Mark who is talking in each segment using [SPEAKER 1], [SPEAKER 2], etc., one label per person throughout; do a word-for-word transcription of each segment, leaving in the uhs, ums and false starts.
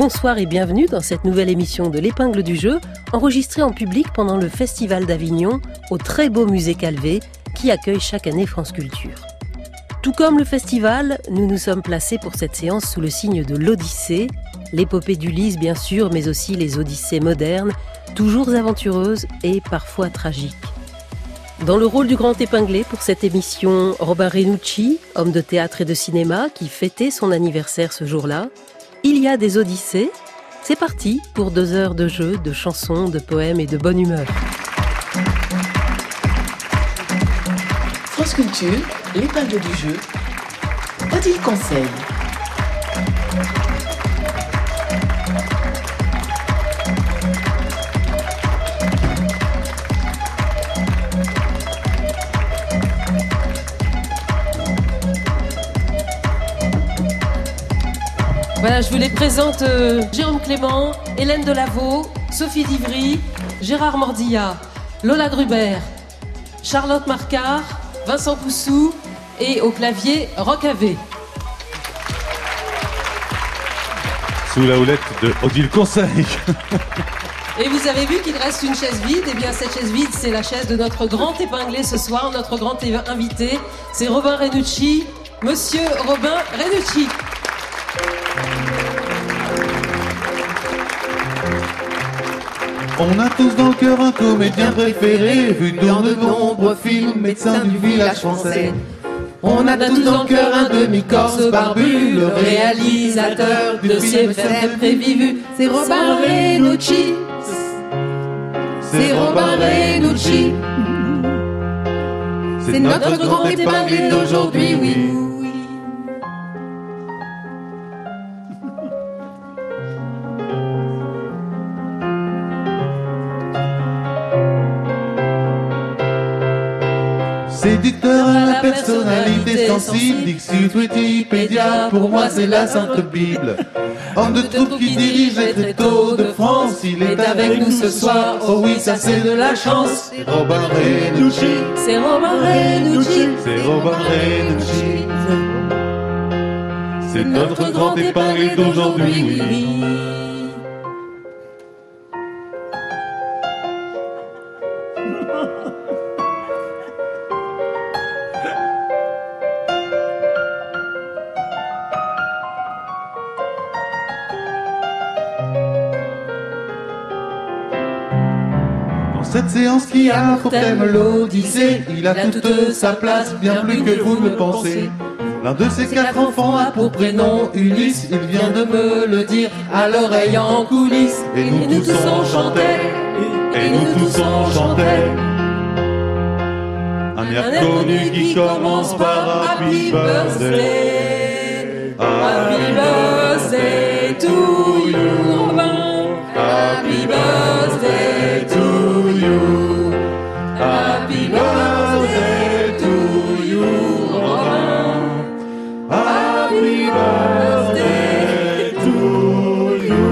[SPEAKER 1] Bonsoir et bienvenue dans cette nouvelle émission de l'Épingle du jeu, enregistrée en public pendant le Festival d'Avignon au très beau musée Calvé qui accueille chaque année France Culture. Tout comme le festival, nous nous sommes placés pour cette séance sous le signe de l'Odyssée, l'épopée d'Ulysse bien sûr, mais aussi les Odyssées modernes, toujours aventureuses et parfois tragiques. Dans le rôle du grand épinglé pour cette émission, Robin Renucci, homme de théâtre et de cinéma qui fêtait son anniversaire ce jour-là. Il y a des Odyssées. C'est parti pour deux heures de jeu, de chansons, de poèmes et de bonne humeur.
[SPEAKER 2] France Culture, l'épingle du jeu, Odile Conseil.
[SPEAKER 1] Voilà, je vous les présente euh, Jérôme Clément, Hélène Delaveau, Sophie Divry, Gérard Mordilla, Lola Gruber, Charlotte Marcard, Vincent Poussou et au clavier Roch Ave.
[SPEAKER 3] Sous la houlette de Odile Conseil.
[SPEAKER 1] Et vous avez vu qu'il reste une chaise vide. Eh bien, cette chaise vide, c'est la chaise de notre grand épinglé ce soir, notre grand invité. C'est Robin Renucci, Monsieur Robin Renucci.
[SPEAKER 3] On a tous dans le cœur un comédien préféré, vu dans de nombreux films, médecin du village français.
[SPEAKER 2] On a tous dans le cœur un demi-corse barbu, le réalisateur de ces prévus. C'est Robin Renucci. C'est Robin Renucci. C'est notre grand épinglé d'aujourd'hui, oui.
[SPEAKER 3] Séducteur à la personnalité sensible, Dixit Wikipédia, pour moi c'est la Sainte Bible. Homme de troupe qui dirige les tréteaux de France, il est avec nous ce soir, oh oui ça c'est de la chance. C'est Robin Renucci.
[SPEAKER 1] C'est Robin Renucci.
[SPEAKER 3] C'est Robin Renucci. C'est notre grand épinglé d'aujourd'hui, oui. Cette séance qui a pour thème l'Odyssée, il a toute sa place, bien plus que vous ne le pensez. L'un de ses quatre enfants a pour prénom Ulysse, il vient de me le dire à l'oreille en coulisses. Et nous tous on chantait, et nous tous on chantait un air connu qui commence par Happy Birthday, Happy Birthday to you, Robin, Happy Birthday to you, Happy Birthday to you, Robin, Happy Birthday to you.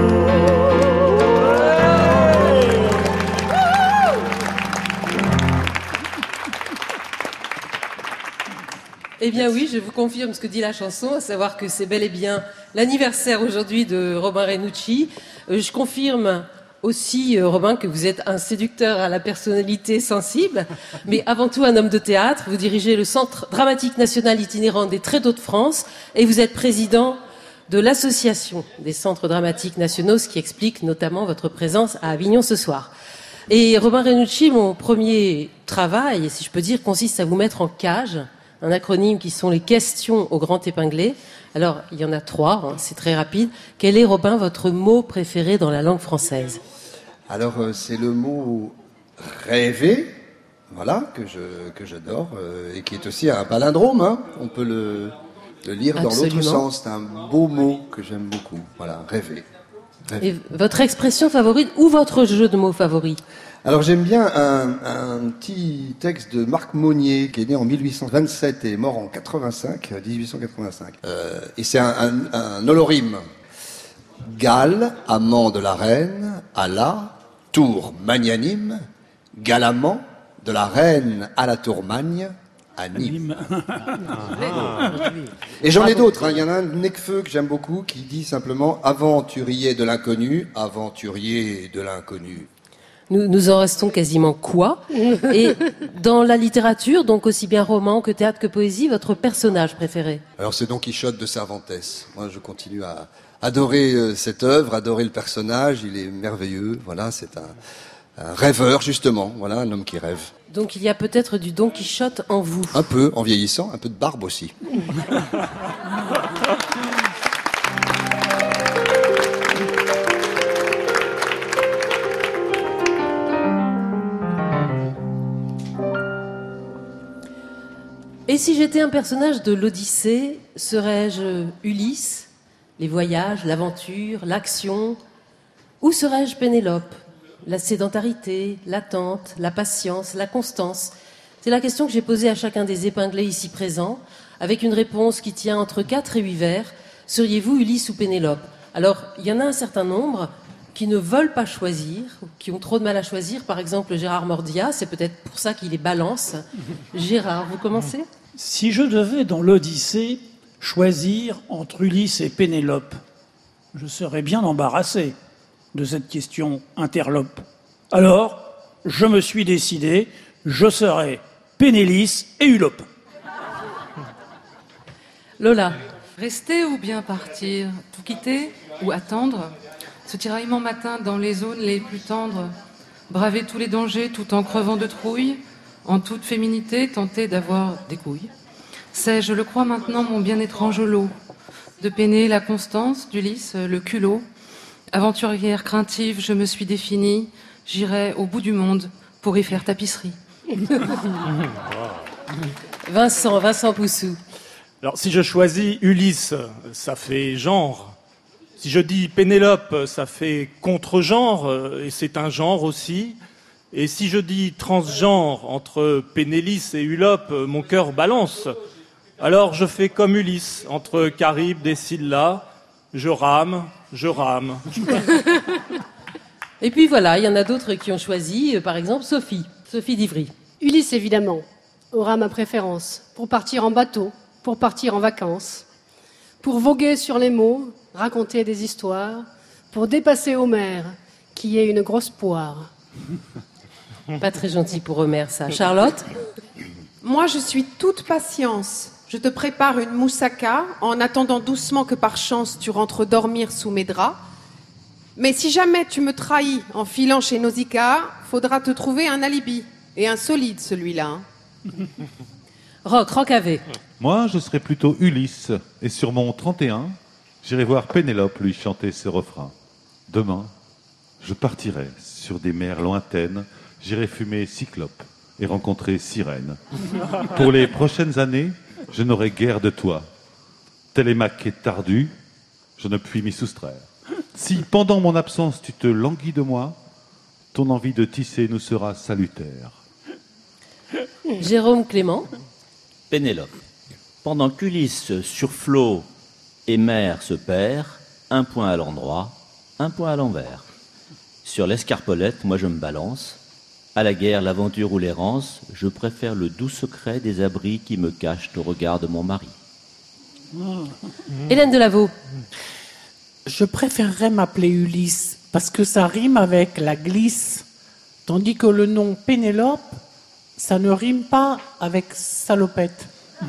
[SPEAKER 1] Eh bien oui, je vous confirme ce que dit la chanson, à savoir que c'est bel et bien l'anniversaire aujourd'hui de Robin Renucci. Euh, je confirme aussi, euh, Robin, que vous êtes un séducteur à la personnalité sensible, mais avant tout un homme de théâtre. Vous dirigez le Centre dramatique national itinérant des Tréteaux de France et vous êtes président de l'Association des centres dramatiques nationaux, ce qui explique notamment votre présence à Avignon ce soir. Et Robin Renucci, mon premier travail, si je peux dire, consiste à vous mettre en cage, un acronyme qui sont les questions au grand épinglé. Alors, il y en a trois, hein, c'est très rapide. Quel est, Robin, votre mot préféré dans la langue française ?
[SPEAKER 4] Alors, euh, c'est le mot rêver, voilà, que je que j'adore, euh, et qui est aussi un palindrome, hein. On peut le, le lire
[SPEAKER 1] Absolument.
[SPEAKER 4] dans l'autre sens. C'est un beau mot que j'aime beaucoup. Voilà, rêver. rêver.
[SPEAKER 1] Et votre expression favorite ou votre jeu de mots favori ?
[SPEAKER 4] Alors j'aime bien un, un petit texte de Marc Monnier qui est né en mille huit cent vingt-sept et mort en quatre-vingt-cinq, dix-huit cent quatre-vingt-cinq. Euh, et c'est un, un, un holorime. Galles, amant de la reine, Allah, tour magnanime, galamment, de la reine à la tour magne, à Nîmes.
[SPEAKER 5] Ah.
[SPEAKER 4] Et j'en ai d'autres, hein. Il y en a un, Necfeu, que j'aime beaucoup, qui dit simplement « Aventurier de l'inconnu, aventurier de l'inconnu ».
[SPEAKER 1] Nous, nous en restons quasiment quoi? Et dans la littérature, donc aussi bien roman que théâtre que poésie, votre personnage préféré?
[SPEAKER 4] Alors c'est Don Quichotte de Cervantes. Moi je continue à adorer euh, cette œuvre, adorer le personnage, il est merveilleux. Voilà, c'est un, un rêveur justement, voilà, un homme qui rêve.
[SPEAKER 1] Donc il y a peut-être du Don Quichotte en vous.
[SPEAKER 4] Un peu, en vieillissant, un peu de barbe aussi.
[SPEAKER 1] Et si j'étais un personnage de l'Odyssée, serais-je Ulysse, les voyages, l'aventure, l'action? Ou serais-je Pénélope, la sédentarité, l'attente, la patience, la constance? C'est la question que j'ai posée à chacun des épinglés ici présents, avec une réponse qui tient entre quatre et huit vers. Seriez-vous Ulysse ou Pénélope? Alors, il y en a un certain nombre qui ne veulent pas choisir, qui ont trop de mal à choisir. Par exemple, Gérard Mordia, c'est peut-être pour ça qu'il les balance. Gérard, vous commencez?
[SPEAKER 5] Si je devais, dans l'Odyssée, choisir entre Ulysse et Pénélope, je serais bien embarrassé de cette question interlope. Alors, je me suis décidé, je serai Pénélice et Ulope.
[SPEAKER 1] Lola.
[SPEAKER 6] Rester ou bien partir? Tout quitter ou attendre? Ce tiraillement matin dans les zones les plus tendres? Braver tous les dangers tout en crevant de trouille? En toute féminité, tenter d'avoir des couilles? C'est, je le crois maintenant, mon bien étrange lot. De peiner la constance, d'Ulysse, le culot. Aventurière craintive, je me suis définie. J'irai au bout du monde pour y faire tapisserie.
[SPEAKER 1] Vincent, Vincent Poussou.
[SPEAKER 7] Alors, si je choisis Ulysse, ça fait genre. Si je dis Pénélope, ça fait contre-genre, et c'est un genre aussi. Et si je dis transgenre entre Pénélice et Ulope, mon cœur balance. Alors je fais comme Ulysse, entre Charybde et Scylla, je rame, je rame.
[SPEAKER 1] Et puis voilà, il y en a d'autres qui ont choisi, par exemple Sophie, Sophie d'Ivry.
[SPEAKER 8] Ulysse, évidemment, aura ma préférence, pour partir en bateau, pour partir en vacances, pour voguer sur les mots, raconter des histoires, pour dépasser Homère, qui est une grosse poire.
[SPEAKER 1] Pas très gentil pour Homère, ça. Charlotte?
[SPEAKER 9] Moi, je suis toute patience. Je te prépare une moussaka en attendant doucement que par chance tu rentres dormir sous mes draps. Mais si jamais tu me trahis en filant chez Nausicaa, faudra te trouver un alibi. Et un solide, celui-là. Hein.
[SPEAKER 1] Roch, Roch avait.
[SPEAKER 3] Moi, je serais plutôt Ulysse. Et sur mon trente et un, j'irai voir Pénélope lui chanter ses refrains. Demain, je partirai sur des mers lointaines. J'irai fumer Cyclope et rencontrer Sirène. Pour les prochaines années, je n'aurai guère de toi. Télémaque est tardu, je ne puis m'y soustraire. Si pendant mon absence tu te languis de moi, ton envie de tisser nous sera salutaire.
[SPEAKER 1] Jérôme Clément.
[SPEAKER 10] Pénélope. Pendant qu'Ulysse sur flot et mer se perd, un point à l'endroit, un point à l'envers. Sur l'escarpolette, moi je me balance. À la guerre, l'aventure ou l'errance, je préfère le doux secret des abris qui me cachent au regard de mon mari.
[SPEAKER 1] Mmh. Hélène Delaveau.
[SPEAKER 11] Je préférerais m'appeler Ulysse, parce que ça rime avec la glisse, tandis que le nom Pénélope, ça ne rime pas avec salopette.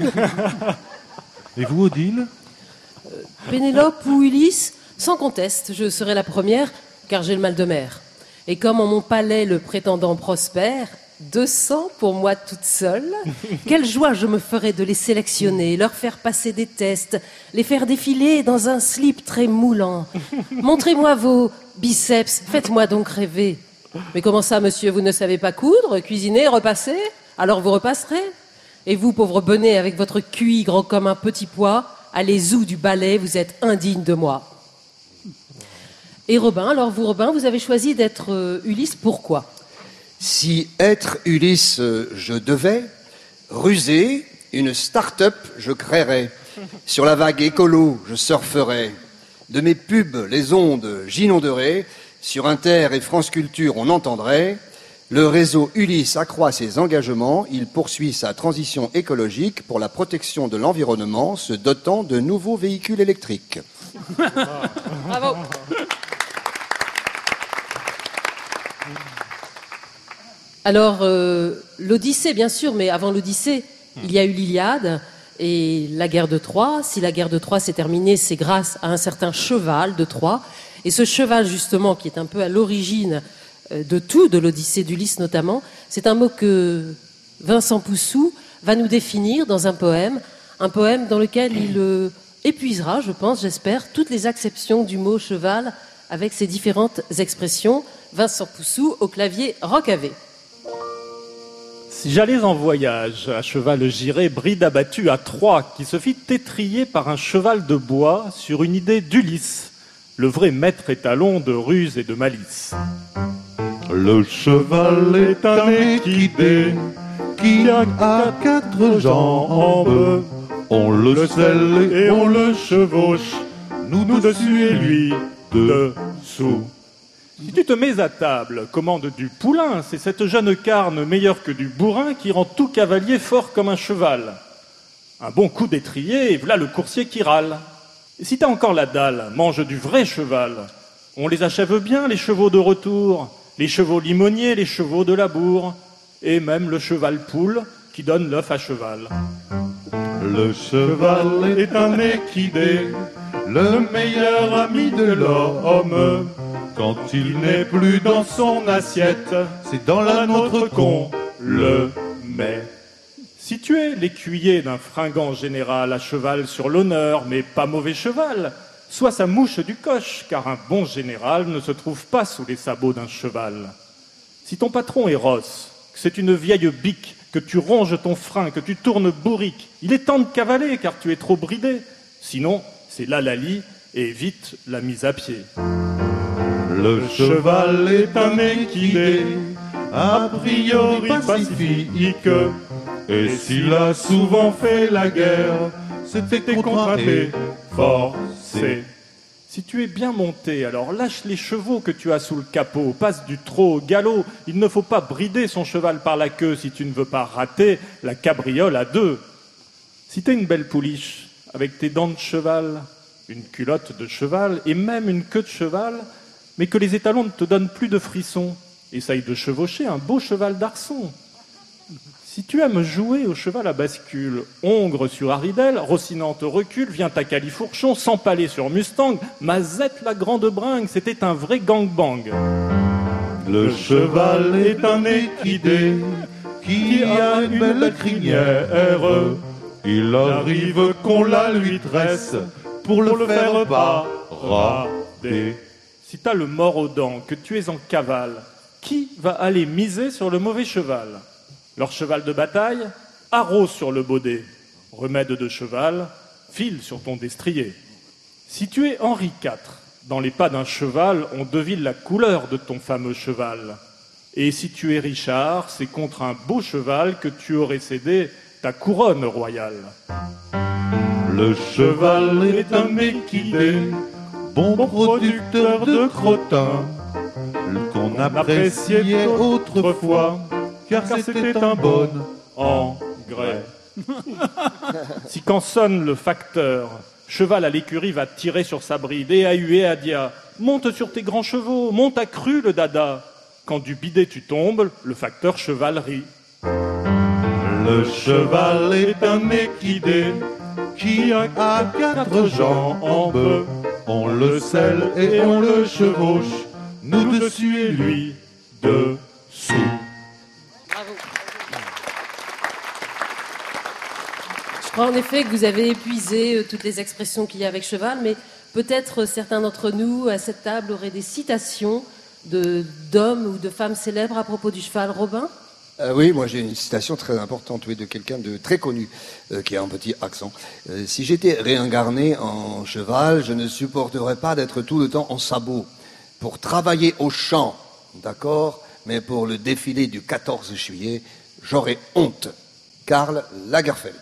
[SPEAKER 3] Et vous, Odile?
[SPEAKER 1] euh, Pénélope ou Ulysse, sans conteste, je serai la première, car j'ai le mal de mer. Et comme en mon palais le prétendant prospère, deux cents pour moi toute seule, quelle joie je me ferais de les sélectionner, leur faire passer des tests, les faire défiler dans un slip très moulant. Montrez-moi vos biceps, faites-moi donc rêver. Mais comment ça, monsieur, vous ne savez pas coudre, cuisiner, repasser? Alors vous repasserez. Et vous, pauvre bonnet, avec votre Q I grand comme un petit pois, allez zou du balai, vous êtes indigne de moi. Et Robin, alors vous, Robin, vous avez choisi d'être euh, Ulysse, pourquoi?
[SPEAKER 4] Si être Ulysse, euh, je devais, rusé, une start-up, je créerais. Sur la vague écolo, je surferais. De mes pubs, les ondes, j'inonderais. Sur Inter et France Culture, on entendrait Le réseau Ulysse accroît ses engagements. Il poursuit sa transition écologique pour la protection de l'environnement, se dotant de nouveaux véhicules électriques.
[SPEAKER 1] Bravo. Alors, euh, l'Odyssée, bien sûr, mais avant l'Odyssée, il y a eu l'Iliade et la guerre de Troie. Si la guerre de Troie s'est terminée, c'est grâce à un certain cheval de Troie. Et ce cheval, justement, qui est un peu à l'origine de tout, de l'Odyssée d'Ulysse notamment, c'est un mot que Vincent Poussou va nous définir dans un poème, un poème dans lequel il euh, épuisera, je pense, j'espère, toutes les acceptions du mot cheval avec ses différentes expressions. Vincent Poussou au clavier Rocavé.
[SPEAKER 7] Si j'allais en voyage, à cheval j'irais, bride abattue à Troie, qui se fit étriller par un cheval de bois sur une idée d'Ulysse, le vrai maître étalon de ruse et de malice.
[SPEAKER 3] Le cheval est un équidé qui a quatre jambes. On le selle et on le chevauche, nous dessus et lui dessous.
[SPEAKER 7] Si tu te mets à table, commande du poulain, c'est cette jeune carne meilleure que du bourrin qui rend tout cavalier fort comme un cheval. Un bon coup d'étrier, et voilà le coursier qui râle. Et si t'as encore la dalle, mange du vrai cheval. On les achève bien, les chevaux de retour, les chevaux limoniers, les chevaux de labour, et même le cheval poule qui donne l'œuf à cheval.
[SPEAKER 3] Le cheval est un équidé, le meilleur ami de l'homme. Quand il n'est plus dans son assiette, c'est dans la nôtre qu'on le met.
[SPEAKER 7] Si tu es l'écuyer d'un fringant général à cheval sur l'honneur, mais pas mauvais cheval, sois sa mouche du coche, car un bon général ne se trouve pas sous les sabots d'un cheval. Si ton patron est rosse, que c'est une vieille bique, que tu ronges ton frein, que tu tournes bourrique, il est temps de cavaler, car tu es trop bridé. Sinon, c'est là la lie, et vite la mise à pied.
[SPEAKER 3] Le cheval est un équidé, a priori pacifique, et s'il a souvent fait la guerre, c'était contrainté, forcé.
[SPEAKER 7] Si tu es bien monté, alors lâche les chevaux que tu as sous le capot, passe du trot au galop. Il ne faut pas brider son cheval par la queue si tu ne veux pas rater la cabriole à deux. Si t'es une belle pouliche, avec tes dents de cheval, une culotte de cheval et même une queue de cheval, mais que les étalons ne te donnent plus de frissons, essaye de chevaucher un beau cheval d'arçon. Si tu aimes jouer au cheval à bascule, hongre sur Haridelle, Rossinante recule, vient à Califourchon, s'empaler sur Mustang, Mazette la grande bringue, c'était un vrai gangbang.
[SPEAKER 3] Le cheval est un équidé qui a une belle crinière. Il arrive qu'on la lui tresse pour le faire parader.
[SPEAKER 7] Si t'as le mort aux dents, que tu es en cavale, qui va aller miser sur le mauvais cheval? Leur cheval de bataille, haro sur le baudet. Remède de cheval, file sur ton destrier. Si tu es Henri quatre, dans les pas d'un cheval, on devine la couleur de ton fameux cheval. Et si tu es Richard, c'est contre un beau cheval que tu aurais cédé ta couronne royale.
[SPEAKER 3] Le cheval est un équidé, bon producteur de crottin, qu'on appréciait autrefois, car c'était un bon engrais.
[SPEAKER 7] Si quand sonne le facteur, cheval à l'écurie va tirer sur sa bride et à huer à dia, monte sur tes grands chevaux, monte à cru le dada. Quand du bidet tu tombes, le facteur cheval rit.
[SPEAKER 3] Le cheval est un équidé qui a quatre jambes. On le selle et on le chevauche, nous dessus et lui dessous.
[SPEAKER 1] Je crois en effet que vous avez épuisé euh, toutes les expressions qu'il y a avec cheval, mais peut-être euh, certains d'entre nous à cette table auraient des citations de, d'hommes ou de femmes célèbres à propos du cheval. Robin ?
[SPEAKER 4] Euh, oui, moi j'ai une citation très importante, oui, de quelqu'un de très connu, euh, qui a un petit accent. Euh, si j'étais réincarné en cheval, je ne supporterais pas d'être tout le temps en sabot. Pour travailler au champ, d'accord, mais pour le défilé du quatorze juillet, j'aurais honte. Karl Lagerfeld.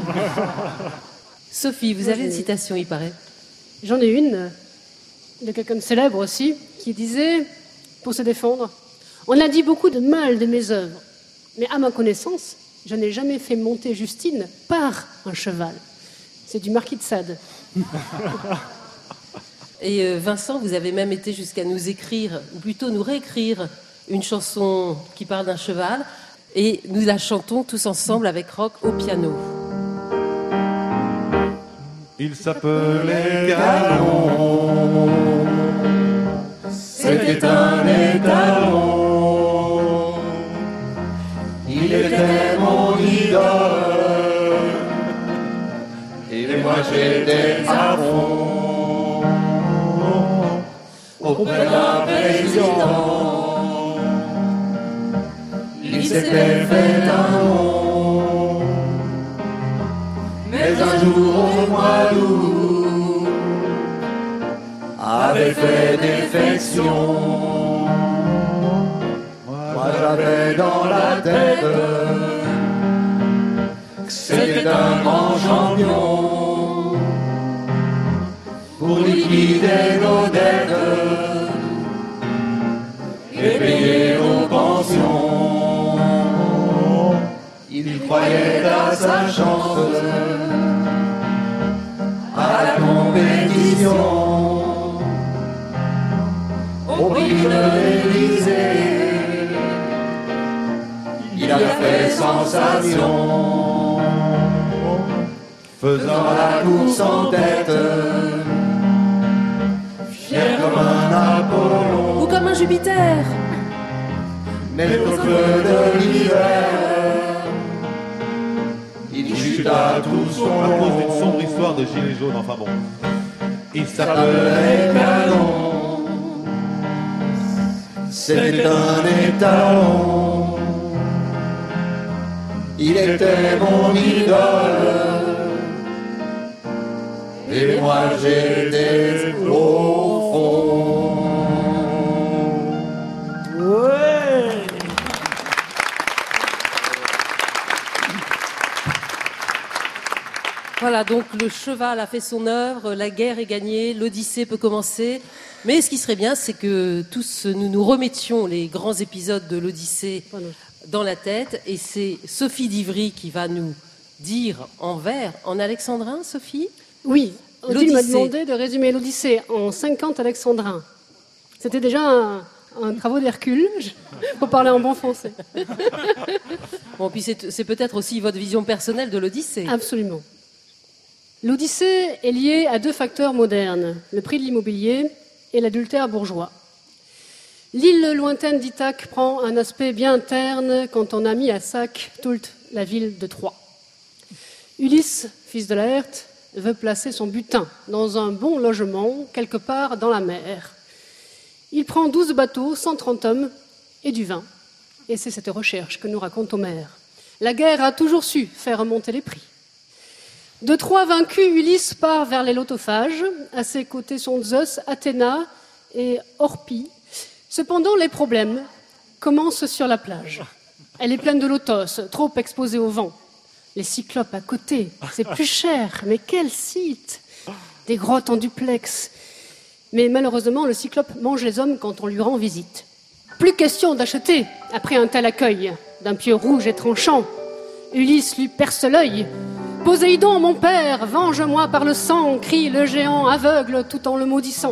[SPEAKER 1] Sophie, vous avez une citation, il paraît.
[SPEAKER 8] J'en ai une, de quelqu'un de célèbre aussi, qui disait, pour se défendre, On a dit beaucoup de mal de mes œuvres, mais à ma connaissance, je n'ai jamais fait monter Justine par un cheval. C'est du Marquis de Sade.
[SPEAKER 1] Et euh, Vincent, vous avez même été jusqu'à nous écrire, ou plutôt nous réécrire, une chanson qui parle d'un cheval, et nous la chantons tous ensemble avec Roch au piano.
[SPEAKER 3] Il s'appelait Galon, c'était un étalon, il était mon idole, et moi j'étais à fond auprès d'un président. Il s'était fait un nom, mais un jour au mois d'août avait fait défection. Moi j'avais dans la tête que c'était un grand champion pour liquider nos dettes et payer nos pensions. Il croyait à sa chance, à la compétition, au prix de l'Élysée. Il a fait sensation, faisant la course en tête, fier comme un Apollon,
[SPEAKER 1] Ou comme un Jupiter.
[SPEAKER 3] mais au feu de l'hiver, il chuta tout son long.
[SPEAKER 12] À cause d'une sombre histoire de gilets jaunes, enfin bon. Il
[SPEAKER 3] s'appelait Galon, c'était un étalon, il était mon idole, et moi j'étais au fond.
[SPEAKER 5] Ouais.
[SPEAKER 1] Voilà, donc le cheval a fait son œuvre, la guerre est gagnée, l'Odyssée peut commencer. Mais ce qui serait bien, c'est que tous nous nous remettions les grands épisodes de l'Odyssée dans la tête. Et c'est Sophie d'Ivry qui va nous dire en vers, en alexandrin, Sophie ?
[SPEAKER 8] Oui, Odile m'a demandé de résumer l'Odyssée en cinquante alexandrins. C'était déjà un, un travaux d'Hercule, pour parler en bon français.
[SPEAKER 1] Bon, puis c'est, c'est peut-être aussi votre vision personnelle de l'Odyssée.
[SPEAKER 8] Absolument. L'Odyssée est liée à deux facteurs modernes, le prix de l'immobilier et l'adultère bourgeois. L'île lointaine d'Ithaque prend un aspect bien terne quand on a mis à sac toute la ville de Troie. Ulysse, fils de Laërte, veut placer son butin dans un bon logement quelque part dans la mer. Il prend douze bateaux, cent trente hommes et du vin. Et c'est cette recherche que nous raconte Homère. La guerre a toujours su faire remonter les prix. De Troie vaincu, Ulysse part vers les lotophages. À ses côtés sont Zeus, Athéna et Orpie. Cependant, les problèmes commencent sur la plage. Elle est pleine de lotos, trop exposée au vent. Les cyclopes à côté, c'est plus cher, mais quel site! Des grottes en duplex. Mais malheureusement, le cyclope mange les hommes quand on lui rend visite. Plus question d'acheter, après un tel accueil, d'un pieu rouge et tranchant. Ulysse lui perce l'œil. « Poséidon, mon père, venge-moi par le sang !» crie le géant aveugle tout en le maudissant.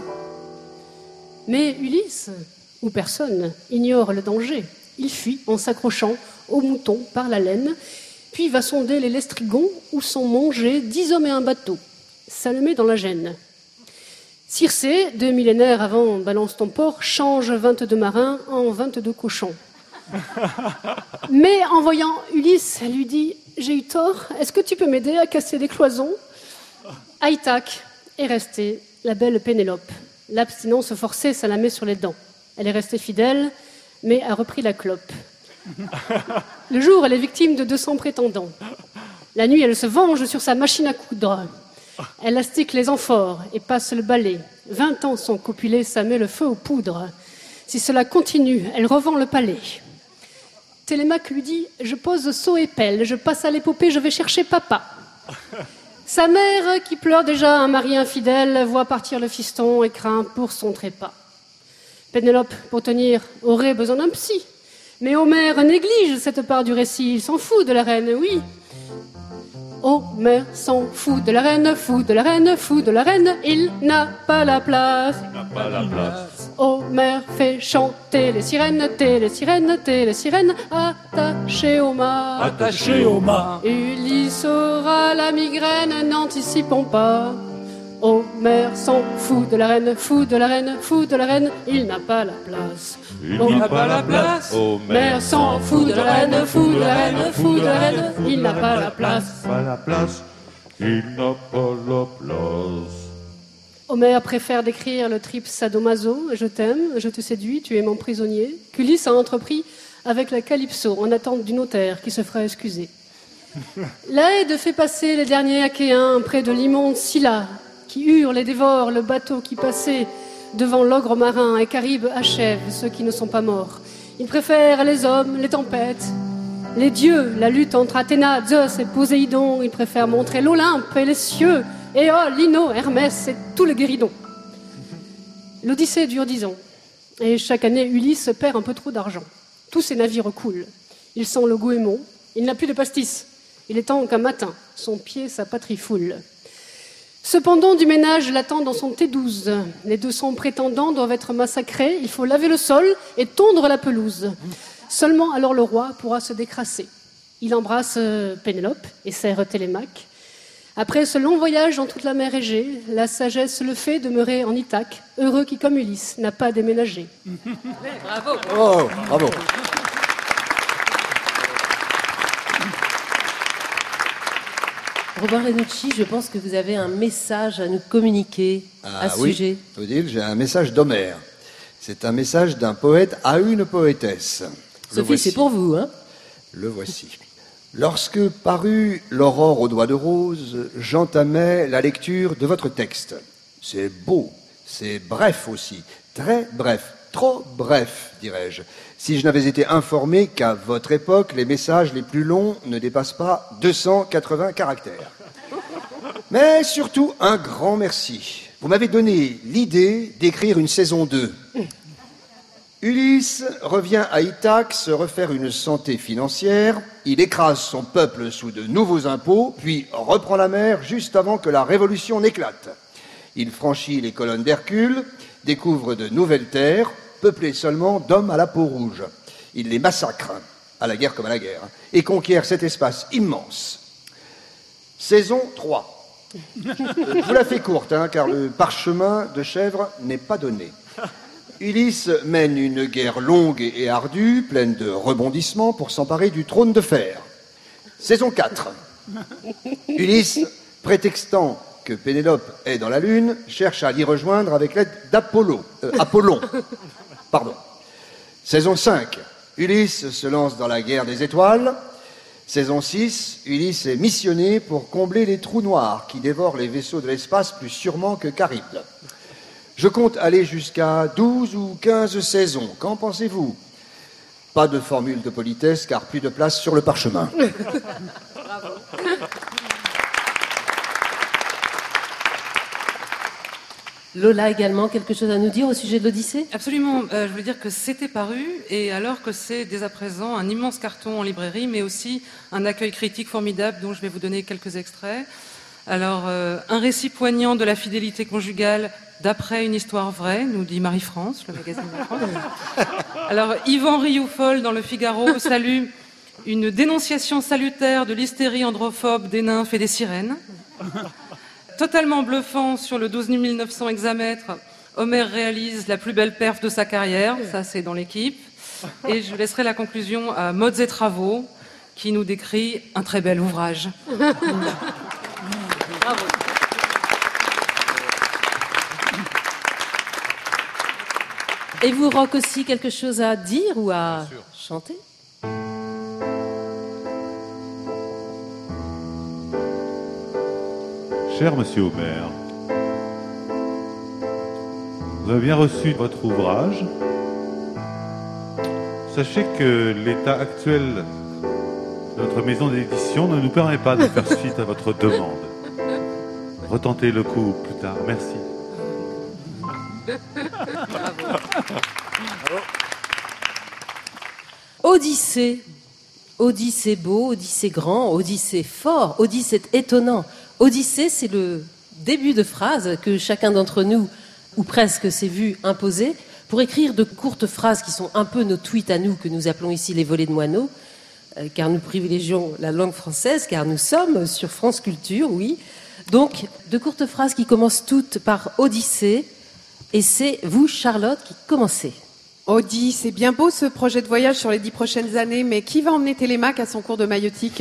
[SPEAKER 8] Mais Ulysse, ou personne, ignore le danger. Il fuit en s'accrochant au mouton par la laine, puis va sonder les lestrigons où sont mangés dix hommes et un bateau. Ça le met dans la gêne. Circé, deux millénaires avant Balance ton port, change vingt-deux marins en vingt-deux cochons. Mais en voyant Ulysse, elle lui dit « J'ai eu tort, est-ce que tu peux m'aider à casser des cloisons ?» À Ithaque est restée la belle Pénélope. L'abstinence forcée, ça la met sur les dents. Elle est restée fidèle, mais a repris la clope. Le jour, elle est victime de deux cents prétendants. La nuit, elle se venge sur sa machine à coudre. Elle astique les amphores et passe le balai. Vingt ans sont copulés, ça met le feu aux poudres. Si cela continue, elle revend le palais. Télémaque lui dit « Je pose seau et pelle, je passe à l'épopée, je vais chercher papa. » Sa mère, qui pleure déjà un mari infidèle, voit partir le fiston et craint pour son trépas. Pénélope, pour tenir, aurait besoin d'un psy. Mais Homère néglige cette part du récit, il s'en fout de la reine, oui. Homère s'en fout de la reine, fou de la reine, fou de la reine, il n'a pas la place.
[SPEAKER 12] Il n'a pas la place.
[SPEAKER 8] Homère fait chanter les sirènes, t'es les sirènes, t'es les sirènes, attachées au mât.
[SPEAKER 5] Attaché au mât.
[SPEAKER 8] Ulysse aura la migraine, n'anticipons pas. Homère s'en fout de la reine, fou de la reine, fou de la reine, il n'a pas la place.
[SPEAKER 12] Il
[SPEAKER 8] Homère
[SPEAKER 12] n'a pas la place.
[SPEAKER 8] Homère s'en fout de la reine, fou de la reine, fou de la reine, il n'a pas la place.
[SPEAKER 12] Pas la place. Il n'a pas la place.
[SPEAKER 8] Homère préfère décrire le trip sadomaso, je t'aime, je te séduis, tu es mon prisonnier, qu'Ulysse a entrepris avec la Calypso en attente du notaire qui se fera excuser. L'Aède fait passer les derniers Achéens près de l'immonde Scylla, qui hurle et dévore le bateau qui passait devant l'ogre marin, et Caribe achève ceux qui ne sont pas morts. Il préfère les hommes, les tempêtes, les dieux, la lutte entre Athéna, Zeus et Poséidon. Il préfère montrer l'Olympe et les cieux, Éole, Ino, Hermès et tout le guéridon. L'Odyssée dure dix ans, et chaque année Ulysse perd un peu trop d'argent. Tous ses navires coulent. Il sent le goémon, il n'a plus de pastis. Il est temps qu'un matin, son pied sa patrie foule. Cependant, du ménage l'attend dans son T douze. Les deux cents prétendants doivent être massacrés. Il faut laver le sol et tondre la pelouse. Seulement alors le roi pourra se décrasser. Il embrasse Pénélope et serre Télémaque. Après ce long voyage dans toute la mer Égée, la sagesse le fait demeurer en Ithaque, heureux qui, comme Ulysse, n'a pas déménagé.
[SPEAKER 1] Bravo.
[SPEAKER 4] Oh, bravo.
[SPEAKER 1] Robin Renucci, je pense que vous avez un message à nous communiquer
[SPEAKER 4] Ah
[SPEAKER 1] à ce
[SPEAKER 4] oui,
[SPEAKER 1] sujet.
[SPEAKER 4] Odile, j'ai un message d'Homère. C'est un message d'un poète à une poétesse. Le
[SPEAKER 1] Sophie,
[SPEAKER 4] voici.
[SPEAKER 1] c'est pour vous, hein?
[SPEAKER 4] Le voici. Lorsque parut l'aurore aux doigts de rose, j'entamai la lecture de votre texte. C'est beau, c'est bref aussi, très bref, trop bref, dirais-je. Si je n'avais été informé qu'à votre époque, les messages les plus longs ne dépassent pas deux cent quatre-vingts caractères. Mais surtout, un grand merci. Vous m'avez donné l'idée d'écrire une saison deux. Ulysse revient à Ithaque se refaire une santé financière, il écrase son peuple sous de nouveaux impôts, puis reprend la mer juste avant que la révolution n'éclate. Il franchit les colonnes d'Hercule, découvre de nouvelles terres, peuplées seulement d'hommes à la peau rouge. Il les massacre, à la guerre comme à la guerre, et conquiert cet espace immense. Saison trois. Je vous la fais courte, hein, car le parchemin de chèvre n'est pas donné. Ulysse mène une guerre longue et ardue, pleine de rebondissements, pour s'emparer du trône de fer. Saison quatre. Ulysse, prétextant que Pénélope est dans la Lune, cherche à l'y rejoindre avec l'aide d'Apollo. Euh, Apollon. Pardon. Saison cinq. Ulysse se lance dans la guerre des étoiles. Saison six. Ulysse est missionné pour combler les trous noirs qui dévorent les vaisseaux de l'espace plus sûrement que Charybde. Je compte aller jusqu'à douze ou quinze saisons. Qu'en pensez-vous? Pas de formule de politesse, car plus de place sur le parchemin.
[SPEAKER 1] Bravo. Lola également, quelque chose à nous dire au sujet de l'Odyssée?
[SPEAKER 6] Absolument. Euh, je voulais dire que c'était paru, et alors que c'est dès à présent un immense carton en librairie, mais aussi un accueil critique formidable dont je vais vous donner quelques extraits. Alors, euh, un récit poignant de la fidélité conjugale d'après une histoire vraie, nous dit Marie-France, le magazine de France. Alors, Yvan Rioufol dans le Figaro salue une dénonciation salutaire de l'hystérie androphobe des nymphes et des sirènes. Totalement bluffant sur le douze mille neuf cents hexamètres, Homère réalise la plus belle perf de sa carrière, ça c'est dans l'équipe. Et je laisserai la conclusion à Modes et Travaux, qui nous décrit un très bel ouvrage.
[SPEAKER 1] Bravo. Et vous, Roch, aussi quelque chose à dire ou à chanter?
[SPEAKER 12] Cher Monsieur Homère, vous avez bien reçu votre ouvrage. Sachez que l'état actuel de notre maison d'édition ne nous permet pas de faire suite à votre demande. Retentez le coup plus tard. Merci.
[SPEAKER 1] Bravo. Odyssée. Odyssée beau, Odyssée grand, Odyssée fort, Odyssée étonnant. Odyssée, c'est le début de phrase que chacun d'entre nous, ou presque, s'est vu imposer pour écrire de courtes phrases qui sont un peu nos tweets à nous, que nous appelons ici les volets de moineaux, euh, car nous privilégions la langue française, car nous sommes sur France Culture, oui. Donc, de courtes phrases qui commencent toutes par Odyssée, et c'est vous, Charlotte, qui commencez.
[SPEAKER 9] Audi, c'est bien beau ce projet de voyage sur les dix prochaines années, mais qui va emmener Télémac à son cours de maïeutique?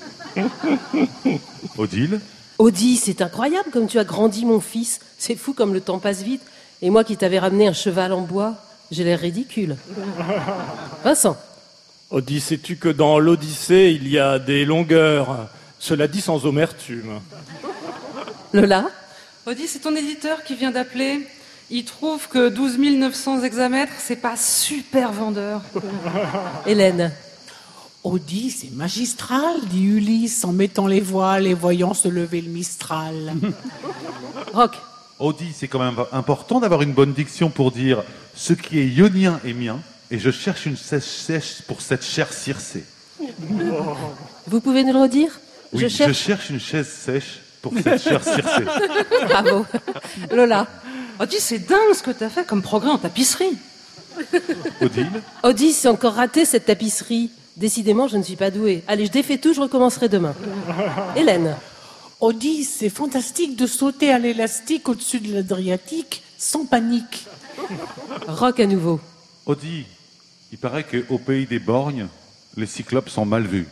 [SPEAKER 12] Odile.
[SPEAKER 1] Audi, c'est incroyable comme tu as grandi, mon fils. C'est fou comme le temps passe vite. Et moi qui t'avais ramené un cheval en bois, j'ai l'air ridicule. Vincent.
[SPEAKER 7] Audi, sais-tu que dans l'Odyssée, il y a des longueurs, cela dit sans amertume.
[SPEAKER 1] Lola.
[SPEAKER 6] Audi, c'est ton éditeur qui vient d'appeler. Il trouve que douze mille neuf cents hexamètres, c'est pas super vendeur.
[SPEAKER 1] Hélène.
[SPEAKER 11] Audi, c'est magistral, dit Ulysse, en mettant les voiles et voyant se lever le Mistral.
[SPEAKER 1] Rock.
[SPEAKER 12] Audi, c'est quand même important d'avoir une bonne diction pour dire ce qui est ionien est mien, et je cherche une sèche sèche pour cette chère Circé.
[SPEAKER 1] Vous pouvez nous le redire?
[SPEAKER 12] Oui,
[SPEAKER 1] je, cherche...
[SPEAKER 12] je cherche une chaise sèche pour cette chère Circé.
[SPEAKER 1] Bravo. Lola.
[SPEAKER 6] Audi, c'est dingue ce que t'as fait comme progrès en tapisserie.
[SPEAKER 12] Odile.
[SPEAKER 1] Audi, c'est encore raté cette tapisserie. Décidément, je ne suis pas douée. Allez, je défais tout, je recommencerai demain. Hélène.
[SPEAKER 11] Audi, c'est fantastique de sauter à l'élastique au-dessus de l'Adriatique sans panique.
[SPEAKER 1] Rock à nouveau.
[SPEAKER 12] Audi, il paraît qu'au pays des borgnes, les cyclopes sont mal vus.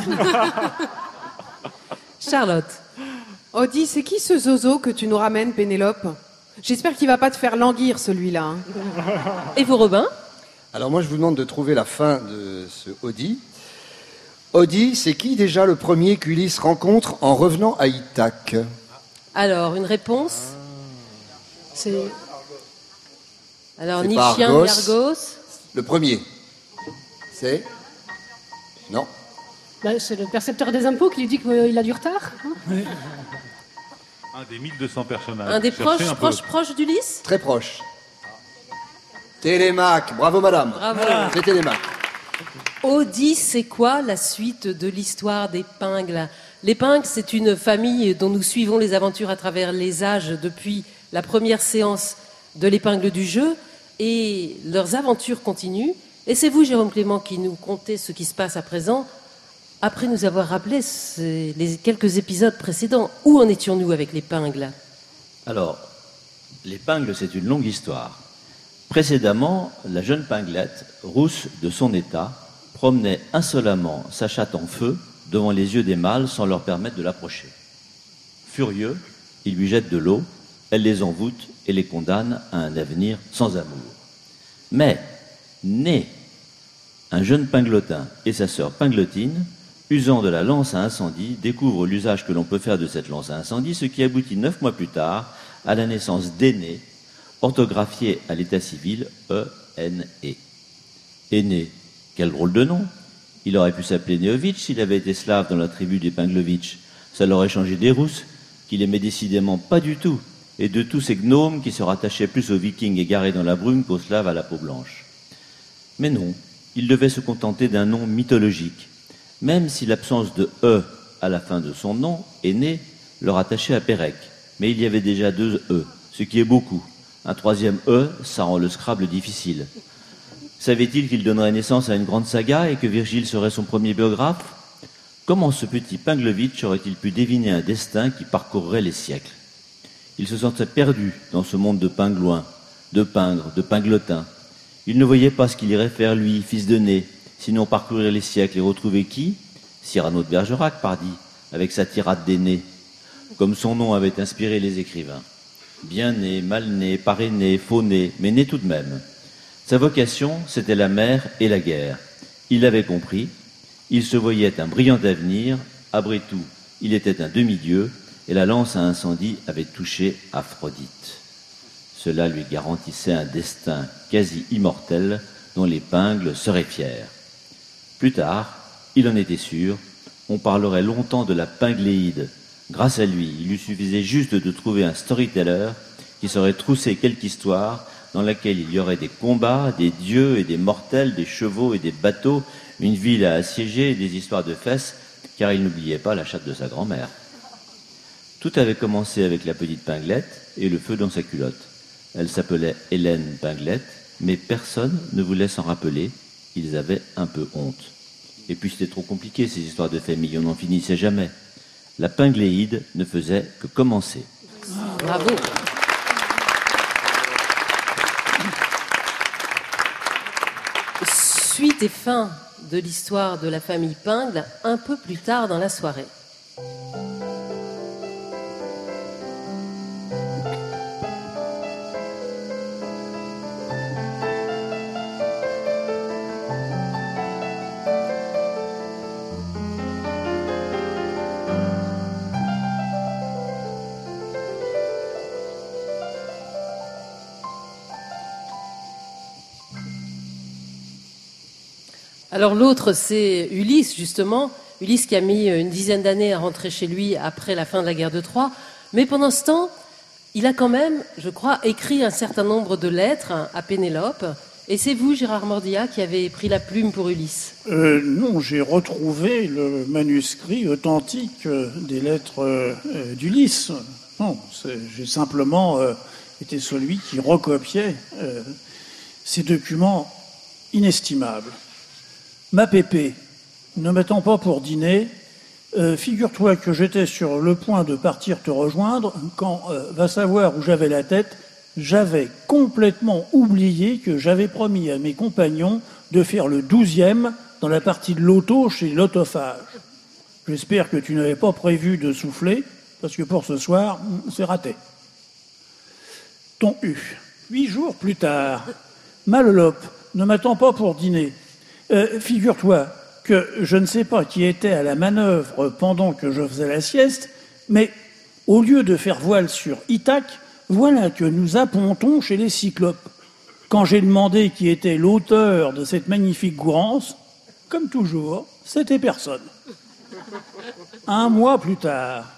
[SPEAKER 1] Charlotte.
[SPEAKER 9] Audi, c'est qui ce zozo que tu nous ramènes, Pénélope? J'espère qu'il va pas te faire languir, celui-là. Hein.
[SPEAKER 1] Et vous, Robin?
[SPEAKER 4] Alors moi, je vous demande de trouver la fin de ce Audi. Audi, c'est qui déjà le premier qu'Ulysse rencontre en revenant à Ithaque?
[SPEAKER 1] Alors, une réponse? C'est... Alors,
[SPEAKER 4] C'est
[SPEAKER 1] ni
[SPEAKER 4] pas
[SPEAKER 1] chien,
[SPEAKER 4] Argos.
[SPEAKER 1] ni Argos.
[SPEAKER 4] Le premier. C'est... Non.
[SPEAKER 8] Bah, c'est le percepteur des impôts qui lui dit qu'il a du retard. Hein.
[SPEAKER 12] Un des mille deux cents personnages.
[SPEAKER 1] Un des
[SPEAKER 12] Cherchez
[SPEAKER 1] proches,
[SPEAKER 12] un peu.
[SPEAKER 1] proches, proches d'Ulysse?
[SPEAKER 4] Très proche. Télémaque. Bravo, madame.
[SPEAKER 1] Bravo.
[SPEAKER 4] C'est Télémaque.
[SPEAKER 1] Audi, c'est quoi la suite de l'histoire des Pingles? Les Pingles, c'est une famille dont nous suivons les aventures à travers les âges depuis la première séance de l'épingle du jeu, et leurs aventures continuent. Et c'est vous, Jérôme Clément, qui nous contez ce qui se passe à présent, après nous avoir rappelé ces- les quelques épisodes précédents. Où en étions-nous avec les Pingles?
[SPEAKER 10] Alors, l'épingle, c'est une longue histoire. Précédemment, la jeune Pinglette, rousse de son état, promenait insolemment sa chatte en feu devant les yeux des mâles sans leur permettre de l'approcher. Furieux, il lui jette de l'eau, elle les envoûte et les condamne à un avenir sans amour. Mais, né, un jeune Pinglotin et sa sœur Pinglotine, usant de la lance à incendie, découvrent l'usage que l'on peut faire de cette lance à incendie, ce qui aboutit neuf mois plus tard à la naissance d'Énée, orthographié à l'état civil E N E. Énée, quel drôle de nom! Il aurait pu s'appeler Néovitch s'il avait été slave dans la tribu des Pinglovitch. Ça l'aurait changé des Rousses, qu'il aimait décidément pas du tout, et de tous ces gnomes qui se rattachaient plus aux vikings égarés dans la brume qu'aux slaves à la peau blanche. Mais non, il devait se contenter d'un nom mythologique, même si l'absence de E à la fin de son nom, Énée, le rattachait à Pérec. Mais il y avait déjà deux E, ce qui est beaucoup. Un troisième E, ça rend le Scrabble difficile. Savait-il qu'il donnerait naissance à une grande saga et que Virgile serait son premier biographe? Comment ce petit Pinglovitch aurait-il pu deviner un destin qui parcourrait les siècles? Il se sentait perdu dans ce monde de pingloins, de pingres, de pinglotins. Il ne voyait pas ce qu'il irait faire, lui, fils de Né, sinon parcourir les siècles et retrouver qui? Cyrano de Bergerac, pardi, avec sa tirade des nés, comme son nom avait inspiré les écrivains. Bien né, mal né, parrainé, faux né, mais né tout de même. Sa vocation, c'était la mer et la guerre. Il l'avait compris, il se voyait un brillant avenir, après tout, il était un demi-dieu, et la lance à incendie avait touché Aphrodite. Cela lui garantissait un destin quasi immortel dont les Pingles seraient fiers. Plus tard, il en était sûr, on parlerait longtemps de la Pingléide. Grâce à lui, il lui suffisait juste de trouver un storyteller qui saurait trousser quelque histoire dans laquelle il y aurait des combats, des dieux et des mortels, des chevaux et des bateaux, une ville à assiéger et des histoires de fesses, car il n'oubliait pas la chatte de sa grand-mère. Tout avait commencé avec la petite Pinglette et le feu dans sa culotte. Elle s'appelait Hélène Pinglette, mais personne ne voulait s'en rappeler. Ils avaient un peu honte. Et puis c'était trop compliqué, ces histoires de famille, on n'en finissait jamais. La Pingléide ne faisait que commencer.
[SPEAKER 1] Bravo. Suite et fin de l'histoire de la famille Pingle un peu plus tard dans la soirée. Alors l'autre, c'est Ulysse, justement. Ulysse qui a mis une dizaine d'années à rentrer chez lui après la fin de la guerre de Troie. Mais pendant ce temps, il a quand même, je crois, écrit un certain nombre de lettres à Pénélope. Et c'est vous, Gérard Mordillat, qui avez pris la plume pour Ulysse.
[SPEAKER 5] euh, Non, j'ai retrouvé le manuscrit authentique euh, des lettres euh, d'Ulysse. Non, j'ai simplement euh, été celui qui recopiait euh, ces documents inestimables. Ma pépé, ne m'attends pas pour dîner, euh, figure-toi que j'étais sur le point de partir te rejoindre quand, euh, va savoir où j'avais la tête, j'avais complètement oublié que j'avais promis à mes compagnons de faire le douzième dans la partie de l'auto chez l'autophage. J'espère que tu n'avais pas prévu de souffler, parce que pour ce soir, c'est raté. Ton U. Huit jours plus tard, Malelope, ne m'attends pas pour dîner. Euh, figure-toi que je ne sais pas qui était à la manœuvre pendant que je faisais la sieste, mais au lieu de faire voile sur Ithaque, voilà que nous appontons chez les Cyclopes. Quand j'ai demandé qui était l'auteur de cette magnifique gourance, comme toujours, c'était personne. Un mois plus tard,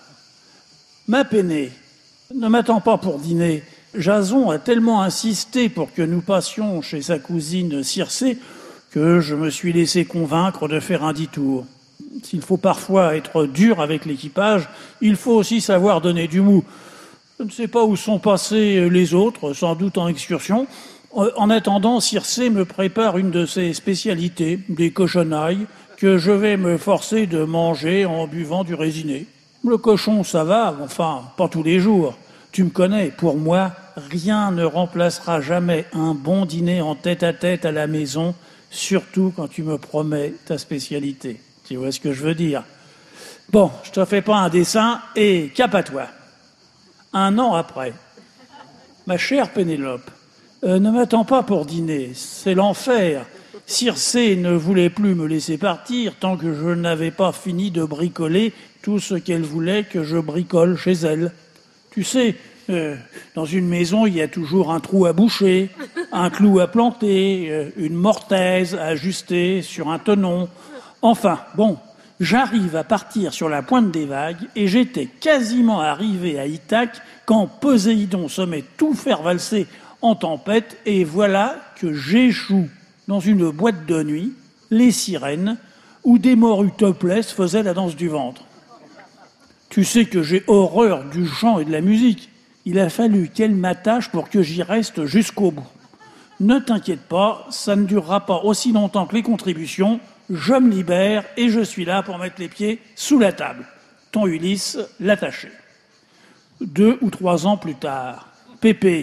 [SPEAKER 5] ma peinée, ne m'attends pas pour dîner. Jason a tellement insisté pour que nous passions chez sa cousine Circé que je me suis laissé convaincre de faire un détour. S'il faut parfois être dur avec l'équipage, il faut aussi savoir donner du mou. Je ne sais pas où sont passés les autres, sans doute en excursion. En attendant, Circé me prépare une de ses spécialités, des cochonailles, que je vais me forcer de manger en buvant du résiné. Le cochon, ça va, enfin, pas tous les jours. Tu me connais, pour moi, rien ne remplacera jamais un bon dîner en tête-à-tête à la maison, surtout quand tu me promets ta spécialité. Tu vois ce que je veux dire? Bon, je te fais pas un dessin et cap à toi. Un an après, ma chère Pénélope, euh, ne m'attends pas pour dîner, c'est l'enfer. Circé ne voulait plus me laisser partir tant que je n'avais pas fini de bricoler tout ce qu'elle voulait que je bricole chez elle. Tu sais, euh, dans une maison, il y a toujours un trou à boucher, un clou à planter, euh, une mortaise à ajuster sur un tenon. Enfin, bon, j'arrive à partir sur la pointe des vagues et j'étais quasiment arrivé à Ithaque quand Poséidon se met tout faire valser en tempête et voilà que j'échoue dans une boîte de nuit, les sirènes, où des morues topless faisaient la danse du ventre. Tu sais que j'ai horreur du chant et de la musique. Il a fallu qu'elle m'attache pour que j'y reste jusqu'au bout. Ne t'inquiète pas, ça ne durera pas aussi longtemps que les contributions. Je me libère et je suis là pour mettre les pieds sous la table. Ton Ulysse, l'attaché. Deux ou trois ans plus tard, Pépé,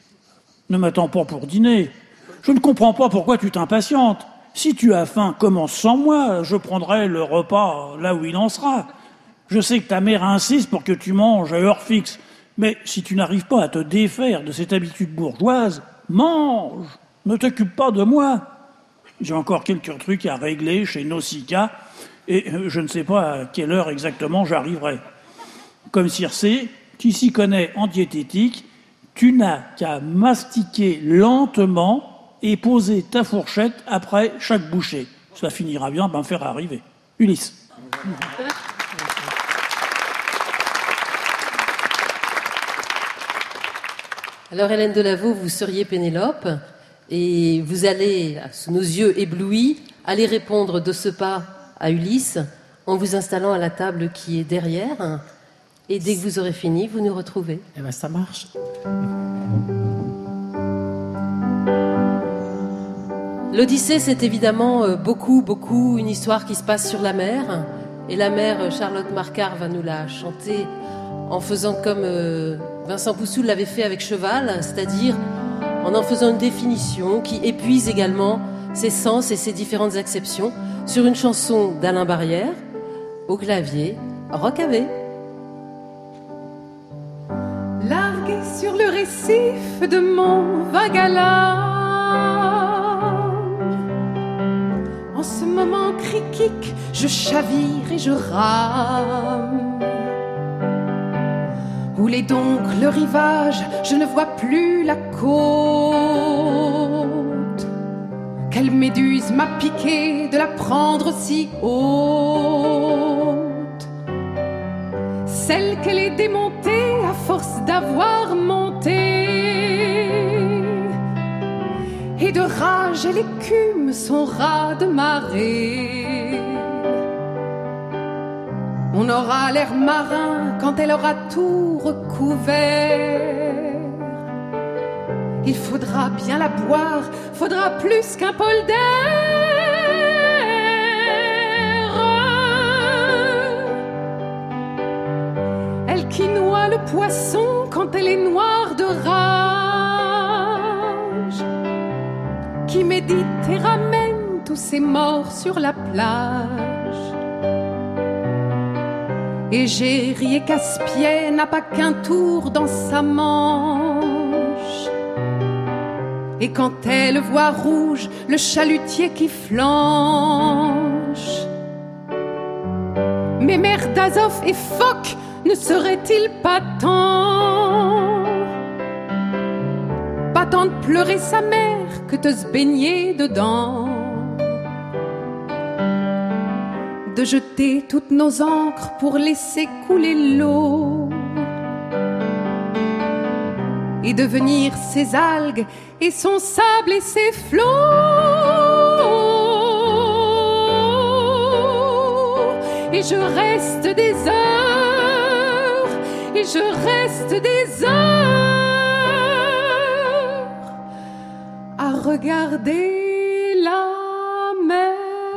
[SPEAKER 5] ne m'attends pas pour dîner. Je ne comprends pas pourquoi tu t'impatientes. Si tu as faim, commence sans moi. Je prendrai le repas là où il en sera. Je sais que ta mère insiste pour que tu manges à heure fixe. Mais si tu n'arrives pas à te défaire de cette habitude bourgeoise, mange. Ne t'occupe pas de moi. J'ai encore quelques trucs à régler chez Nausicaa et je ne sais pas à quelle heure exactement j'arriverai. Comme Circé, qui s'y connaît en diététique, tu n'as qu'à mastiquer lentement et poser ta fourchette après chaque bouchée. Ça finira bien par me faire arriver. Ulysse.
[SPEAKER 1] Alors Hélène Delaveau, vous seriez Pénélope et vous allez, sous nos yeux éblouis, aller répondre de ce pas à Ulysse en vous installant à la table qui est derrière. Et dès que vous aurez fini, vous nous retrouvez.
[SPEAKER 11] Eh bien, ça marche.
[SPEAKER 1] L'Odyssée, c'est évidemment beaucoup, beaucoup une histoire qui se passe sur la mer. Et la mère, Charlotte Marcard, va nous la chanter en faisant comme euh, Vincent Poussoul l'avait fait avec Cheval, c'est-à-dire en en faisant une définition qui épuise également ses sens et ses différentes acceptions sur une chanson d'Alain Barrière, au clavier, Rocavé.
[SPEAKER 9] Largué sur le récif de mon vague à l'âme, en ce moment criquique, je chavire et je rame. Où est donc le rivage? Je ne vois plus la côte. Quelle méduse m'a piqué de la prendre si haute? Celle qu'elle est démontée à force d'avoir monté. Et de rage elle écume son raz de marée. On aura l'air marin quand elle aura tout recouvert. Il faudra bien la boire, faudra plus qu'un polder. Elle qui noie le poisson quand elle est noire de rage, qui médite et ramène tous ses morts sur la plage. Égérie et Caspienne n'a pas qu'un tour dans sa manche. Et quand elle voit rouge le chalutier qui flanche, mais mère d'Azov et phoque, ne serait-il pas temps, pas tant de pleurer sa mère que de se baigner dedans, de jeter toutes nos encres pour laisser couler l'eau et devenir ses algues et son sable et ses flots. Et je reste des heures, et je reste des heures à regarder la mer.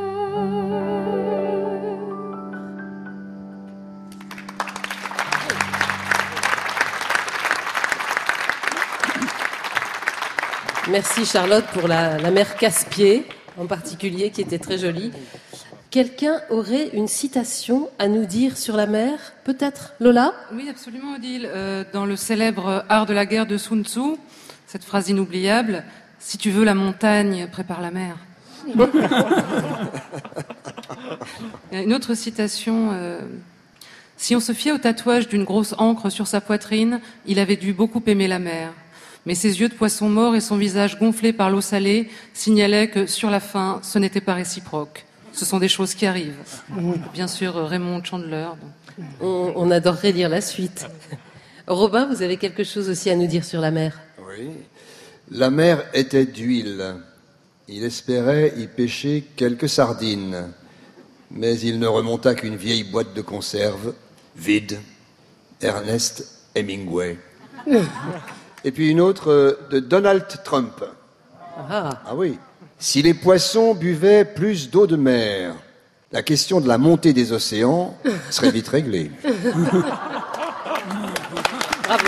[SPEAKER 1] Merci Charlotte pour la, la mer Caspier en particulier qui était très jolie. Quelqu'un aurait une citation à nous dire sur la mer? Peut-être Lola?
[SPEAKER 6] Oui, absolument Odile. Euh, dans le célèbre Art de la guerre de Sun Tzu, cette phrase inoubliable, « Si tu veux la montagne, prépare la mer ». Une autre citation, euh, « Si on se fiait au tatouage d'une grosse ancre sur sa poitrine, il avait dû beaucoup aimer la mer. Mais ses yeux de poisson mort et son visage gonflé par l'eau salée signalaient que, sur la fin, ce n'était pas réciproque. Ce sont des choses qui arrivent. » Bien sûr, Raymond Chandler.
[SPEAKER 1] On, on adorerait lire la suite. Robin, vous avez quelque chose aussi à nous dire sur la mer?
[SPEAKER 4] Oui. La mer était d'huile. Il espérait y pêcher quelques sardines. Mais il ne remonta qu'une vieille boîte de conserve, vide. Ernest Hemingway. Et puis une autre de Donald Trump.
[SPEAKER 1] Ah.
[SPEAKER 4] Ah oui. Si les poissons buvaient plus d'eau de mer, la question de la montée des océans serait vite réglée.
[SPEAKER 1] Bravo.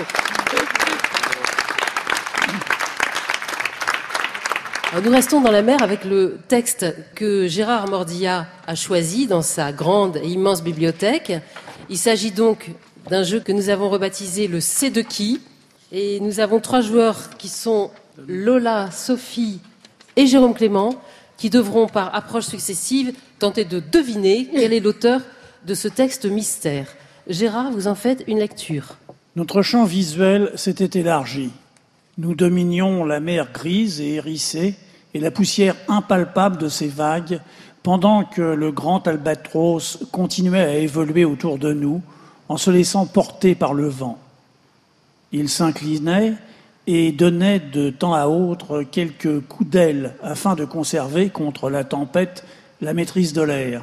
[SPEAKER 1] Alors, nous restons dans la mer avec le texte que Gérard Mordillat a choisi dans sa grande et immense bibliothèque. Il s'agit donc d'un jeu que nous avons rebaptisé le C'est de qui ? Et nous avons trois joueurs qui sont Lola, Sophie et Jérôme Clément, qui devront, par approche successive, tenter de deviner quel est l'auteur de ce texte mystère. Gérard, vous en faites une lecture.
[SPEAKER 5] Notre champ visuel s'était élargi. Nous dominions la mer grise et hérissée et la poussière impalpable de ses vagues, pendant que le grand albatros continuait à évoluer autour de nous, en se laissant porter par le vent. Il s'inclinait et donnait de temps à autre quelques coups d'aile afin de conserver contre la tempête la maîtrise de l'air.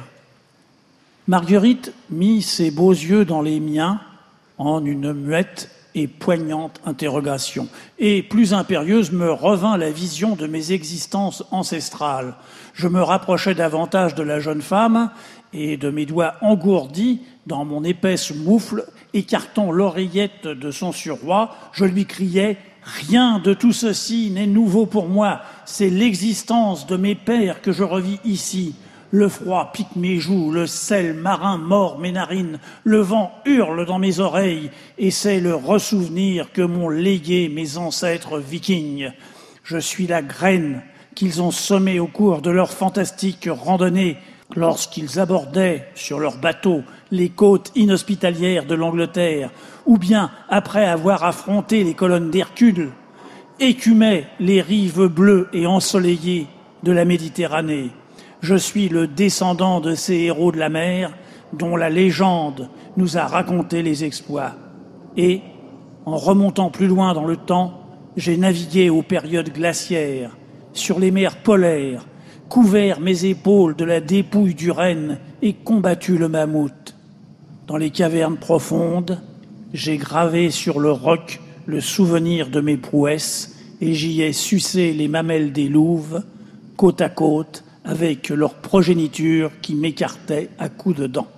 [SPEAKER 5] Marguerite mit ses beaux yeux dans les miens en une muette et poignante interrogation. Et plus impérieuse me revint la vision de mes existences ancestrales. Je me rapprochais davantage de la jeune femme et de mes doigts engourdis dans mon épaisse moufle, écartant l'oreillette de son surroi, je lui criais « Rien de tout ceci n'est nouveau pour moi, c'est l'existence de mes pères que je revis ici. Le froid pique mes joues, le sel marin mord mes narines, le vent hurle dans mes oreilles, et c'est le ressouvenir que m'ont légué mes ancêtres vikings. Je suis la graine qu'ils ont semée au cours de leur fantastique randonnée, lorsqu'ils abordaient sur leur bateau les côtes inhospitalières de l'Angleterre, ou bien, après avoir affronté les colonnes d'Hercule, écumaient les rives bleues et ensoleillées de la Méditerranée. Je suis le descendant de ces héros de la mer dont la légende nous a raconté les exploits. Et, en remontant plus loin dans le temps, j'ai navigué aux périodes glaciaires, sur les mers polaires, couvert mes épaules de la dépouille du renne et combattu le mammouth. Dans les cavernes profondes, j'ai gravé sur le roc le souvenir de mes prouesses et j'y ai sucé les mamelles des louves, côte à côte, avec leur progéniture qui m'écartait à coups de dents.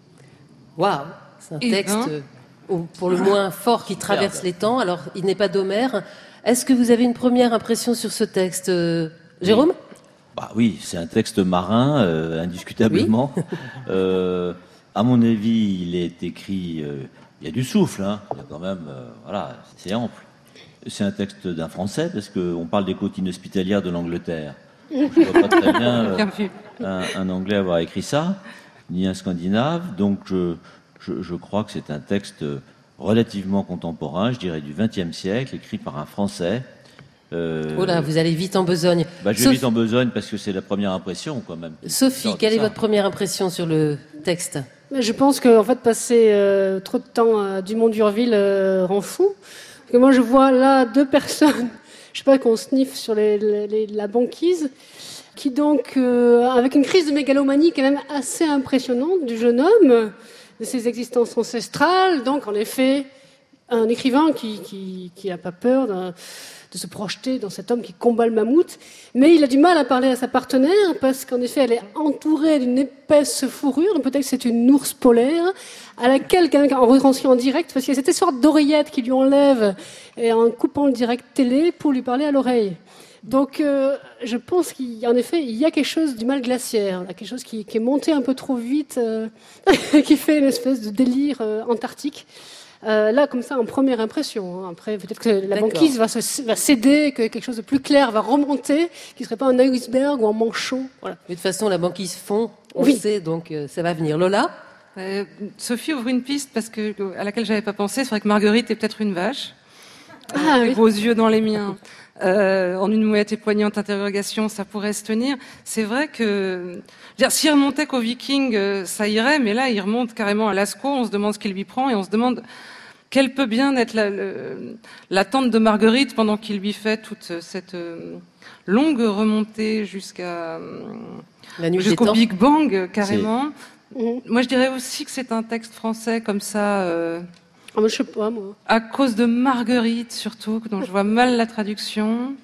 [SPEAKER 1] Waouh, c'est un
[SPEAKER 6] Et
[SPEAKER 1] texte
[SPEAKER 6] ben
[SPEAKER 1] euh, pour le moins fort qui traverse les temps. Alors, il n'est pas d'Homère. Est-ce que vous avez une première impression sur ce texte, euh, Jérôme ?
[SPEAKER 10] Oui. Bah oui, c'est un texte marin, euh, indiscutablement.
[SPEAKER 1] Oui.
[SPEAKER 10] euh, à mon avis, il est écrit. Euh, il y a du souffle, hein. Il y a quand même, euh, voilà, c'est ample. C'est un texte d'un Français parce qu'on parle des côtes inhospitalières de l'Angleterre. Je ne vois pas très bien euh, un, un Anglais avoir écrit ça, ni un Scandinave. Donc je, je, je crois que c'est un texte relativement contemporain, je dirais du vingtième siècle, écrit par un Français. Euh,
[SPEAKER 1] Oh là, vous allez vite en besogne.
[SPEAKER 10] bah, je vais
[SPEAKER 1] Sophie-
[SPEAKER 10] vite en besogne parce que c'est la première impression, quand même.
[SPEAKER 1] Sophie,
[SPEAKER 10] Non,
[SPEAKER 1] quelle est
[SPEAKER 10] ça.
[SPEAKER 1] votre première impression sur le texte ?
[SPEAKER 8] Je pense que en fait, passer euh, trop de temps à Dumont-d'Urville euh, rend fou. Parce que moi, je vois là deux personnes, je sais pas, qu'on sniffe sur les, les- les- la banquise, qui donc, euh, avec une crise de mégalomanie quand même assez impressionnante du jeune homme, de ses existences ancestrales. Donc, en effet, un écrivain qui qui, qui a pas peur d'un- de se projeter dans cet homme qui combat le mammouth, mais il a du mal à parler à sa partenaire parce qu'en effet elle est entourée d'une épaisse fourrure, donc peut-être que c'est une ours polaire, à laquelle quelqu'un en retranscrit en direct, parce qu'il y a cette sorte d'oreillette qui lui enlève et en coupant le direct télé pour lui parler à l'oreille. Donc euh, je pense qu'en effet il y a quelque chose du mal glaciaire, là, quelque chose qui, qui est monté un peu trop vite, euh, qui fait une espèce de délire euh, antarctique. Euh, là, comme ça, en première impression. Hein. Après, peut-être que la
[SPEAKER 1] D'accord.
[SPEAKER 8] banquise va, se, va céder, que quelque chose de plus clair va remonter, qui ne serait pas un iceberg ou un manchot. Voilà.
[SPEAKER 1] Mais de toute façon, la banquise fond, on
[SPEAKER 8] Oui.
[SPEAKER 1] le sait, donc euh, ça va venir. Lola ?
[SPEAKER 6] Euh, Sophie ouvre une piste parce que, à laquelle j'avais pas pensé. C'est vrai que Marguerite est peut-être une vache.
[SPEAKER 8] Ah,
[SPEAKER 6] Les
[SPEAKER 8] oui.
[SPEAKER 6] beaux yeux dans les miens. Euh, en une mouette et poignante interrogation, ça pourrait se tenir. C'est vrai que, je veux dire, s'il remontait qu'aux Vikings, euh, ça irait, mais là, il remonte carrément à Lascaux. On se demande ce qu'il lui prend et on se demande quelle peut bien être la, le- l'attente de Marguerite pendant qu'il lui fait toute cette euh, longue remontée jusqu'à euh,
[SPEAKER 1] La nuit des
[SPEAKER 6] jusqu'au
[SPEAKER 1] temps.
[SPEAKER 6] Big Bang, euh, carrément.
[SPEAKER 8] Mhm.
[SPEAKER 6] Moi, je dirais aussi que c'est un texte français comme ça. Euh,
[SPEAKER 8] Ah, moi, je sais pas, moi.
[SPEAKER 6] à cause de Marguerite, surtout, dont je vois mal la traduction.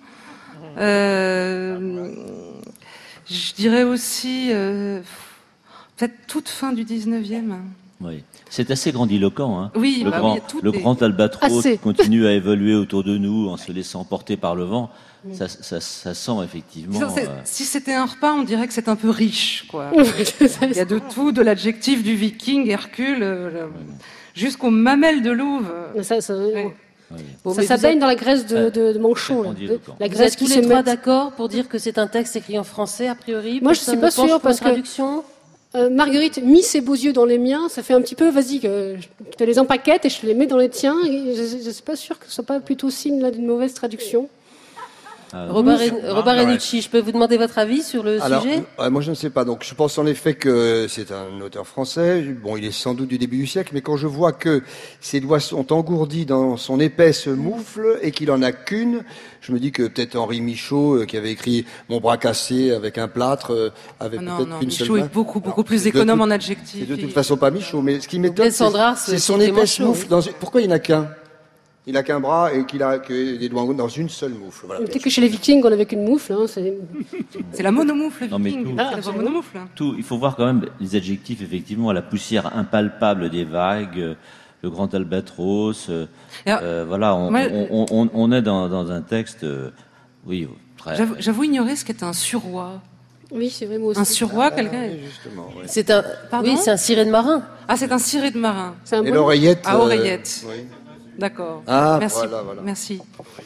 [SPEAKER 6] Euh, je dirais aussi, euh, peut-être toute fin du dix-neuvième.
[SPEAKER 10] Oui. C'est assez grandiloquent. Hein.
[SPEAKER 6] Oui,
[SPEAKER 10] le
[SPEAKER 6] bah
[SPEAKER 10] grand,
[SPEAKER 6] oui, tout
[SPEAKER 10] le
[SPEAKER 6] est-
[SPEAKER 10] grand albatros
[SPEAKER 8] Assez.
[SPEAKER 10] qui continue à évoluer autour de nous en se laissant porter par le vent. Ça, ça, ça sent effectivement.
[SPEAKER 6] C'est-
[SPEAKER 10] euh,
[SPEAKER 6] Si c'était un repas, on dirait que c'est un peu riche, quoi. Il y a de tout, de l'adjectif du viking, Hercule, euh, le- jusqu'aux mamelles de louve.
[SPEAKER 8] Ça, ça,
[SPEAKER 6] Ouais.
[SPEAKER 1] Bon,
[SPEAKER 8] ça,
[SPEAKER 1] mais
[SPEAKER 8] ça
[SPEAKER 1] vous
[SPEAKER 8] baigne
[SPEAKER 1] êtes-
[SPEAKER 8] dans la graisse de, de, de manchot. là.
[SPEAKER 10] grandiloquent.
[SPEAKER 8] La
[SPEAKER 1] Vous
[SPEAKER 8] graisse
[SPEAKER 1] êtes
[SPEAKER 8] qui
[SPEAKER 1] tous
[SPEAKER 8] se
[SPEAKER 1] les trois
[SPEAKER 8] met.
[SPEAKER 1] d'accord pour dire que c'est un texte écrit en français, a priori ?
[SPEAKER 8] Moi, je
[SPEAKER 1] Personne
[SPEAKER 8] suis pas
[SPEAKER 1] ne penche
[SPEAKER 8] sûre,
[SPEAKER 1] pour
[SPEAKER 8] parce
[SPEAKER 1] une
[SPEAKER 8] que-
[SPEAKER 1] traduction.
[SPEAKER 8] Euh, Marguerite mit ses beaux yeux dans les miens, ça fait un petit peu, vas-y, que je te les empaquette et je te les mets dans les tiens. Et je ne suis pas sûre que ce soit pas plutôt signe là, d'une mauvaise traduction.
[SPEAKER 10] Ah,
[SPEAKER 1] Robin,
[SPEAKER 4] oui.
[SPEAKER 1] Ren- Robin Renucci, je peux vous demander votre avis sur le
[SPEAKER 4] Alors,
[SPEAKER 1] sujet?
[SPEAKER 4] euh, moi je ne sais pas. Donc je pense en effet que c'est un auteur français. Bon, il est sans doute du début du siècle, mais quand je vois que ses doigts sont engourdis dans son épaisse moufle et qu'il en a qu'une, je me dis que peut-être Henri Michaud, euh, qui avait écrit Mon bras cassé avec un plâtre, euh, avait
[SPEAKER 6] Ah non,
[SPEAKER 4] peut-être
[SPEAKER 6] non,
[SPEAKER 4] qu'une seule
[SPEAKER 6] Michaud est
[SPEAKER 4] main.
[SPEAKER 6] beaucoup, beaucoup plus
[SPEAKER 4] c'est de
[SPEAKER 6] économe
[SPEAKER 4] toute-
[SPEAKER 6] en adjectifs.
[SPEAKER 4] C'est de toute
[SPEAKER 6] Il-
[SPEAKER 4] façon pas Michaud, mais ce qui m'étonne,
[SPEAKER 1] Blaise
[SPEAKER 4] c'est
[SPEAKER 1] Cendrars,
[SPEAKER 4] c'est
[SPEAKER 1] c'est
[SPEAKER 4] son
[SPEAKER 1] Clément
[SPEAKER 4] épaisse
[SPEAKER 1] Chaud,
[SPEAKER 4] moufle.
[SPEAKER 1] oui.
[SPEAKER 4] Dans une- Pourquoi il n'a qu'un Il n'a qu'un bras et qu'il a que des doigts dans une seule moufle. Voilà.
[SPEAKER 8] Peut-être que chez les Vikings, on avait qu'une moufle. Hein, c'est...
[SPEAKER 6] C'est la monomoufle,
[SPEAKER 10] Non, mais
[SPEAKER 6] viking.
[SPEAKER 10] tout-
[SPEAKER 6] C'est
[SPEAKER 8] Ah,
[SPEAKER 6] la
[SPEAKER 8] absolument.
[SPEAKER 6] monomoufle. hein.
[SPEAKER 10] Tout, il faut voir quand même les adjectifs, effectivement, la poussière impalpable des vagues, euh, le grand albatros. euh,
[SPEAKER 6] Et alors,
[SPEAKER 10] euh, voilà, on,
[SPEAKER 6] moi-
[SPEAKER 10] on, on, on est dans, dans un texte, euh, oui, très.
[SPEAKER 6] J'avoue, j'avoue ignorer ce qu'est un surroi.
[SPEAKER 8] Oui, c'est vrai, moi aussi.
[SPEAKER 6] Un surroi, quelqu'un.
[SPEAKER 4] Oui, justement, ouais.
[SPEAKER 1] C'est un,
[SPEAKER 6] Pardon
[SPEAKER 1] oui, c'est un ciré de marin.
[SPEAKER 6] Ah, c'est un ciré de marin.
[SPEAKER 8] C'est un
[SPEAKER 4] Et
[SPEAKER 8] bon-
[SPEAKER 4] l'oreillette.
[SPEAKER 6] Ah,
[SPEAKER 4] euh,
[SPEAKER 6] oreillette.
[SPEAKER 4] oui.
[SPEAKER 6] D'accord.
[SPEAKER 4] Ah,
[SPEAKER 6] Merci.
[SPEAKER 4] voilà, voilà.
[SPEAKER 6] Merci.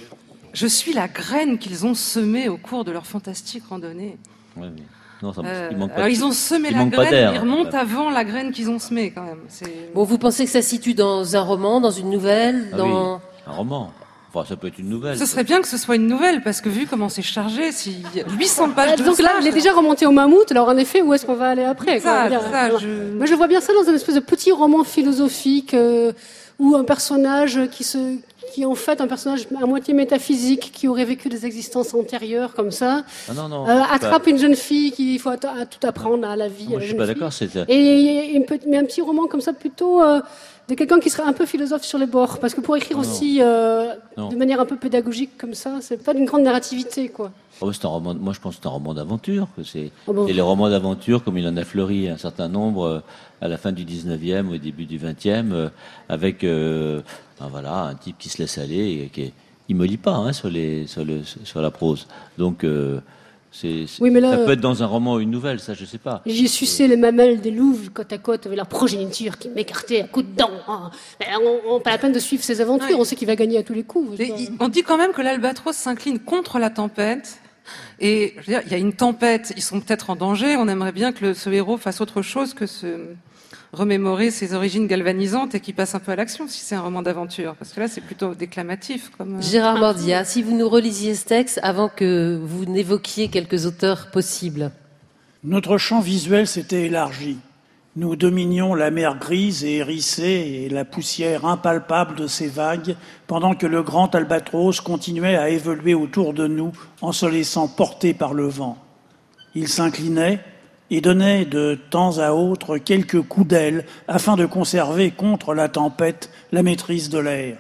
[SPEAKER 6] Je suis la graine qu'ils ont semée au cours de leur fantastique randonnée.
[SPEAKER 10] Ouais, mais- non, ça,
[SPEAKER 6] Euh,
[SPEAKER 10] il manque pas
[SPEAKER 6] alors,
[SPEAKER 10] de-
[SPEAKER 6] ils ont semé
[SPEAKER 10] il
[SPEAKER 6] la
[SPEAKER 10] manque pas
[SPEAKER 6] graine,
[SPEAKER 10] d'air.
[SPEAKER 6] ils remontent avant la graine qu'ils ont semée, quand même. C'est...
[SPEAKER 1] Bon, vous pensez que ça se situe dans un roman, dans une nouvelle,
[SPEAKER 10] Ah
[SPEAKER 1] dans...
[SPEAKER 10] oui, un roman. Enfin, ça peut être une nouvelle.
[SPEAKER 6] Ce serait bien que ce soit une nouvelle, parce que vu comment c'est chargé, si huit cents pages
[SPEAKER 8] Ah,
[SPEAKER 6] de
[SPEAKER 8] disons que là,
[SPEAKER 6] ça,
[SPEAKER 8] il est déjà remonté au mammouth, alors en effet, où est-ce qu'on va aller après quoi,
[SPEAKER 6] Ça,
[SPEAKER 8] je veux dire,
[SPEAKER 6] ça,
[SPEAKER 8] alors,
[SPEAKER 6] je-
[SPEAKER 8] Moi, je vois bien ça dans un espèce de petit roman philosophique euh, où un personnage qui se qui est en fait un personnage à moitié métaphysique qui aurait vécu des existences antérieures comme ça,
[SPEAKER 10] Ah non, non.
[SPEAKER 8] euh,
[SPEAKER 10] c'est
[SPEAKER 8] attrape
[SPEAKER 10] pas-
[SPEAKER 8] une jeune fille qui il faut att- à tout apprendre à la vie.
[SPEAKER 10] Moi,
[SPEAKER 8] à la
[SPEAKER 10] je suis
[SPEAKER 8] jeune
[SPEAKER 10] pas
[SPEAKER 8] fille.
[SPEAKER 10] d'accord. C'est
[SPEAKER 8] Et, et une petite- mais un petit roman comme ça plutôt euh, de quelqu'un qui serait un peu philosophe sur les bords, parce que pour écrire
[SPEAKER 10] Non.
[SPEAKER 8] aussi euh,
[SPEAKER 10] Non.
[SPEAKER 8] de manière un peu pédagogique comme ça, c'est pas d'une grande narrativité quoi.
[SPEAKER 10] Oh, c'est un roman. Moi, je pense que c'est un roman d'aventure. Que c'est
[SPEAKER 8] Ah bon.
[SPEAKER 10] et les romans d'aventure, comme il en a fleuri un certain nombre euh, à la fin du dix-neuvième, au début du vingtième, euh, avec euh, ben voilà un type qui se laisse aller et qui est, il me lit pas hein, sur les sur le sur la prose. Donc euh, c'est c'est-
[SPEAKER 8] Oui, mais là,
[SPEAKER 10] ça peut
[SPEAKER 8] euh,
[SPEAKER 10] être dans un roman ou une nouvelle, ça je sais pas.
[SPEAKER 8] J'ai sucé les mamelles des louves côte à côte avec leur progéniture qui m'écartait à coups de dents. hein. Mais On, on, pas la peine de suivre ses aventures,
[SPEAKER 6] Ouais.
[SPEAKER 8] on sait qu'il va gagner à tous les coups. je veux
[SPEAKER 6] Et
[SPEAKER 8] dire.
[SPEAKER 6] il- on dit quand même que l'albatros s'incline contre la tempête. Et je veux dire, il y a une tempête, ils sont peut-être en danger. On aimerait bien que le- ce héros fasse autre chose que se remémorer ses origines galvanisantes et qu'il passe un peu à l'action si c'est un roman d'aventure. Parce que là, c'est plutôt déclamatif. Comme... euh,
[SPEAKER 1] Gérard Mordia, si vous nous relisiez ce texte avant que vous n'évoquiez quelques auteurs possibles.
[SPEAKER 5] Notre champ visuel s'était élargi. Nous dominions la mer grise et hérissée et la poussière impalpable de ses vagues, pendant que le grand albatros continuait à évoluer autour de nous en se laissant porter par le vent. Il s'inclinait et donnait de temps à autre quelques coups d'aile afin de conserver contre la tempête la maîtrise de l'air.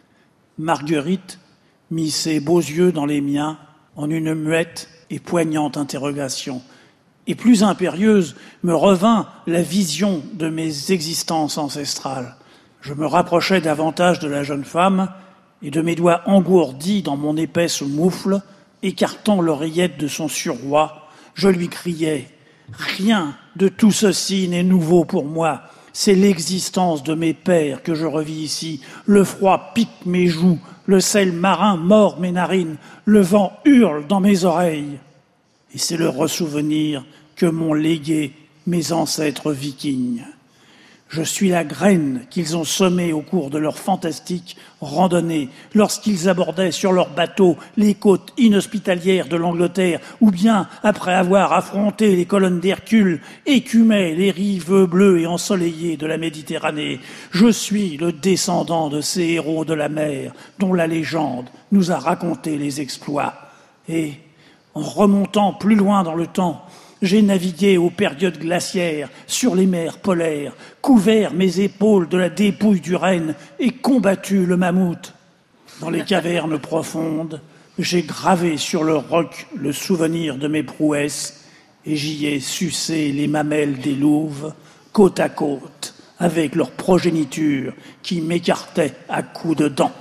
[SPEAKER 5] Marguerite mit ses beaux yeux dans les miens en une muette et poignante interrogation. Et plus impérieuse me revint la vision de mes existences ancestrales. Je me rapprochai davantage de la jeune femme, et de mes doigts engourdis dans mon épaisse moufle, écartant l'oreillette de son surroi, je lui criai « Rien de tout ceci n'est nouveau pour moi. C'est l'existence de mes pères que je revis ici. Le froid pique mes joues, le sel marin mord mes narines, le vent hurle dans mes oreilles. Et c'est le ressouvenir que m'ont légué mes ancêtres vikings. Je suis la graine qu'ils ont semée au cours de leur fantastique randonnée, lorsqu'ils abordaient sur leur bateau les côtes inhospitalières de l'Angleterre, ou bien, après avoir affronté les colonnes d'Hercule, écumaient les rives bleues et ensoleillées de la Méditerranée. Je suis le descendant de ces héros de la mer, dont la légende nous a raconté les exploits. Et, en remontant plus loin dans le temps, j'ai navigué aux périodes glaciaires, sur les mers polaires, couvert mes épaules de la dépouille du renne et combattu le mammouth. Dans les cavernes profondes, j'ai gravé sur le roc le souvenir de mes prouesses et j'y ai sucé les mamelles des louves, côte à côte, avec leur progéniture qui m'écartait à coups de dents.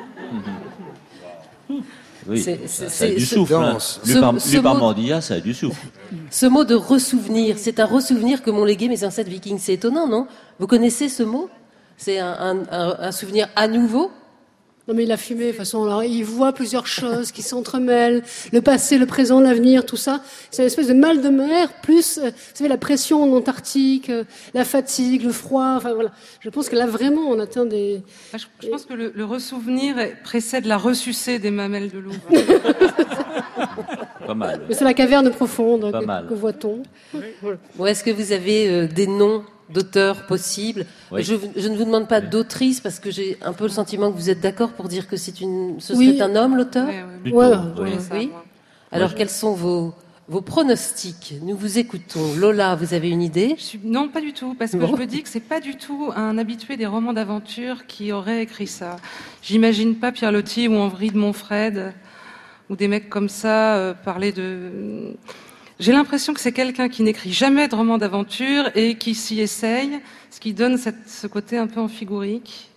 [SPEAKER 10] Oui,
[SPEAKER 1] C'est-
[SPEAKER 10] ça,
[SPEAKER 1] c'est-
[SPEAKER 10] ça a du
[SPEAKER 1] c'est-
[SPEAKER 10] souffle. Hein.
[SPEAKER 4] danse.
[SPEAKER 10] Lu
[SPEAKER 1] Ce-
[SPEAKER 10] par,
[SPEAKER 1] ce
[SPEAKER 10] lu par
[SPEAKER 1] mot-
[SPEAKER 10] Mordilla, ça a du souffle.
[SPEAKER 1] Ce mot de ressouvenir, c'est un ressouvenir que m'ont légué mes ancêtres vikings. C'est étonnant, non? Vous connaissez ce mot? C'est un, un- un- un souvenir à nouveau?
[SPEAKER 8] Non mais il a fumé, de toute façon, alors, il voit plusieurs choses qui s'entremêlent, le passé, le présent, l'avenir, tout ça. C'est une espèce de mal de mer, plus, euh, vous savez, la pression en Antarctique, euh, la fatigue, le froid, enfin voilà. Je pense que là, vraiment, on atteint des...
[SPEAKER 6] Je, je pense que le, le ressouvenir est- précède la ressucée des mamelles de louve.
[SPEAKER 10] Pas mal.
[SPEAKER 8] Mais c'est la caverne profonde
[SPEAKER 10] Pas
[SPEAKER 8] que,
[SPEAKER 10] mal.
[SPEAKER 8] que voit-on.
[SPEAKER 1] Bon, est-ce que vous avez euh, des noms d'auteurs possibles?
[SPEAKER 10] Oui.
[SPEAKER 1] je, je ne vous demande pas d'autrice parce que j'ai un peu le sentiment que vous êtes d'accord pour dire que c'est une, ce
[SPEAKER 8] Oui.
[SPEAKER 1] serait un homme l'auteur.
[SPEAKER 6] Ouais, ouais.
[SPEAKER 10] Plutôt,
[SPEAKER 8] Ouais,
[SPEAKER 10] oui.
[SPEAKER 6] Ouais, ça,
[SPEAKER 1] Oui.
[SPEAKER 6] moi.
[SPEAKER 1] Alors
[SPEAKER 10] je-
[SPEAKER 1] quels sont vos, vos pronostics? Nous vous écoutons. Lola, vous avez une idée?
[SPEAKER 6] Je suis- Non, pas du tout, parce que
[SPEAKER 1] Bon.
[SPEAKER 6] je me dis que c'est pas du tout un habitué des romans d'aventure qui aurait écrit ça. J'imagine pas Pierre Loti ou Henri de Montfred ou des mecs comme ça euh, parler de. J'ai l'impression que c'est quelqu'un qui n'écrit jamais de romans d'aventure et qui s'y essaye, ce qui donne cette- ce côté un peu amphigorique.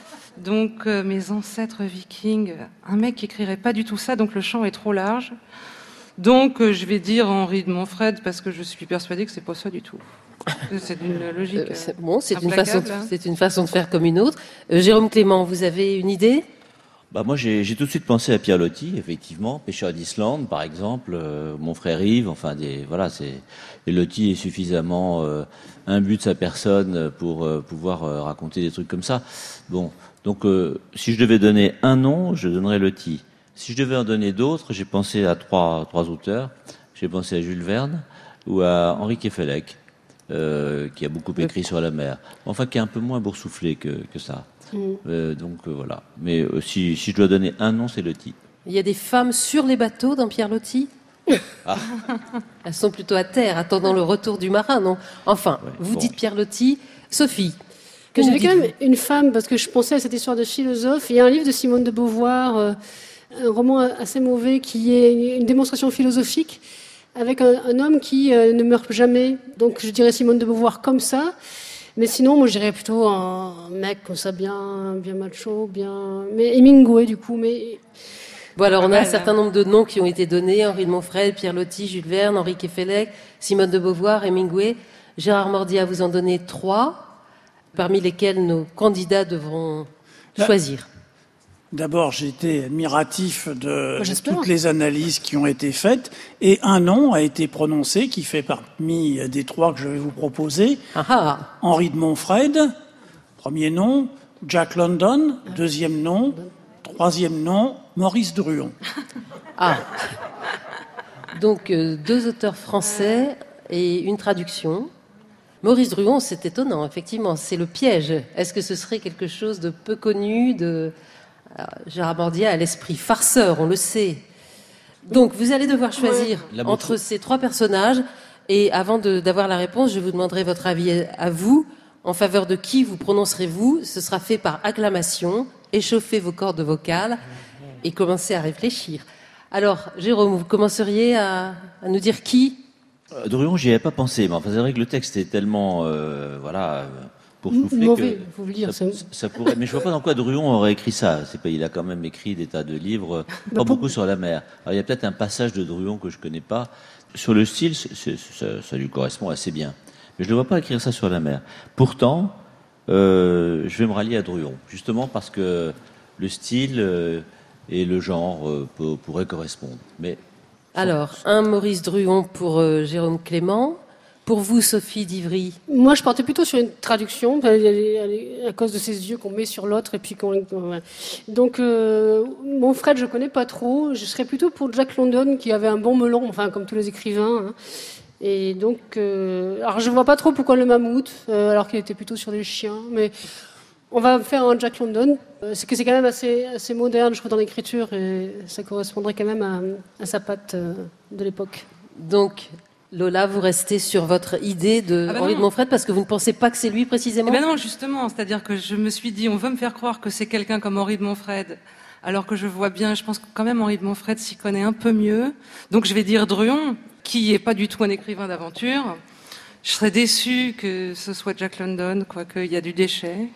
[SPEAKER 6] Donc euh, mes ancêtres vikings, un mec qui écrirait pas du tout ça, donc le champ est trop large. Donc euh, je vais dire Henri de Montfred parce que je suis persuadée que c'est pas ça du tout. C'est une logique.
[SPEAKER 1] Euh, c'est- Bon, c'est une,
[SPEAKER 6] implacable,
[SPEAKER 1] façon,
[SPEAKER 6] hein.
[SPEAKER 1] c'est une façon de faire comme une autre. Euh, Jérôme Clément, vous avez une idée?
[SPEAKER 10] Bah moi j'ai j'ai tout de suite pensé à Pierre Loti, effectivement, pêcheur d'Islande par exemple, euh, mon frère Yves, enfin des voilà c'est et Loti est suffisamment euh, imbu de sa personne pour euh, pouvoir euh, raconter des trucs comme ça. Bon donc euh, si je devais donner un nom, je donnerais Loti. Si je devais en donner d'autres, j'ai pensé à trois trois auteurs. J'ai pensé à Jules Verne ou à Henri Queffélec, euh, qui a beaucoup écrit sur la mer, enfin qui est un peu moins boursouflé que que ça. Euh, donc euh, voilà. Mais euh, si, si je dois donner un nom, c'est Loti.
[SPEAKER 1] Il y a des femmes sur les bateaux dans Pierre Loti?
[SPEAKER 10] Ah.
[SPEAKER 1] Elles sont plutôt à terre, attendant le retour du marin, non? Enfin,
[SPEAKER 10] Ouais,
[SPEAKER 1] vous
[SPEAKER 10] bon.
[SPEAKER 1] dites Pierre Loti. Sophie, que
[SPEAKER 8] J'avais
[SPEAKER 1] nous
[SPEAKER 8] quand même
[SPEAKER 1] dites-vous?
[SPEAKER 8] une femme, parce que je pensais à cette histoire de philosophe. Il y a un livre de Simone de Beauvoir, euh, un roman assez mauvais, qui est une démonstration philosophique, avec un, un homme qui euh, ne meurt jamais. Donc je dirais Simone de Beauvoir comme ça. Mais sinon, moi, je dirais plutôt un mec comme ça, bien, bien macho, bien... Mais Hemingway, du coup, mais...
[SPEAKER 1] Bon, alors on a
[SPEAKER 6] Ah,
[SPEAKER 1] un
[SPEAKER 6] là.
[SPEAKER 1] certain nombre de noms qui ont été donnés. Henri de Montfred, Pierre Loti, Jules Verne, Henri Queffélec, Simone de Beauvoir, Hemingway. Gérard Mordia vous en donner trois, parmi lesquels nos candidats devront
[SPEAKER 5] Là.
[SPEAKER 1] choisir.
[SPEAKER 5] D'abord, j'ai été admiratif de,
[SPEAKER 8] Moi,
[SPEAKER 5] de
[SPEAKER 8] j'espère.
[SPEAKER 5] toutes les analyses qui ont été faites, et un nom a été prononcé qui fait parmi des trois que je vais vous proposer.
[SPEAKER 1] Ah ah.
[SPEAKER 5] Henri de Montfred, premier nom, Jack London, deuxième nom, troisième nom, Maurice Druon.
[SPEAKER 1] Ah. Donc, euh, deux auteurs français et une traduction. Maurice Druon, c'est étonnant, effectivement, c'est le piège. Est-ce que ce serait quelque chose de peu connu, de... Alors, Gérard Mordia a l'esprit farceur, on le sait. Donc, vous allez devoir choisir
[SPEAKER 10] La
[SPEAKER 1] entre
[SPEAKER 10] boucle.
[SPEAKER 1] ces trois personnages. Et avant de- d'avoir la réponse, je vous demanderai votre avis à, à vous. En faveur de qui vous prononcerez-vous? Ce sera fait par acclamation. Échauffez vos cordes vocales et commencez à réfléchir. Alors, Jérôme, vous commenceriez à, à nous dire qui?
[SPEAKER 10] Euh, Druon, j'y avais pas pensé, mais enfin, c'est vrai que le texte est tellement euh, voilà euh, boursouflé
[SPEAKER 8] Mauvais,
[SPEAKER 10] que
[SPEAKER 8] faut le dire.
[SPEAKER 10] ça,
[SPEAKER 8] c'est-
[SPEAKER 10] ça pourrait. Mais je vois pas dans quoi Druon aurait écrit ça. C'est pas, il a quand même écrit des tas de livres, pas
[SPEAKER 8] pour-
[SPEAKER 10] beaucoup sur la mer. Alors, il y a peut-être un passage de Druon que je connais pas. Sur le style, c'est- c'est- ça, ça lui correspond assez bien. Mais je ne le vois pas écrire ça sur la mer. Pourtant, euh, je vais me rallier à Druon, justement parce que le style euh, et le genre euh, peut- pourraient correspondre. Mais
[SPEAKER 1] Alors, un Maurice Druon pour euh, Jérôme Clément. Pour vous, Sophie d'Ivry.
[SPEAKER 8] Moi, je partais plutôt sur une traduction, elle est- elle est- à cause de ces yeux qu'on met sur l'autre et puis qu'on. qu'on- ouais. Donc, euh, mon Fred, je connais pas trop. Je serais plutôt pour Jack London, qui avait un bon melon, enfin comme tous les écrivains. hein. Et donc, euh, alors je vois pas trop pourquoi le mammouth, euh, alors qu'il était plutôt sur les chiens. Mais on va faire un Jack London. Euh, c'est que c'est quand même assez, assez moderne, je crois, dans l'écriture, et ça correspondrait quand même à, à sa patte euh, de l'époque.
[SPEAKER 1] Donc, Lola, vous restez sur votre idée de
[SPEAKER 6] Ah bah
[SPEAKER 1] Henri
[SPEAKER 6] non.
[SPEAKER 1] de Montfred parce que vous ne pensez pas que c'est lui précisément?
[SPEAKER 6] Eh ben non, justement, c'est-à-dire que je me suis dit, on veut me faire croire que c'est quelqu'un comme Henri de Montfred, alors que je vois bien, je pense que quand même Henri de Montfred s'y connaît un peu mieux. Donc je vais dire Druon, qui est pas du tout un écrivain d'aventure. Je serais déçue que ce soit Jack London, quoique il y a du déchet.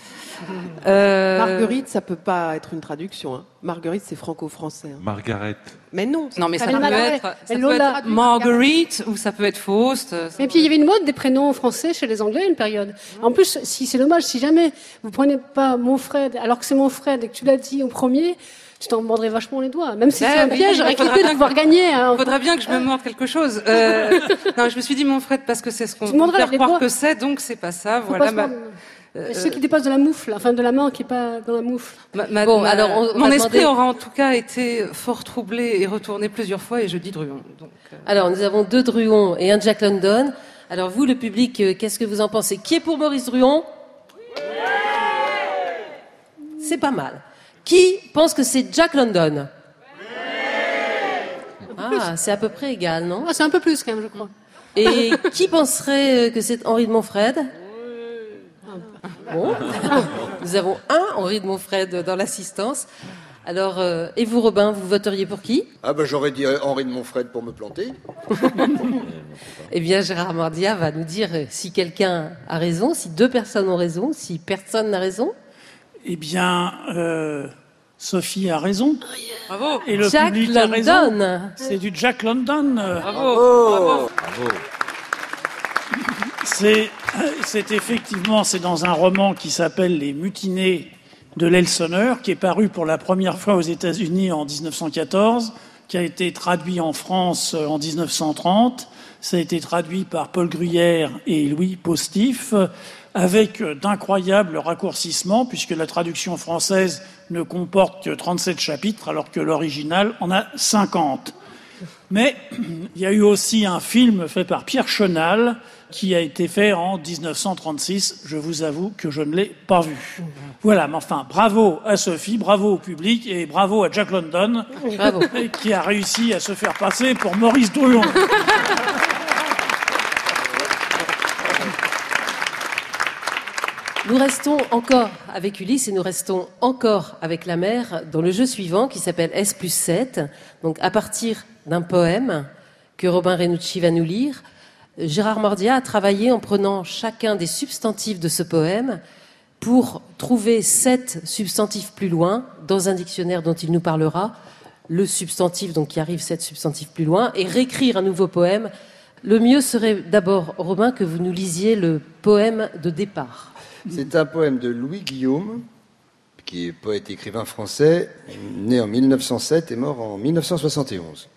[SPEAKER 6] Euh,
[SPEAKER 9] Marguerite, ça peut pas être une traduction. Hein. Marguerite, c'est franco-français. hein.
[SPEAKER 12] Margaret.
[SPEAKER 9] Mais non.
[SPEAKER 6] Non, mais ça
[SPEAKER 8] Elle
[SPEAKER 6] peut
[SPEAKER 8] est malade.
[SPEAKER 6] être, ça
[SPEAKER 8] Elle
[SPEAKER 6] peut
[SPEAKER 8] Lola.
[SPEAKER 6] être Marguerite ou ça peut être Faust. ça-
[SPEAKER 8] Et puis il y avait une mode des prénoms français chez les Anglais à une période. En plus, si c'est dommage, si jamais vous prenez pas Monfred, alors que c'est Monfred et que tu l'as dit au premier, tu t'en mordrais vachement les doigts. Même si
[SPEAKER 6] Ben
[SPEAKER 8] c'est un
[SPEAKER 6] oui,
[SPEAKER 8] piège,
[SPEAKER 6] il
[SPEAKER 8] j'aurais
[SPEAKER 6] faudra
[SPEAKER 8] quitté de
[SPEAKER 6] bien
[SPEAKER 8] pouvoir
[SPEAKER 6] que-
[SPEAKER 8] gagner. hein.
[SPEAKER 6] Il faudrait bien que je me morde quelque chose. Euh, non, je me suis dit Montfred parce que c'est ce qu'on
[SPEAKER 8] Tu
[SPEAKER 6] veut
[SPEAKER 8] morderas
[SPEAKER 6] faire
[SPEAKER 8] les
[SPEAKER 6] croire
[SPEAKER 8] doigts.
[SPEAKER 6] que c'est, donc c'est pas ça.
[SPEAKER 8] Faut
[SPEAKER 6] Voilà
[SPEAKER 8] pas se
[SPEAKER 6] ma,
[SPEAKER 8] mordre. Euh, Ceux qui dépassent de la moufle, enfin de la main qui n'est pas dans la moufle.
[SPEAKER 6] Ma, ma,
[SPEAKER 1] Bon,
[SPEAKER 6] ma-
[SPEAKER 1] alors, on
[SPEAKER 6] mon
[SPEAKER 1] va
[SPEAKER 6] esprit
[SPEAKER 1] demander-
[SPEAKER 6] aura en tout cas été fort troublé et retourné plusieurs fois, et je dis Druon. Donc, euh,
[SPEAKER 1] Alors, nous avons deux Druon et un Jack London. Alors, vous, le public, euh, qu'est-ce que vous en pensez? Qui est pour Maurice Druon? C'est pas mal. Qui pense que c'est Jack London? Ah, c'est à peu près égal, non?
[SPEAKER 8] Ah, c'est un peu plus quand même, je crois.
[SPEAKER 1] Et qui penserait euh, que c'est Henri de Montfred? Bon, nous avons un Henri de Montfred dans l'assistance. Alors, euh, et vous, Robin, vous voteriez pour qui?
[SPEAKER 4] Ah ben j'aurais dit Henri de Montfred pour me planter.
[SPEAKER 1] Eh bien, Gérard Mordia va nous dire euh, si quelqu'un a raison, si deux personnes ont raison, si personne n'a raison.
[SPEAKER 5] Eh bien, euh, Sophie a raison.
[SPEAKER 6] Bravo.
[SPEAKER 5] Et le
[SPEAKER 1] Jack
[SPEAKER 5] public a raison.
[SPEAKER 1] London.
[SPEAKER 5] C'est du Jack London. euh.
[SPEAKER 6] Bravo.
[SPEAKER 5] C'est, c'est effectivement, c'est dans un roman qui s'appelle Les Mutinés de l'Elseneur, qui est paru pour la première fois aux États-Unis en dix-neuf cent quatorze, qui a été traduit en France en dix-neuf cent trente. Ça a été traduit par Paul Gruyère et Louis Postif, avec d'incroyables raccourcissements, puisque la traduction française ne comporte que trente-sept chapitres, alors que l'original en a cinquante. Mais il y a eu aussi un film fait par Pierre Chenal, qui a été fait en dix-neuf cent trente-six. Je vous avoue que je ne l'ai pas vu. Voilà, mais enfin, bravo à Sophie, bravo au public, et bravo à Jack London,
[SPEAKER 1] Bravo.
[SPEAKER 5] qui a réussi à se faire passer pour Maurice Druon.
[SPEAKER 1] Nous restons encore avec Ulysse et nous restons encore avec la mer dans le jeu suivant qui s'appelle S plus sept. Donc à partir d'un poème que Robin Renucci va nous lire, Gérard Mordia a travaillé en prenant chacun des substantifs de ce poème pour trouver sept substantifs plus loin dans un dictionnaire dont il nous parlera, le substantif donc qui arrive sept substantifs plus loin, et réécrire un nouveau poème. Le mieux serait d'abord, Robin, que vous nous lisiez le poème de départ.
[SPEAKER 4] C'est un poème de Louis Guillaume, qui est poète et écrivain français, né en mille neuf cent sept et mort en mille neuf cent soixante et onze.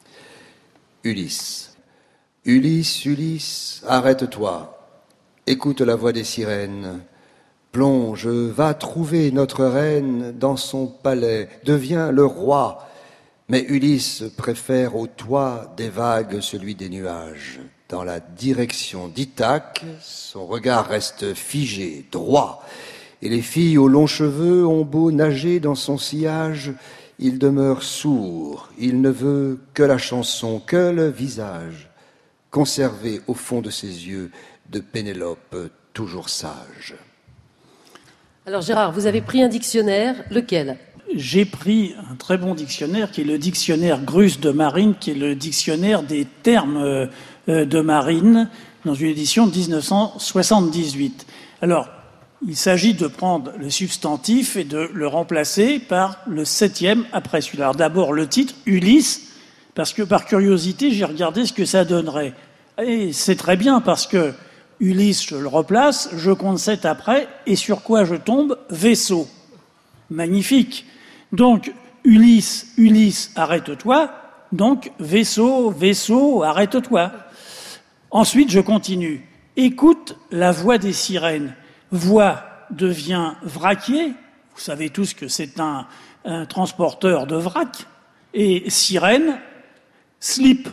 [SPEAKER 4] Ulysse. Ulysse, Ulysse, arrête-toi, écoute la voix des sirènes, plonge, va trouver notre reine dans son palais, deviens le roi. Mais Ulysse préfère au toit des vagues celui des nuages. Dans la direction d'Ithaque, son regard reste figé, droit, et les filles aux longs cheveux ont beau nager dans son sillage, il demeure sourd, il ne veut que la chanson, que le visage, conservé au fond de ses yeux de Pénélope toujours sage.
[SPEAKER 1] Alors Gérard, vous avez pris un dictionnaire, lequel?
[SPEAKER 5] J'ai pris un très bon dictionnaire qui est le dictionnaire Grus de Marine, qui est le dictionnaire des termes euh, de marine, dans une édition de dix-neuf cent soixante-dix-huit. Alors, il s'agit de prendre le substantif et de le remplacer par le septième après celui-là. Alors, d'abord, le titre, Ulysse, parce que par curiosité, j'ai regardé ce que ça donnerait. Et c'est très bien, parce que Ulysse, je le replace, je compte sept après, et sur quoi je tombe? Vaisseau. Magnifique. Donc, Ulysse, Ulysse, arrête-toi. Donc, vaisseau, vaisseau, arrête-toi. Ensuite, je continue. Écoute la voix des sirènes. Voix devient vraquier. Vous savez tous que c'est un, un transporteur de vrac. Et sirène, slip.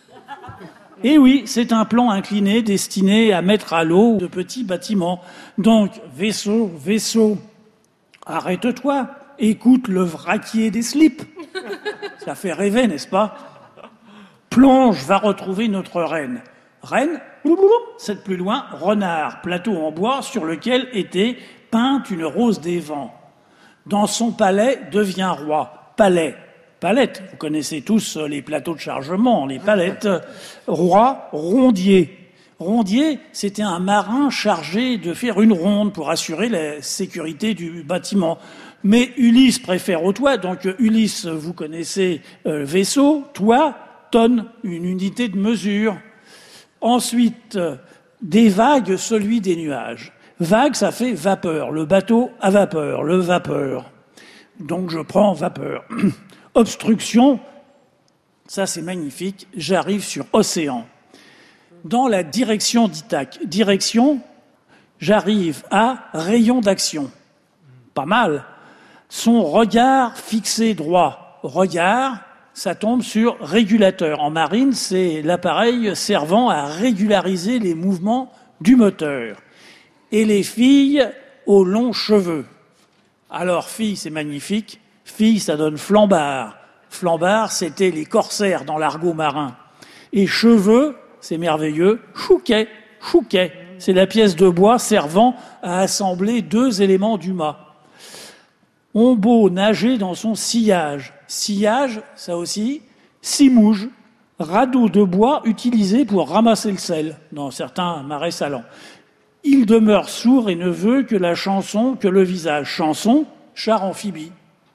[SPEAKER 5] Et oui, c'est un plan incliné destiné à mettre à l'eau de petits bâtiments. Donc, vaisseau, vaisseau, arrête-toi. Écoute le vraquier des slips. Ça fait rêver, n'est-ce pas? Plonge, va retrouver notre reine. Reine, c'est plus loin, renard, plateau en bois sur lequel était peinte une rose des vents. Dans son palais devient roi. Palais, palette, vous connaissez tous les plateaux de chargement, les palettes. Roi, rondier. Rondier, c'était un marin chargé de faire une ronde pour assurer la sécurité du bâtiment. Mais Ulysse préfère au toit, donc Ulysse, vous connaissez euh, vaisseau, toit, tonne, une unité de mesure. Ensuite, euh, des vagues, celui des nuages. Vague, ça fait vapeur, le bateau à vapeur, le vapeur. Donc je prends vapeur. Obstruction, ça c'est magnifique, j'arrive sur océan. Dans la direction d'Ithaque. Direction, j'arrive à rayon d'action. Pas mal. Son regard fixé droit. Regard, ça tombe sur régulateur. En marine, c'est l'appareil servant à régulariser les mouvements du moteur. Et les filles aux longs cheveux. Alors, filles, c'est magnifique. Filles, ça donne flambard. Flambard, c'était les corsaires dans l'argot marin. Et cheveux, c'est merveilleux. Chouquet, chouquet. C'est la pièce de bois servant à assembler deux éléments du mât. On beau nager dans son sillage. Sillage, ça aussi, simouge, radeau de bois utilisé pour ramasser le sel dans certains marais salants. Il demeure sourd et ne veut que la chanson, que le visage. Chanson, char amphibie.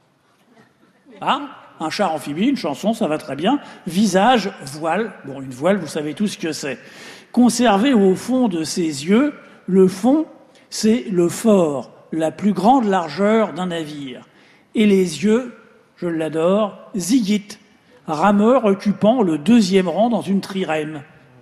[SPEAKER 5] Ah, un char amphibie, une chanson, ça va très bien. Visage, voile. Bon, une voile, vous savez tous ce que c'est. Conservé au fond de ses yeux, le fond, c'est le fort, la plus grande largeur d'un navire. Et les yeux, je l'adore, ziggit, rameur occupant le deuxième rang dans une trirème.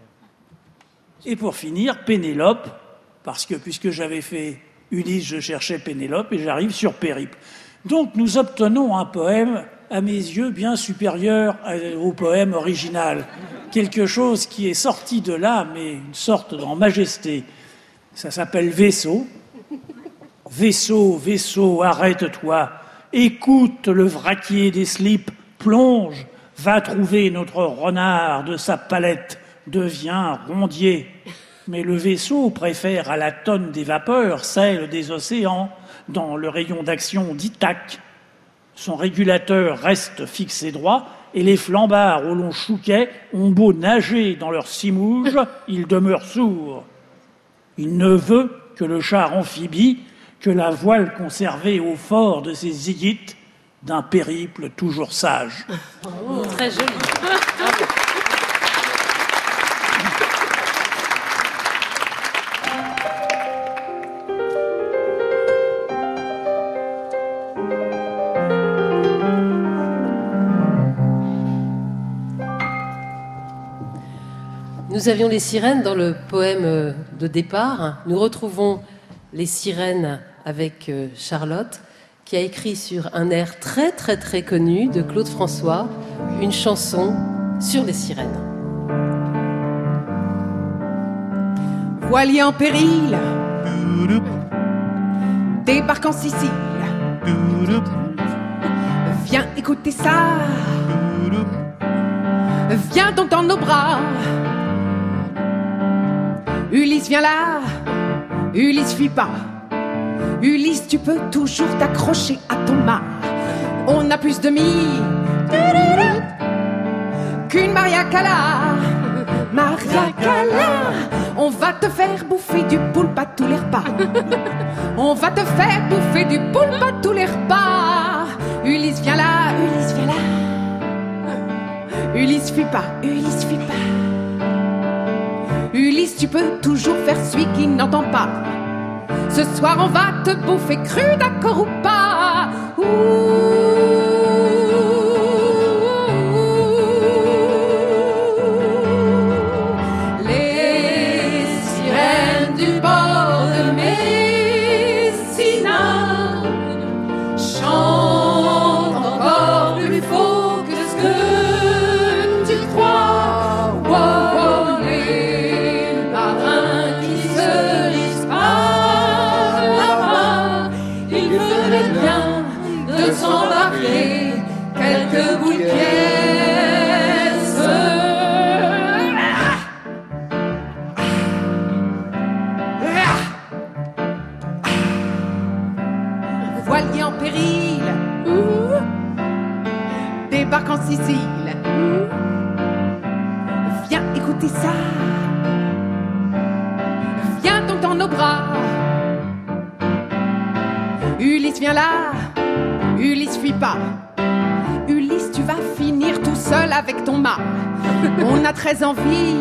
[SPEAKER 5] Et pour finir, Pénélope, parce que puisque j'avais fait Ulysse, je cherchais Pénélope et j'arrive sur Périple. Donc nous obtenons un poème, à mes yeux, bien supérieur au poème original. Quelque chose qui est sorti de là, mais une sorte en majesté. Ça s'appelle Vaisseau. Vaisseau, vaisseau, arrête-toi. Écoute le vraquier des slips, plonge, va trouver notre renard de sa palette, devient rondier. Mais le vaisseau préfère à la tonne des vapeurs celle des océans, dans le rayon d'action d'Ithaque. Son régulateur reste fixé droit, et les flambards au long chouquet ont beau nager dans leur simouge, ils demeurent sourds. Il ne veut que le char amphibie, que la voile conservée au fort de ses ziggites, d'un périple toujours sage.
[SPEAKER 1] Oh, très joli. Nous avions les sirènes dans le poème de départ. Nous retrouvons les sirènes avec Charlotte, qui a écrit sur un air très très très connu de Claude François, une chanson sur les sirènes.
[SPEAKER 9] Voilier en péril, débarque en Sicile, viens écouter ça, viens donc dans nos bras. Ulysse, viens là, Ulysse, fuis pas. Ulysse, tu peux toujours t'accrocher à ton mât. On a plus de mie qu'une Maria Cala. Maria Cala, on va te faire bouffer du poulpe à tous les repas. On va te faire bouffer du poulpe à tous les repas. Ulysse, viens là, Ulysse, viens là. Ulysse, fuis pas, Ulysse, fuis pas. Ulysse, tu peux toujours faire celui qui n'entend pas. Ce soir, on va te bouffer cru, d'accord ou pas? Ouh. Les sirènes du port de Messina chantent encore plus faux que ce que tu crois. Wow, wow, les marins qui se lisent pas là-bas, il ferait bien de s'embarquer quelques boules de pièces. Voilier en péril, ouh, débarque en Sicile, ouh, viens écouter ça, viens donc dans nos bras. Ulysse, viens là, Ulysse, fuis pas. Ulysse, tu vas finir tout seul avec ton mât. On a très envie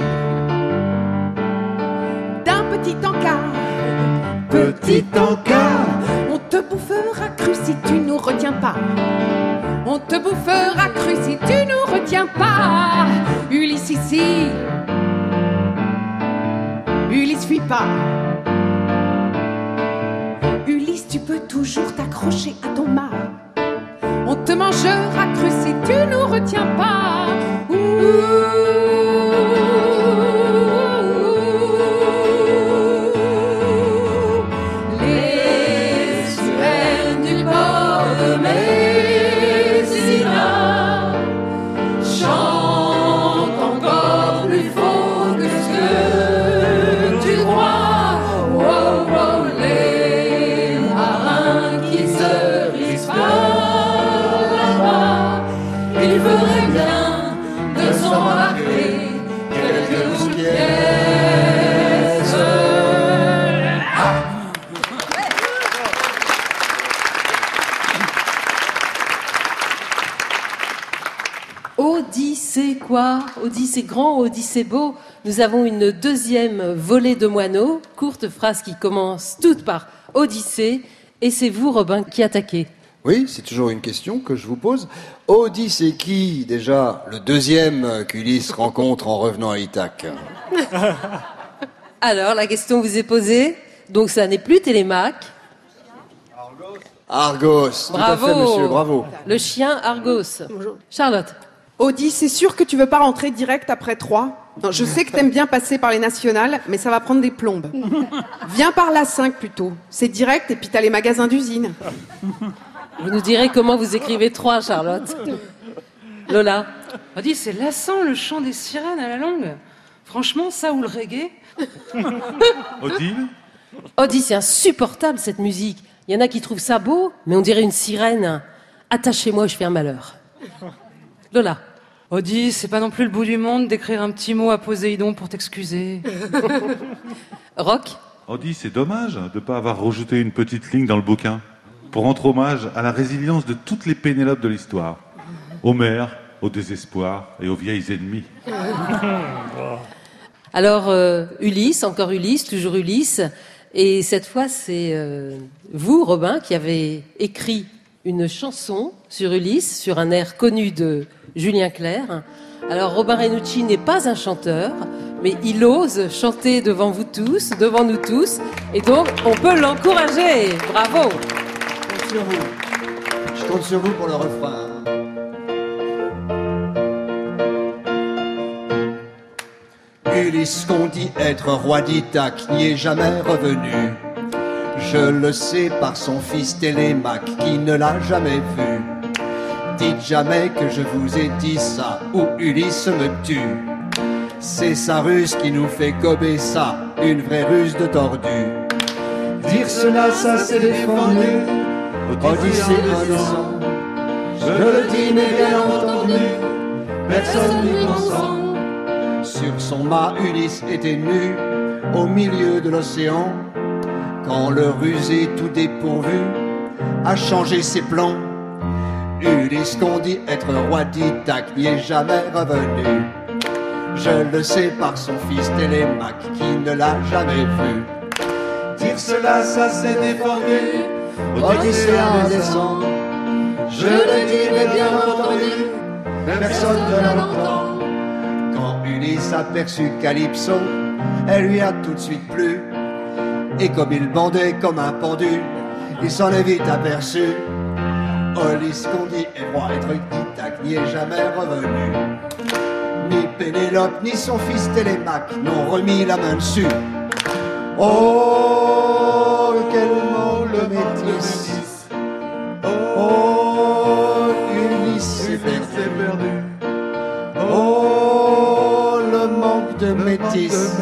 [SPEAKER 9] d'un petit encart.
[SPEAKER 3] Petit encart.
[SPEAKER 9] On te bouffera cru si tu nous retiens pas. On te bouffera cru si tu nous retiens pas. Ulysse ici, Ulysse, fuis pas. Ulysse, tu peux toujours t'accrocher à ton mât. On te mangera cru si tu nous retiens pas.
[SPEAKER 2] Les sirènes du port de Messina chantent encore plus fort que ce que tu crois. Oh, oh, les marins qui se risquent là-bas, ils feraient bien de s'embarquer quelques pièces.
[SPEAKER 1] Odyssée quoi? Odyssée grand, Odyssée beau. Nous avons une deuxième volée de moineaux, courte phrase qui commence toute par Odyssée, et c'est vous, Robin, qui attaquez.
[SPEAKER 4] Oui, c'est toujours une question que je vous pose. Odyssée c'est qui, déjà, le deuxième qu'Ulysse rencontre en revenant à Ithaque?
[SPEAKER 1] Alors, la question vous est posée, donc ça n'est plus Télémaque.
[SPEAKER 4] Argos.
[SPEAKER 1] Bravo.
[SPEAKER 4] Tout à fait, monsieur, bravo.
[SPEAKER 1] Le chien Argos. Charlotte.
[SPEAKER 9] Audi, c'est sûr que tu veux pas rentrer direct après trois. Non, je sais que t'aimes bien passer par les nationales, mais ça va prendre des plombes. Viens par la cinq plutôt. C'est direct et puis t'as les magasins d'usine.
[SPEAKER 1] Vous nous direz comment vous écrivez trois, Charlotte. Lola.
[SPEAKER 6] On dit c'est lassant le chant des sirènes à la longue. Franchement, ça ou le reggae.
[SPEAKER 12] Odile?
[SPEAKER 1] Odile, c'est insupportable cette musique. Il y en a qui trouvent ça beau, mais on dirait une sirène. Attachez-moi, je fais un malheur. Lola.
[SPEAKER 6] Odile, c'est pas non plus le bout du monde d'écrire un petit mot à Poséidon pour t'excuser.
[SPEAKER 1] Rock.
[SPEAKER 12] Odile, c'est dommage de ne pas avoir rajouté une petite ligne dans le bouquin pour rendre hommage à la résilience de toutes les Pénélopes de l'histoire. Homère, au désespoir et aux vieilles ennemies.
[SPEAKER 1] Alors, euh, Ulysse, encore Ulysse, toujours Ulysse. Et cette fois, c'est euh, vous, Robin, qui avez écrit une chanson sur Ulysse, sur un air connu de Julien Clerc. Alors, Robin Renucci n'est pas un chanteur, mais il ose chanter devant vous tous, devant nous tous. Et donc, on peut l'encourager. Bravo.
[SPEAKER 4] Je compte sur vous. Je compte sur vous pour le refrain. Ulysse, qu'on dit être roi d'Ithaque, n'y est jamais revenu. Je le sais par son fils Télémaque, qui ne l'a jamais vu. Dites jamais que je vous ai dit ça, ou Ulysse me tue. C'est sa ruse qui nous fait gober ça, une vraie ruse de tordu. Dire cela, ça c'est défendu, Odyssée indécent. Je le dis, mais bien entendu, personne n'y consent. Sur son mât, Ulysse était nu, au milieu de l'océan, quand le rusé tout dépourvu a changé ses plans. Ulysse, qu'on dit être roi d'Ithaque, n'y est jamais revenu. Je le sais par son fils Télémaque, qui ne l'a jamais vu. Dire cela, ça s'est défendu, Odyssée indécent. Je le dis, mais bien entendu, personne ne l'entend. Quand Ulysse aperçut Calypso, elle lui a tout de suite plu. Et comme il bandait comme un pendu, il s'en est vite aperçu. Ulysse, qu'on dit est roi être d'Ithaque, n'y est jamais revenu. Ni Pénélope, ni son fils Télémaque n'ont remis la main dessus. Oh, quel manque de métis. Oh, Ulysse est perdu. Oh, le manque de métis.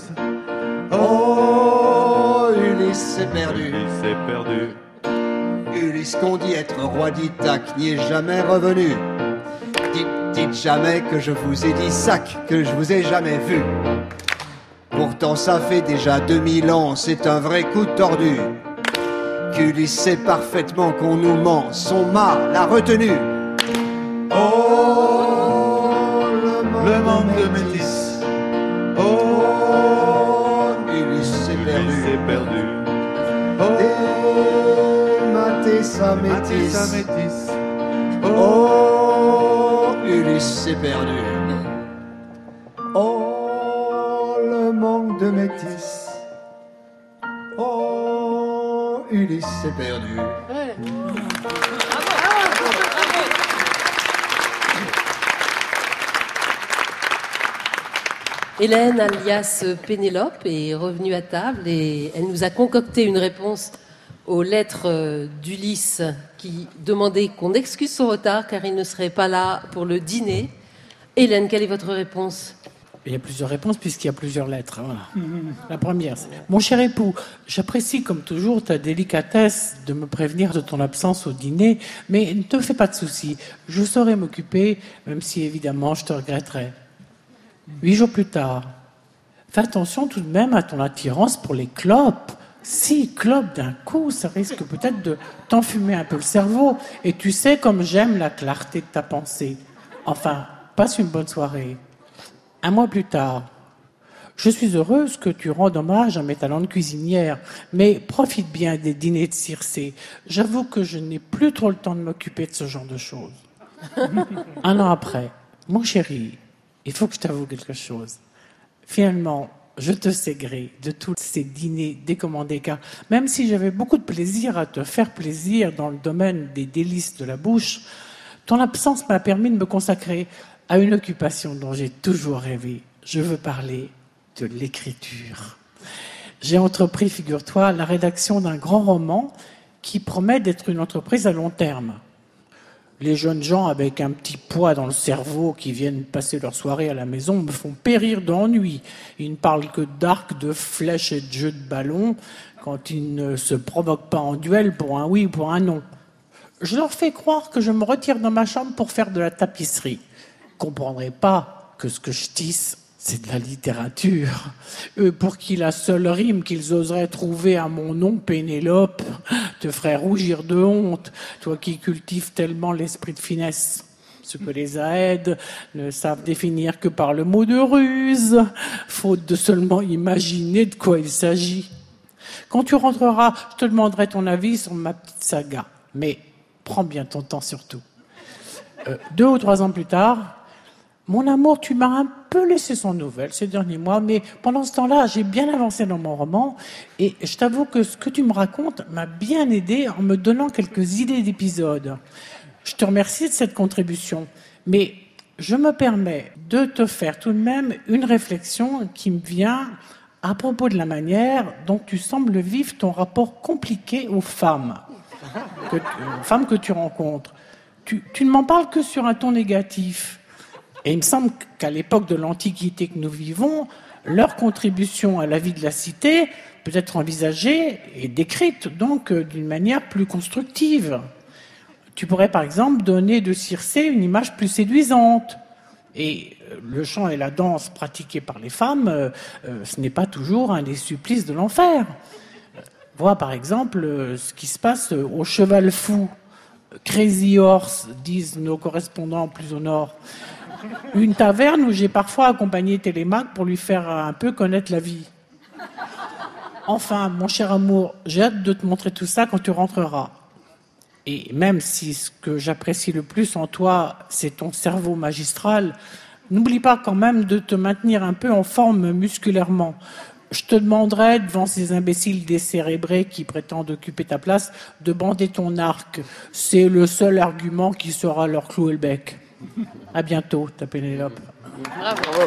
[SPEAKER 4] Oh, Ulysse est perdu.
[SPEAKER 12] Ulysse est perdu.
[SPEAKER 4] Ulysse, qu'on dit être roi d'Ithaque, n'y est jamais revenu. Dites, dites jamais que je vous ai dit sac, que je vous ai jamais vu. Pourtant ça fait déjà deux mille ans, c'est un vrai coup tordu. Qu'Ulysse sait parfaitement qu'on nous ment, son mât l'a retenu. Oh, le manque, le manque de métis. Oh, Ulysse est perdu.
[SPEAKER 12] Ulysse est perdu.
[SPEAKER 4] Oh, maté sa métisse. Oh, Ulysse est perdu. Oh, le manque de métis. Oh, Ulysse c'est perdu.
[SPEAKER 8] Ouais.
[SPEAKER 1] Hélène, alias Pénélope, est revenue à table et elle nous a concocté une réponse aux lettres d'Ulysse qui demandait qu'on excuse son retard car il ne serait pas là pour le dîner. Hélène, quelle est votre réponse ?
[SPEAKER 11] Il y a plusieurs réponses puisqu'il y a plusieurs lettres. Voilà. La première, c'est... Mon cher époux, j'apprécie comme toujours ta délicatesse de me prévenir de ton absence au dîner, mais ne te fais pas de soucis. Je saurai m'occuper, même si évidemment je te regretterai. Huit jours plus tard, fais attention tout de même à ton attirance pour les clopes. Six clopes d'un coup, ça risque peut-être de t'enfumer un peu le cerveau. Et tu sais comme j'aime la clarté de ta pensée. Enfin, passe une bonne soirée. Un mois plus tard, je suis heureuse que tu rendes hommage à mes talents de cuisinière, mais profite bien des dîners de Circé. J'avoue que je n'ai plus trop le temps de m'occuper de ce genre de choses. Un an après, mon chéri, il faut que je t'avoue quelque chose. Finalement, je te sais gré de tous ces dîners décommandés, car même si j'avais beaucoup de plaisir à te faire plaisir dans le domaine des délices de la bouche, ton absence m'a permis de me consacrer à une occupation dont j'ai toujours rêvé. Je veux parler de l'écriture. J'ai entrepris, figure-toi, la rédaction d'un grand roman qui promet d'être une entreprise à long terme. Les jeunes gens avec un petit poids dans le cerveau qui viennent passer leur soirée à la maison me font périr d'ennui. Ils ne parlent que d'arcs, de flèches et de jeux de ballon quand ils ne se provoquent pas en duel pour un oui ou pour un non. Je leur fais croire que je me retire dans ma chambre pour faire de la tapisserie. Ils ne comprendraient pas que ce que je tisse, c'est de la littérature. Eux, pour qui la seule rime qu'ils oseraient trouver à mon nom, Pénélope, te ferait rougir de honte, toi qui cultives tellement l'esprit de finesse. Ceux que les aèdes ne savent définir que par le mot de ruse, faute de seulement imaginer de quoi il s'agit. Quand tu rentreras, je te demanderai ton avis sur ma petite saga. Mais prends bien ton temps surtout. Euh, deux ou trois ans plus tard, mon amour, tu m'as un peu laissé sans nouvelles ces derniers mois, mais pendant ce temps-là, j'ai bien avancé dans mon roman et je t'avoue que ce que tu me racontes m'a bien aidé en me donnant quelques idées d'épisodes. Je te remercie de cette contribution, mais je me permets de te faire tout de même une réflexion qui me vient à propos de la manière dont tu sembles vivre ton rapport compliqué aux femmes, que, aux femmes que tu rencontres. Tu, tu ne m'en parles que sur un ton négatif. Et il me semble qu'à l'époque de l'Antiquité que nous vivons, leur contribution à la vie de la cité peut être envisagée et décrite donc d'une manière plus constructive. Tu pourrais par exemple donner de Circé une image plus séduisante. Et le chant et la danse pratiqués par les femmes, euh, ce n'est pas toujours un des supplices de l'enfer. Vois par exemple euh, ce qui se passe au Cheval Fou. Crazy Horse, disent nos correspondants plus au nord. Une taverne où j'ai parfois accompagné Télémaque pour lui faire un peu connaître la vie. Enfin, mon cher amour, j'ai hâte de te montrer tout ça quand tu rentreras. Et même si ce que j'apprécie le plus en toi, c'est ton cerveau magistral, n'oublie pas quand même de te maintenir un peu en forme musculairement. Je te demanderai, devant ces imbéciles décérébrés qui prétendent occuper ta place, de bander ton arc. C'est le seul argument qui saura leur clouer le bec. À bientôt, ta Pénélope.
[SPEAKER 1] Bravo.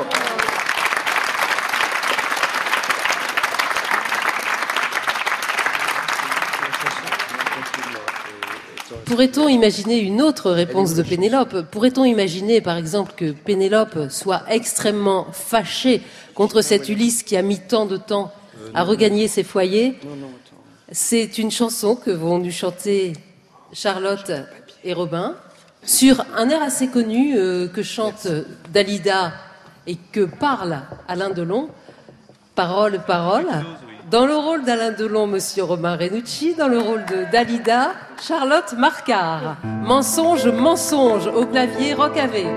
[SPEAKER 1] Pourrait-on imaginer une autre réponse de Pénélope ? Pourrait-on imaginer, par exemple, que Pénélope soit extrêmement fâchée contre cet Ulysse qui a mis tant de temps à regagner ses foyers ? C'est une chanson que vont nous chanter Charlotte et Robin sur un air assez connu euh, que chante Dalida et que parle Alain Delon. Parole, parole. Dans le rôle d'Alain Delon, Monsieur Robin Renucci. Dans le rôle de Dalida, Charlotte Marcard. Mensonge, mensonge, au clavier Rocavé.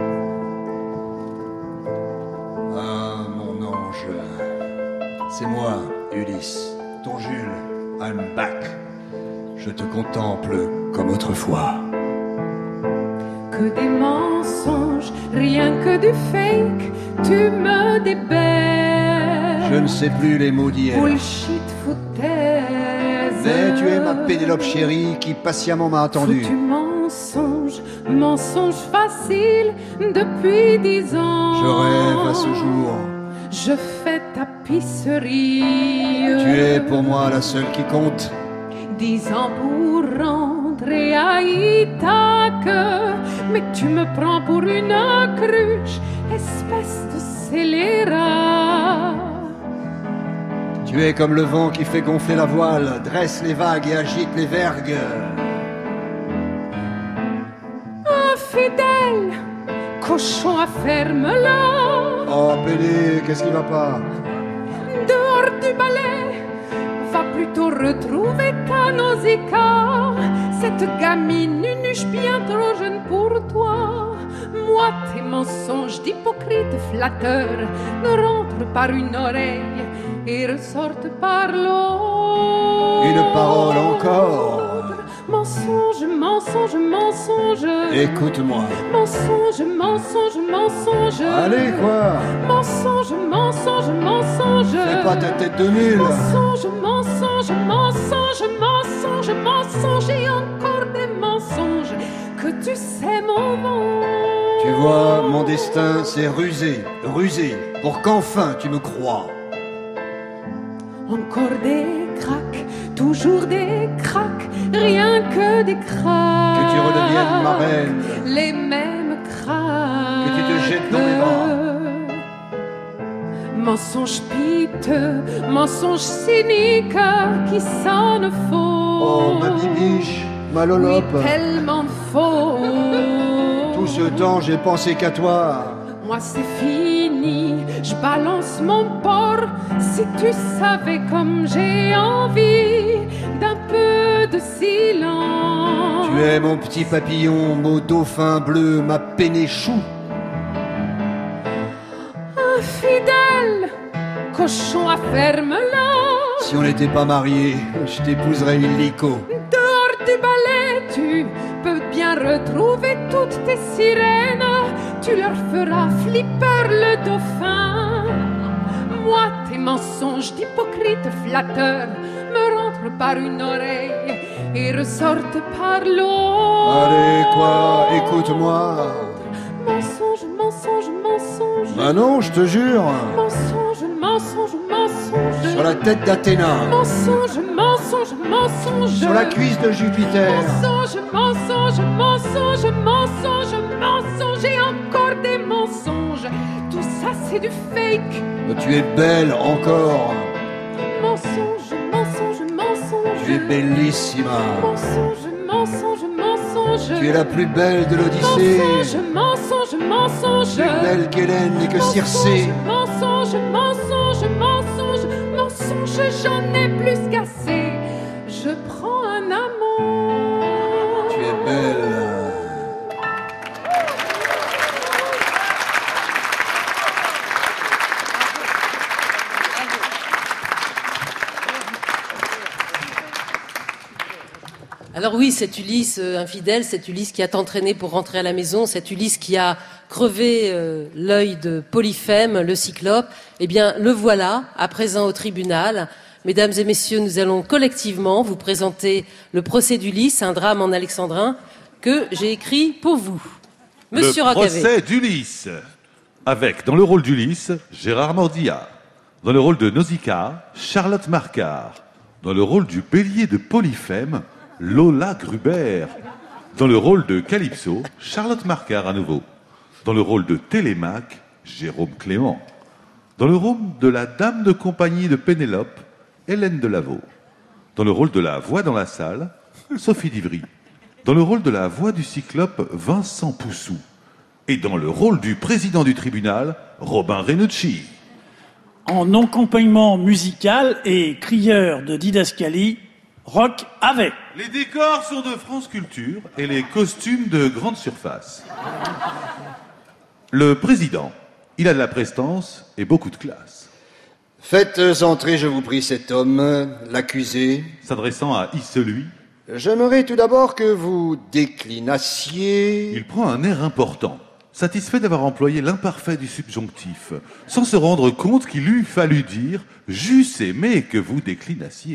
[SPEAKER 4] Ah, mon ange, c'est moi, Ulysse, ton Jules, I'm back. Je te contemple comme autrefois.
[SPEAKER 13] Que des mensonges, rien que du fake, tu me débères.
[SPEAKER 4] Je ne sais plus les mots d'hier.
[SPEAKER 13] Bullshit foutaise.
[SPEAKER 4] Mais tu es ma Pénélope chérie qui patiemment m'a attendu.
[SPEAKER 13] Foutu mensonge, mensonge facile depuis dix ans.
[SPEAKER 4] Je rêve à ce jour.
[SPEAKER 13] Je fais tapisserie.
[SPEAKER 4] Tu es pour moi la seule qui compte.
[SPEAKER 13] Dix ans pour rentrer à Ithaque, mais tu me prends pour une cruche, espèce de scélérat.
[SPEAKER 4] Tu es comme le vent qui fait gonfler la voile, dresse les vagues et agite les vergues.
[SPEAKER 13] Infidèle, cochon à ferme-la.
[SPEAKER 4] Oh, Pédé, qu'est-ce qui va pas?
[SPEAKER 13] Dehors du balai, va plutôt retrouver ta Nausicaa. Cette gamine nunuche bien trop jeune pour toi. Moi, tes mensonges d'hypocrite flatteur ne rentrent par une oreille et ressortent par l'autre.
[SPEAKER 4] Une parole encore.
[SPEAKER 13] Mensonge, mensonge, mensonge.
[SPEAKER 4] Écoute-moi.
[SPEAKER 13] Mensonge, mensonge, mensonge.
[SPEAKER 4] Allez, quoi?
[SPEAKER 13] Mensonge, mensonge, mensonge.
[SPEAKER 4] Fais pas ta tête de nul.
[SPEAKER 13] Mensonge, mensonge, mensonge, mensonge, mensonge et encore des mensonges que tu sais mon nom.
[SPEAKER 4] Tu vois, mon destin, c'est rusé, rusé, pour qu'enfin tu me crois.
[SPEAKER 13] Encore des craques, toujours des craques, rien que des craques.
[SPEAKER 4] Que tu redeviennes ma reine.
[SPEAKER 13] Les mêmes craques.
[SPEAKER 4] Que tu te jettes dans mes bras.
[SPEAKER 13] Mensonge piteux, mensonge cynique qui sonne faux.
[SPEAKER 4] Oh, ma bibiche, ma lolope.
[SPEAKER 13] Oui, tellement faux.
[SPEAKER 4] Tout ce temps, j'ai pensé qu'à toi.
[SPEAKER 13] Moi, c'est fini, je balance mon porc. Si tu savais comme j'ai envie d'un peu de silence.
[SPEAKER 4] Tu es mon petit papillon, mon dauphin bleu, ma pénéchou.
[SPEAKER 13] Infidèle, cochon à ferme-la.
[SPEAKER 4] Si on n'était pas mariés, je t'épouserais illico.
[SPEAKER 13] Dehors du balai, tu peux bien retrouver toutes tes sirènes. Tu leur feras flipper le dauphin. Moi, tes mensonges d'hypocrite flatteur me rentrent par une oreille et ressortent par l'autre.
[SPEAKER 4] Allez, quoi, écoute-moi.
[SPEAKER 13] Mensonge, mensonge, mensonge.
[SPEAKER 4] Bah non, je te jure.
[SPEAKER 13] Mensonge, mensonge, mensonge.
[SPEAKER 4] Sur la tête d'Athéna.
[SPEAKER 13] Mensonge, mensonge, mensonge.
[SPEAKER 4] Sur la cuisse de Jupiter.
[SPEAKER 13] Mensonge, mensonge, mensonge, mensonge, mensonge et encore des mensonges. Tout ça, c'est du fake.
[SPEAKER 4] Mais tu es belle encore.
[SPEAKER 13] Mensonge, mensonge, mensonge.
[SPEAKER 4] Tu es bellissima.
[SPEAKER 13] Mensonge, mensonge, mensonge.
[SPEAKER 4] Tu es la plus belle de l'Odyssée.
[SPEAKER 13] Mensonge, mensonge, mensonge.
[SPEAKER 4] Plus belle qu'Hélène et que Circé.
[SPEAKER 13] Mensonge, mensonge, mensonge, mensonge, j'en ai plus qu'assez. Je prends un amant.
[SPEAKER 4] Tu es belle.
[SPEAKER 1] Alors oui, cet Ulysse euh, infidèle, cet Ulysse qui a entraîné pour rentrer à la maison, cet Ulysse qui a crevé euh, l'œil de Polyphème, le cyclope, eh bien le voilà, à présent au tribunal. Mesdames et messieurs, nous allons collectivement vous présenter le procès d'Ulysse, un drame en alexandrin que j'ai écrit pour vous. Monsieur
[SPEAKER 12] Le
[SPEAKER 1] Racavé.
[SPEAKER 12] procès d'Ulysse, avec, dans le rôle d'Ulysse, Gérard Mordillat, dans le rôle de Nausicaa, Charlotte Marcard, dans le rôle du bélier de Polyphème, Lola Gruber, dans le rôle de Calypso, Charlotte Marcard à nouveau, dans le rôle de Télémaque, Jérôme Clément, dans le rôle de la dame de compagnie de Pénélope, Hélène Delaveau, dans le rôle de la voix dans la salle, Sophie Divry, dans le rôle de la voix du cyclope, Vincent Poussou, et dans le rôle du président du tribunal, Robin Renucci.
[SPEAKER 5] En accompagnement musical et crieur de didascalie, Roch Havet.
[SPEAKER 12] Les décors sont de France Culture et les costumes de grande surface. Le président, il a de la prestance et beaucoup de classe.
[SPEAKER 4] Faites entrer, je vous prie, cet homme, l'accusé.
[SPEAKER 12] S'adressant à I celui.
[SPEAKER 4] J'aimerais tout d'abord que vous déclinassiez...
[SPEAKER 12] Il prend un air important, satisfait d'avoir employé l'imparfait du subjonctif, sans se rendre compte qu'il eût fallu dire « j'eusse aimé que vous déclinassiez ».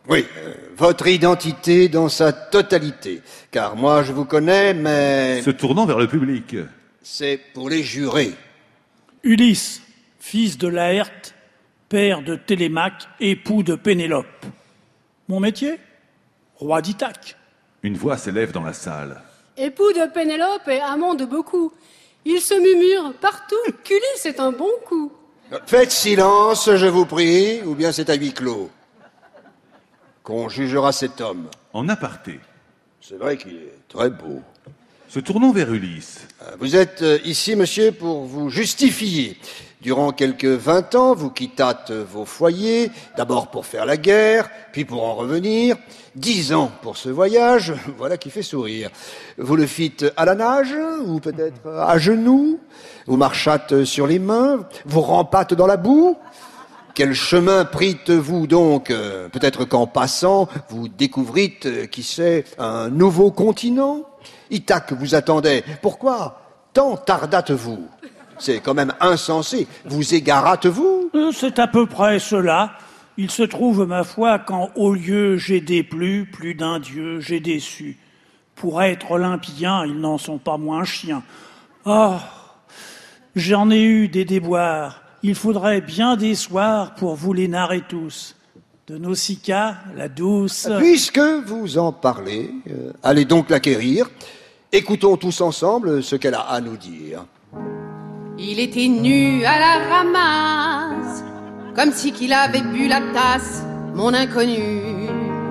[SPEAKER 4] Oui, euh, votre identité dans sa totalité. Car moi, je vous connais, mais...
[SPEAKER 12] Se tournant vers le public.
[SPEAKER 4] C'est pour les jurés.
[SPEAKER 5] Ulysse, fils de Laërte, père de Télémaque, époux de Pénélope. Mon métier? Roi d'Ithaque.
[SPEAKER 12] Une voix s'élève dans la salle.
[SPEAKER 8] Époux de Pénélope et amant de beaucoup. Il se murmure partout qu'Ulysse est un bon coup.
[SPEAKER 4] Faites silence, je vous prie, ou bien c'est à huis clos qu'on jugera cet homme.
[SPEAKER 12] En aparté.
[SPEAKER 4] C'est vrai qu'il est très beau.
[SPEAKER 12] Se tournant vers Ulysse.
[SPEAKER 4] Vous êtes ici, monsieur, pour vous justifier. Durant quelques vingt ans, vous quittâtes vos foyers, d'abord pour faire la guerre, puis pour en revenir. Dix ans pour ce voyage, voilà qui fait sourire. Vous le fîtes à la nage, ou peut-être à genoux. Vous marchâtes sur les mains, vous rampâtes dans la boue. Quel chemin prîtes-vous donc? Peut-être qu'en passant, vous découvrîtes, qui sait, un nouveau continent? Ithaque vous attendait. Pourquoi tant tardâtes-vous? C'est quand même insensé. Vous égarâtes-vous?
[SPEAKER 5] euh, C'est à peu près cela. Il se trouve, ma foi, qu'en haut lieu j'ai déplu, plus d'un dieu j'ai déçu. Pour être olympien, ils n'en sont pas moins chiens. Oh, j'en ai eu des déboires. Il faudrait bien des soirs pour vous les narrer tous. De Nausicaa, la douce...
[SPEAKER 4] Puisque vous en parlez, euh, allez donc l'acquérir. Écoutons tous ensemble ce qu'elle a à nous dire.
[SPEAKER 9] Il était nu à la ramasse, comme si qu'il avait bu la tasse, mon inconnu.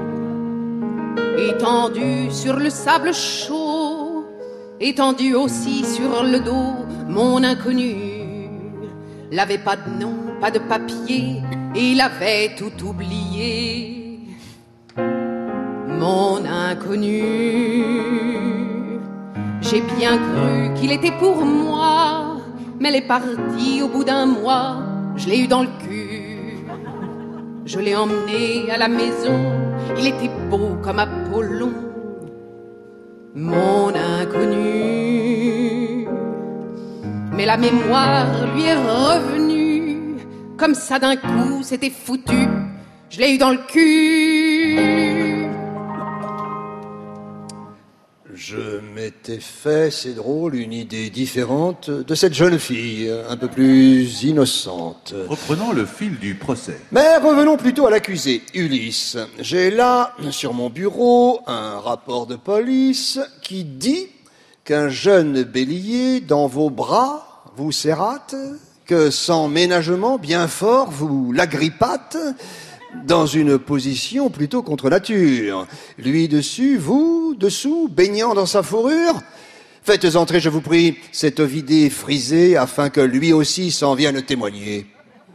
[SPEAKER 9] Étendu sur le sable chaud, étendu aussi sur le dos, mon inconnu. L'avait pas de nom, pas de papier, et il avait tout oublié. Mon inconnu. J'ai bien cru qu'il était pour moi, mais elle est partie au bout d'un mois, je l'ai eu dans le cul. Je l'ai emmené à la maison, il était beau comme Apollon. Mon inconnu. Mais la mémoire lui est revenue, comme ça d'un coup, c'était foutu, je l'ai eu dans le cul.
[SPEAKER 4] Je m'étais fait, c'est drôle, une idée différente de cette jeune fille, un peu plus innocente.
[SPEAKER 12] Reprenant le fil du procès.
[SPEAKER 4] Mais revenons plutôt à l'accusé, Ulysse. J'ai là, sur mon bureau, un rapport de police qui dit qu'un jeune bélier dans vos bras vous serrate, que sans ménagement bien fort vous l'agrippâtes, dans une position plutôt contre nature. Lui dessus, vous dessous, baignant dans sa fourrure. Faites entrer, je vous prie, cet Ovidé frisé, afin que lui aussi s'en vienne témoigner.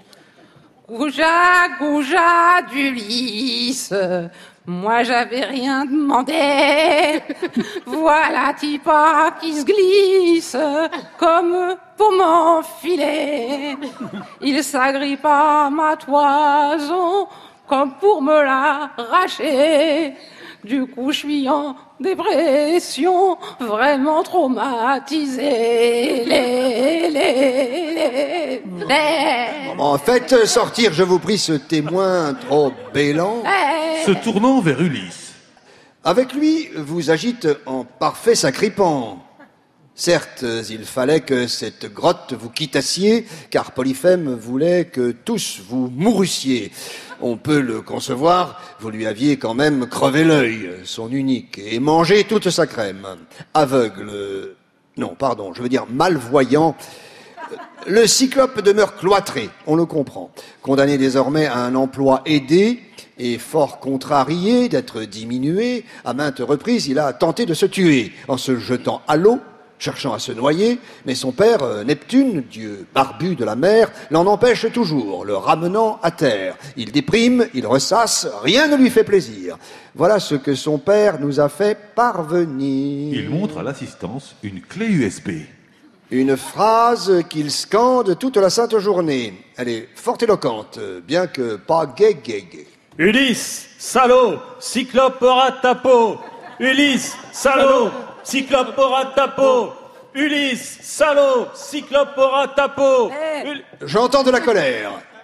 [SPEAKER 6] Goujat, Goujat d'Ulysse, moi j'avais rien demandé. Voilà Tipa qui se glisse comme pour m'enfiler. Il s'agrippa à ma toison comme pour me l'arracher. Du coup, je suis en dépression, vraiment traumatisé. Les, les, les, les.
[SPEAKER 4] En fait, sortir, je vous prie, ce témoin trop bélant.
[SPEAKER 12] Se tournant vers Ulysse.
[SPEAKER 4] Avec lui, vous agite en parfait sacripant. Certes, il fallait que cette grotte vous quittassiez, car Polyphème voulait que tous vous mourussiez. On peut le concevoir, vous lui aviez quand même crevé l'œil, son unique, et mangé toute sa crème. Aveugle, non, pardon, je veux dire malvoyant, le cyclope demeure cloîtré, on le comprend. Condamné désormais à un emploi aidé, et fort contrarié d'être diminué, à maintes reprises, il a tenté de se tuer, en se jetant à l'eau, cherchant à se noyer, mais son père, Neptune, dieu barbu de la mer, l'en empêche toujours, le ramenant à terre. Il déprime, il ressasse, rien ne lui fait plaisir. Voilà ce que son père nous a fait parvenir.
[SPEAKER 12] Il montre à l'assistance une clé U S B.
[SPEAKER 4] Une phrase qu'il scande toute la sainte journée. Elle est fort éloquente, bien que pas gay gay gay.
[SPEAKER 7] Ulysse, salaud, cyclope aura ta peau. Ulysse, salaud, cyclope aura ta peau. Ulysse, salaud, cyclope aura ta peau.
[SPEAKER 4] J'entends de la colère.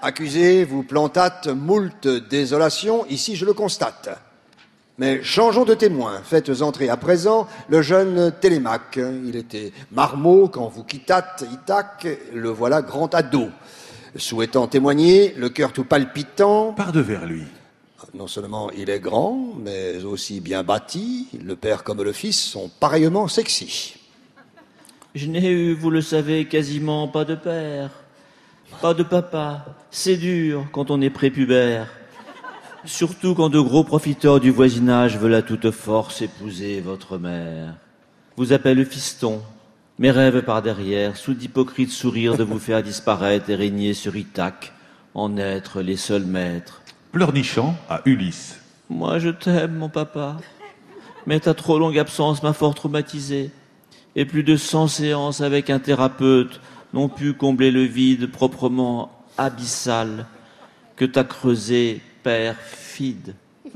[SPEAKER 4] Accusé, vous plantâtes moult désolations, ici je le constate. Mais changeons de témoin, faites entrer à présent le jeune Télémaque. Il était marmot quand vous quittâtes Ithaque, le voilà grand ado. Souhaitant témoigner, le cœur tout palpitant...
[SPEAKER 12] Par devers lui.
[SPEAKER 4] Non seulement il est grand, mais aussi bien bâti, le père comme le fils sont pareillement sexy.
[SPEAKER 10] Je n'ai eu, vous le savez, quasiment pas de père, pas de papa. C'est dur quand on est prépubère. Surtout quand de gros profiteurs du voisinage veulent à toute force épouser votre mère. Vous appelle fiston, mais rêve par derrière, sous d'hypocrites sourires de vous faire disparaître et régner sur Ithaque, en être les seuls maîtres.
[SPEAKER 12] Pleurnichant à Ulysse.
[SPEAKER 10] Moi je t'aime, mon papa, mais ta trop longue absence m'a fort traumatisé, et plus de cent séances avec un thérapeute n'ont pu combler le vide proprement abyssal que t'as creusé, perfide.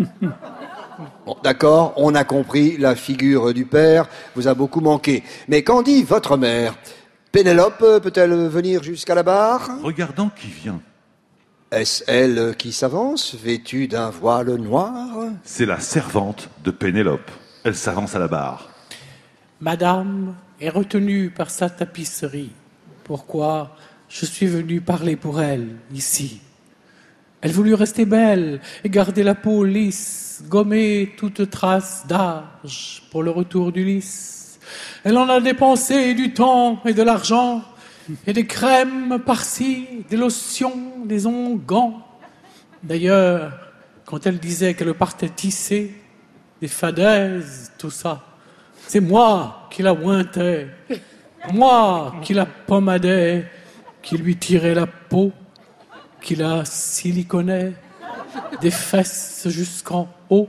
[SPEAKER 4] Bon, d'accord, on a compris, la figure du père vous a beaucoup manqué. Mais qu'en dit votre mère? Pénélope peut-elle venir jusqu'à la barre?
[SPEAKER 12] Regardant qui vient.
[SPEAKER 4] Est-ce elle qui s'avance, vêtue d'un voile noir?
[SPEAKER 12] C'est la servante de Pénélope. Elle s'avance à la barre.
[SPEAKER 11] Madame est retenue par sa tapisserie. Pourquoi je suis venu parler pour elle, ici? Elle voulut rester belle et garder la peau lisse, gommer toute trace d'âge pour le retour d'Ulysse. Elle en a dépensé du temps et de l'argent, et des crèmes par-ci, des lotions, des onguents. D'ailleurs, quand elle disait qu'elle partait tisser, des fadaises, tout ça, c'est moi qui la ointais, moi qui la pommadais, qui lui tirais la peau, qui la siliconait des fesses jusqu'en haut.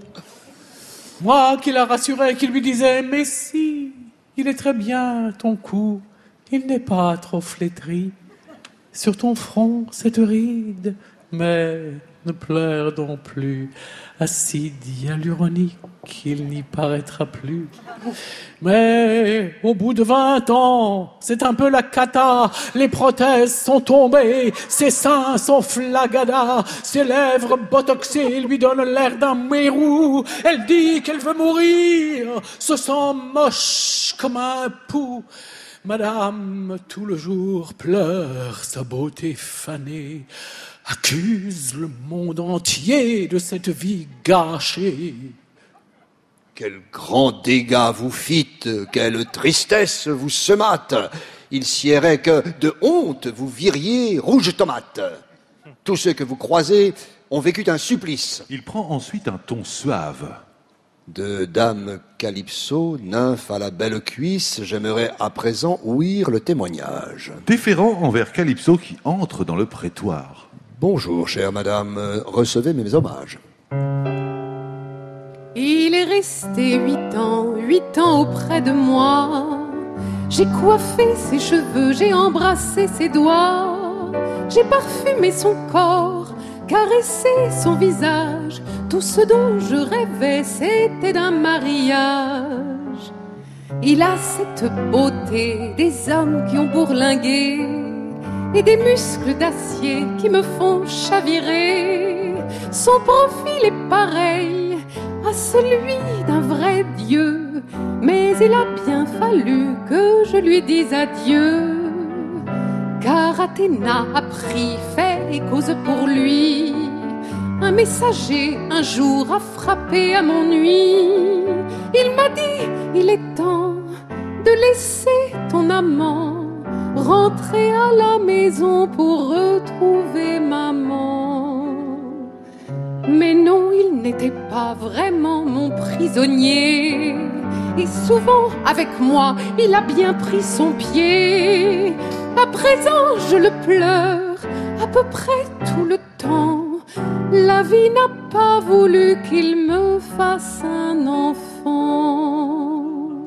[SPEAKER 11] Moi qui la rassurais, qui lui disais « Mais si, il est très bien ton cou, il n'est pas trop flétri. Sur ton front, cette ride, mais ne pleure donc plus. Acide hyaluronique, il n'y paraîtra plus. Mais au bout de vingt ans, c'est un peu la cata. Les prothèses sont tombées, ses seins sont flagada, ses lèvres botoxées lui donnent l'air d'un mérou. Elle dit qu'elle veut mourir, se sent moche comme un pou. Madame, tout le jour, pleure sa beauté fanée, accuse le monde entier de cette vie gâchée.
[SPEAKER 4] Quel grand dégât vous fîtes, quelle tristesse vous semâtes. Il siérait que, de honte, vous viriez rouge tomate. Tous ceux que vous croisez ont vécu un supplice.
[SPEAKER 12] Il prend ensuite un ton suave.
[SPEAKER 4] De dame Calypso, nymphe à la belle cuisse, j'aimerais à présent ouïr le témoignage.
[SPEAKER 12] Déférant envers Calypso qui entre dans le prétoire.
[SPEAKER 4] Bonjour, chère madame, recevez mes hommages.
[SPEAKER 13] Il est resté huit ans, huit ans auprès de moi. J'ai coiffé ses cheveux, j'ai embrassé ses doigts. J'ai parfumé son corps, caressé son visage. Tout ce dont je rêvais, c'était d'un mariage. Il a cette beauté des hommes qui ont bourlingué et des muscles d'acier qui me font chavirer. Son profil est pareil à celui d'un vrai dieu, mais il a bien fallu que je lui dise adieu. Car Athéna a pris fait et cause pour lui. Un messager un jour a frappé à mon nuit. Il m'a dit, il est temps de laisser ton amant rentrer à la maison pour retrouver maman. Mais non, il n'était pas vraiment mon prisonnier. Et souvent, avec moi, il a bien pris son pied. À présent, je le pleure à peu près tout le temps. La vie n'a pas voulu qu'il me fasse un enfant.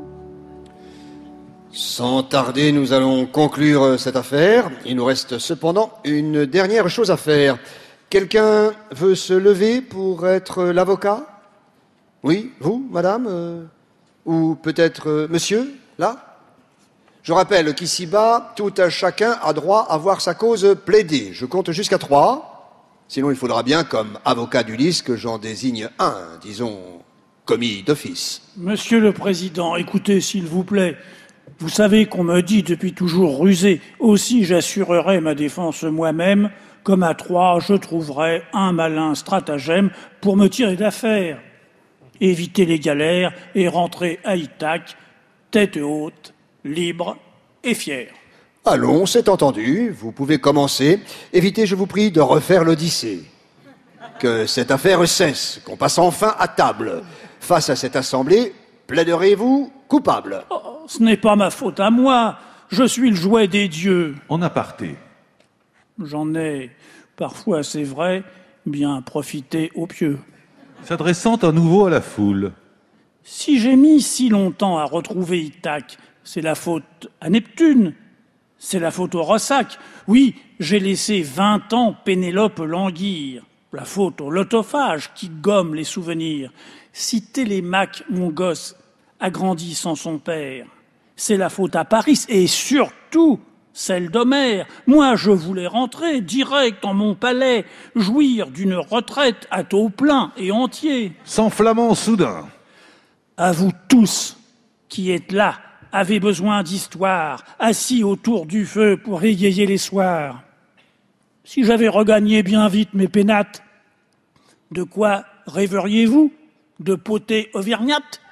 [SPEAKER 4] Sans tarder, nous allons conclure cette affaire. Il nous reste cependant une dernière chose à faire. Quelqu'un veut se lever pour être l'avocat? Oui, vous, madame euh, Ou peut-être euh, monsieur, là? Je rappelle qu'ici-bas, tout un chacun a droit à voir sa cause plaidée. Je compte jusqu'à trois. Sinon, il faudra bien, comme avocat d'Ulysse, que j'en désigne un, disons, commis d'office.
[SPEAKER 5] Monsieur le Président, écoutez, s'il vous plaît. Vous savez qu'on me dit depuis toujours rusé. Aussi, j'assurerai ma défense moi-même. Comme à trois, je trouverai un malin stratagème pour me tirer d'affaire. Éviter les galères et rentrer à Ithaque, tête haute, libre et fier.
[SPEAKER 4] Allons, c'est entendu. Vous pouvez commencer. Évitez, je vous prie, de refaire l'Odyssée. Que cette affaire cesse, qu'on passe enfin à table. Face à cette assemblée, plaiderez-vous coupable?
[SPEAKER 5] Oh, ce n'est pas ma faute à moi. Je suis le jouet des dieux.
[SPEAKER 12] En aparté.
[SPEAKER 5] J'en ai, parfois c'est vrai, bien profité aux pieux.
[SPEAKER 12] S'adressant à nouveau à la foule.
[SPEAKER 5] Si j'ai mis si longtemps à retrouver Ithaque, c'est la faute à Neptune. C'est la faute au ressac. Oui, j'ai laissé vingt ans Pénélope languir. La faute au lotophage qui gomme les souvenirs. Si Télémaque, mon gosse, a grandi sans son père, c'est la faute à Paris et surtout celle d'Homère. Moi, je voulais rentrer direct dans mon palais, jouir d'une retraite à taux plein et entier.
[SPEAKER 12] S'enflammant soudain.
[SPEAKER 5] À vous tous qui êtes là, avez besoin d'histoire, assis autour du feu pour égayer les soirs. Si j'avais regagné bien vite mes pénates, de quoi rêveriez-vous? De potée auvergnate?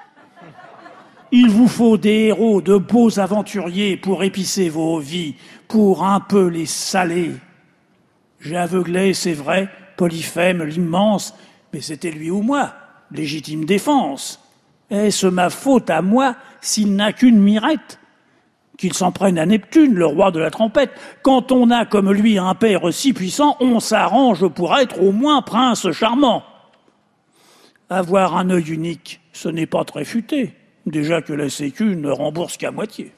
[SPEAKER 5] Il vous faut des héros, de beaux aventuriers pour épicer vos vies, pour un peu les saler. J'ai aveuglé, c'est vrai, Polyphème l'immense, mais c'était lui ou moi, légitime défense. Est-ce ma faute à moi s'il n'a qu'une mirette? Qu'il s'en prenne à Neptune, le roi de la trompette. Quand on a comme lui un père si puissant, on s'arrange pour être au moins prince charmant. Avoir un œil unique, ce n'est pas très futé. Déjà que la Sécu ne rembourse qu'à moitié.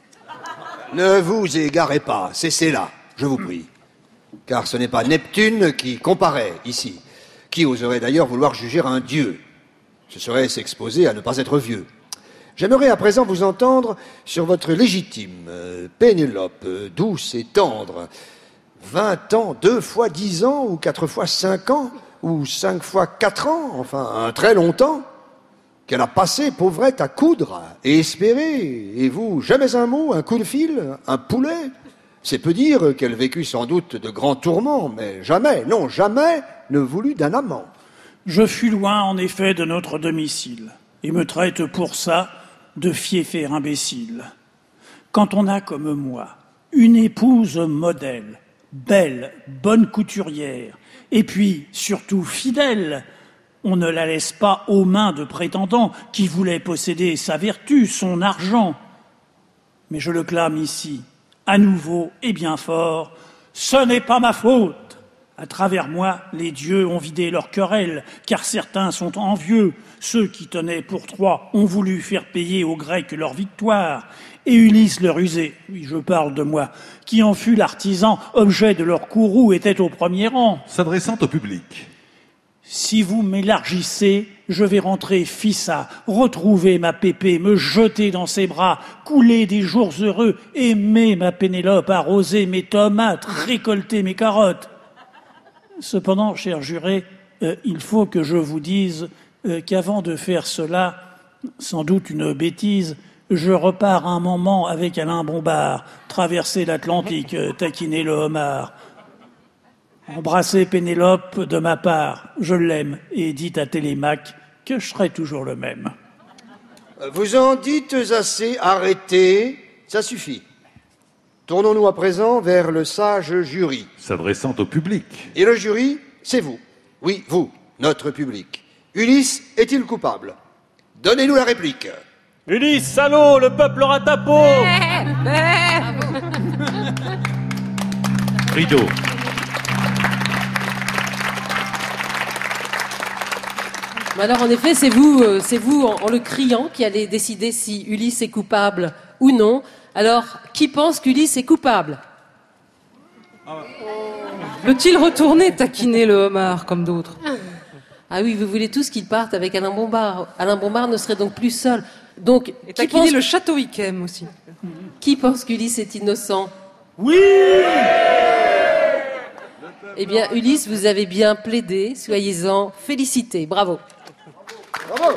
[SPEAKER 4] Ne vous égarez pas, cessez là, je vous prie. Car ce n'est pas Neptune qui comparaît ici. Qui oserait d'ailleurs vouloir juger un dieu? Ce serait s'exposer à ne pas être vieux. J'aimerais à présent vous entendre sur votre légitime euh, Pénélope, euh, douce et tendre. Vingt ans, deux fois dix ans, ou quatre fois cinq ans, ou cinq fois quatre ans, enfin un très longtemps, qu'elle a passé, pauvrette, à coudre et espérer, et vous, jamais un mot, un coup de fil, un poulet. C'est peu dire qu'elle vécut sans doute de grands tourments, mais jamais, non, jamais ne voulut d'un amant.
[SPEAKER 5] Je fus loin, en effet, de notre domicile, et me traite pour ça de fiefé imbécile. Quand on a comme moi une épouse modèle, belle, bonne couturière, et puis surtout fidèle, on ne la laisse pas aux mains de prétendants qui voulaient posséder sa vertu, son argent. Mais je le clame ici, à nouveau et bien fort, ce n'est pas ma faute. À travers moi, les dieux ont vidé leur querelle, car certains sont envieux. Ceux qui tenaient pour trois ont voulu faire payer aux Grecs leur victoire. Et Ulysse le rusé, oui, je parle de moi, qui en fut l'artisan, objet de leur courroux, était au premier rang.
[SPEAKER 12] S'adressant au public.
[SPEAKER 5] Si vous m'élargissez, je vais rentrer fissa, retrouver ma pépée, me jeter dans ses bras, couler des jours heureux, aimer ma Pénélope, arroser mes tomates, récolter mes carottes. Cependant, cher juré, euh, il faut que je vous dise euh, qu'avant de faire cela, sans doute une bêtise, je repars un moment avec Alain Bombard, traverser l'Atlantique, euh, taquiner le homard. Embrassez Pénélope de ma part, je l'aime, et dites à Télémaque que je serai toujours le même.
[SPEAKER 4] Vous en dites assez, arrêtez, ça suffit. Tournons-nous à présent vers le sage jury.
[SPEAKER 12] S'adressant au public.
[SPEAKER 4] Et le jury, c'est vous. Oui, vous, notre public. Ulysse est-il coupable? Donnez-nous la réplique.
[SPEAKER 7] Ulysse, salaud, le peuple aura ta peau.
[SPEAKER 12] Rideau.
[SPEAKER 1] Alors en effet, c'est vous, euh, c'est vous en, en le criant qui allez décider si Ulysse est coupable ou non. Alors, qui pense qu'Ulysse est coupable?
[SPEAKER 6] Peut-il retourner taquiner le homard comme d'autres?
[SPEAKER 1] Ah oui, vous voulez tous qu'il parte avec Alain Bombard. Alain Bombard ne serait donc plus seul. Donc,
[SPEAKER 6] Et
[SPEAKER 1] qui
[SPEAKER 6] taquiner
[SPEAKER 1] pense...
[SPEAKER 6] le château Yquem aussi.
[SPEAKER 1] Qui pense qu'Ulysse est innocent?
[SPEAKER 7] Oui.
[SPEAKER 1] Eh bien, Ulysse, vous avez bien plaidé. Soyez-en félicités. Bravo.
[SPEAKER 4] Bravo.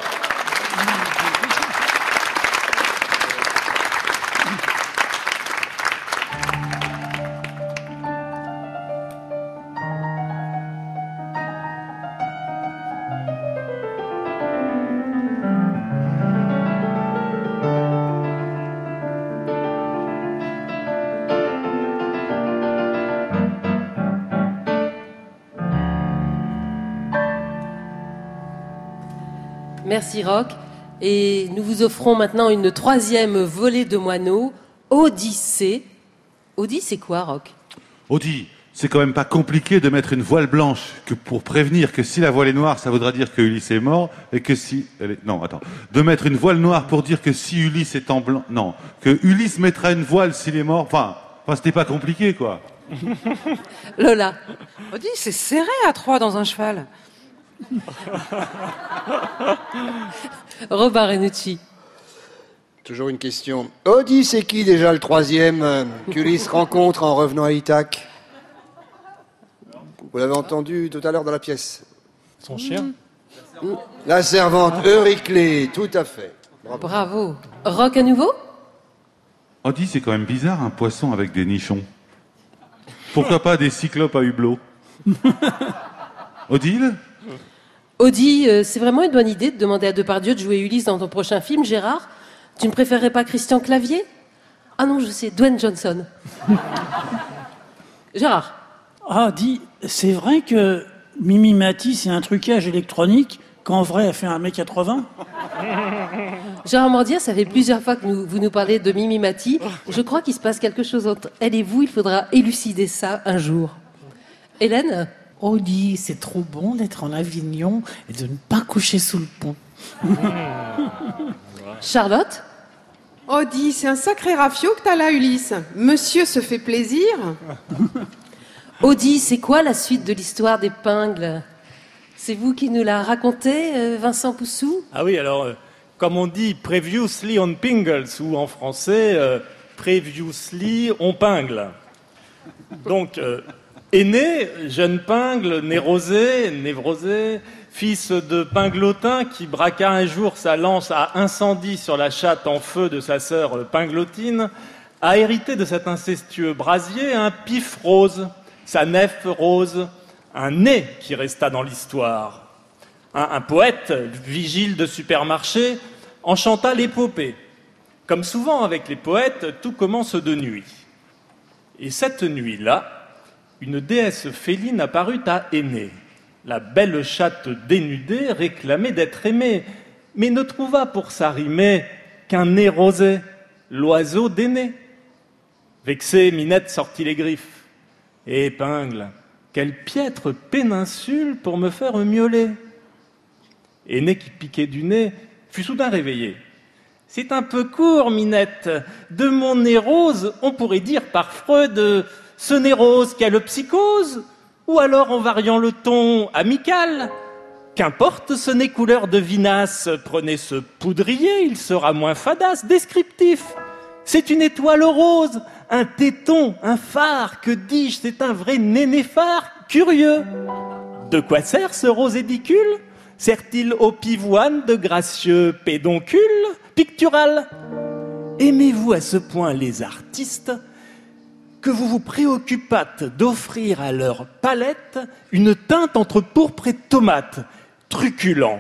[SPEAKER 1] Merci Roch. Et nous vous offrons maintenant une troisième volée de moineaux, Odyssée. Odyssée, c'est quoi, Roch?
[SPEAKER 12] Audi, c'est quand même pas compliqué de mettre une voile blanche que pour prévenir que si la voile est noire, ça voudra dire que Ulysse est mort, et que si... Elle est... Non, attends. De mettre une voile noire pour dire que si Ulysse est en blanc... Non, que Ulysse mettra une voile s'il est mort. Enfin, enfin c'était pas compliqué, quoi.
[SPEAKER 1] Lola.
[SPEAKER 6] Odyssée, c'est serré à trois dans un cheval.
[SPEAKER 1] Robin Renucci.
[SPEAKER 4] Toujours une question. Audi, c'est qui déjà le troisième euh, qu'Ulysse rencontre en revenant à Ithaque? Vous l'avez entendu tout à l'heure dans la pièce.
[SPEAKER 7] Son chien.
[SPEAKER 4] La servante Euryclée, tout à fait.
[SPEAKER 1] Bravo. Bravo. Roch à nouveau?
[SPEAKER 12] Audi, c'est quand même bizarre, un poisson avec des nichons. Pourquoi pas des cyclopes à hublot? Odile?
[SPEAKER 1] Audi, euh, c'est vraiment une bonne idée de demander à Depardieu de jouer Ulysse dans ton prochain film, Gérard. Tu ne préférerais pas Christian Clavier? Ah non, je sais, Dwayne Johnson. Gérard.
[SPEAKER 5] Ah, dis, c'est vrai que Mimi Mati, c'est un trucage électronique, qu'en vrai, elle fait un mètre quatre-vingts?
[SPEAKER 1] Gérard Mordia, ça fait plusieurs fois que nous, vous nous parlez de Mimi Mati. Je crois qu'il se passe quelque chose entre elle et vous. Il faudra élucider ça un jour. Hélène?
[SPEAKER 11] Audi, c'est trop bon d'être en Avignon et de ne pas coucher sous le pont.
[SPEAKER 1] Charlotte?
[SPEAKER 9] Audi, c'est un sacré rafio que t'as là, Ulysse. Monsieur se fait plaisir.
[SPEAKER 1] Audi, c'est quoi la suite de l'histoire d'Épingle? C'est vous qui nous l'a raconté, euh, Vincent Poussou?
[SPEAKER 7] Ah oui, alors, euh, comme on dit, previously on Pingles, ou en français, euh, previously on Pingle. Donc, euh, aîné, jeune Pingle, nérosé, névrosé, fils de Pinglotin qui braqua un jour sa lance à incendie sur la chatte en feu de sa sœur Pinglotine, a hérité de cet incestueux brasier un pif rose, sa nef rose, un nez qui resta dans l'histoire. Un, un poète, vigile de supermarché, en chanta l'épopée. Comme souvent avec les poètes, tout commence de nuit. Et cette nuit-là, une déesse féline apparut à Énée. La belle chatte dénudée réclamait d'être aimée, mais ne trouva pour s'arrimer qu'un nez rosé, l'oiseau d'Énée. Vexée, Minette sortit les griffes. Et Épingle, quelle piètre péninsule pour me faire miauler. Énée, qui piquait du nez, fut soudain réveillée. C'est un peu court, Minette. De mon nez rose, on pourrait dire par Freud, ce nez rose qui a le psychose, ou alors en variant le ton amical. Qu'importe ce nez couleur de vinasse, prenez ce poudrier, il sera moins fadasse, descriptif. C'est une étoile rose, un téton, un phare, que dis-je, c'est un vrai nénéphare, curieux. De quoi sert ce rose édicule? Sert-il au pivoine de gracieux pédoncules pictural? Aimez-vous à ce point les artistes que vous vous préoccupâtes d'offrir à leur palette une teinte entre pourpre et tomate, truculent.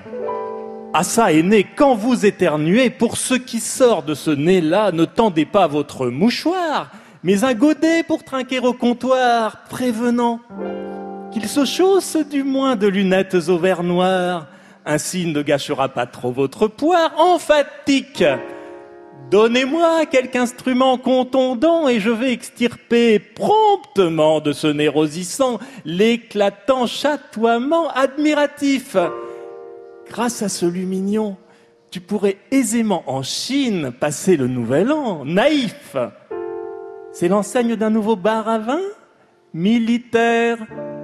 [SPEAKER 7] À ça est né quand vous éternuez, pour ce qui sort de ce nez-là, ne tendez pas votre mouchoir, mais un godet pour trinquer au comptoir, prévenant qu'il se chausse du moins de lunettes au verre noir. Ainsi ne gâchera pas trop votre poire emphatique. Donnez-moi quelque instrument contondant et je vais extirper promptement de ce nez rosissant l'éclatant chatoiement admiratif. Grâce à ce lumignon, tu pourrais aisément en Chine passer le nouvel an, naïf. C'est l'enseigne d'un nouveau bar à vin, militaire,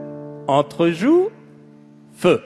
[SPEAKER 7] entrejoue, feu.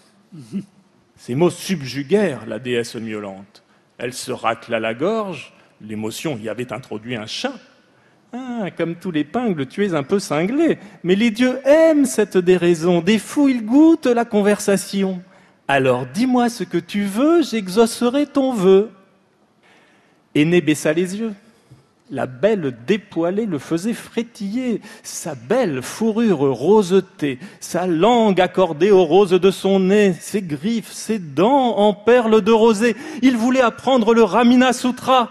[SPEAKER 7] Ces mots subjuguèrent la déesse miaulante. Elle se racla la gorge, L'émotion y avait introduit un chat. Ah, comme tous les pingles, tu es un peu cinglé. Mais les dieux aiment cette déraison. Des fous, ils goûtent la conversation. Alors dis-moi ce que tu veux, j'exaucerai ton vœu. Aîné baissa les yeux. La belle dépoilée le faisait frétiller, sa belle fourrure rosetée, sa langue accordée aux roses de son nez, ses griffes, ses dents en perles de rosée. Il voulait apprendre le Ramina Sutra.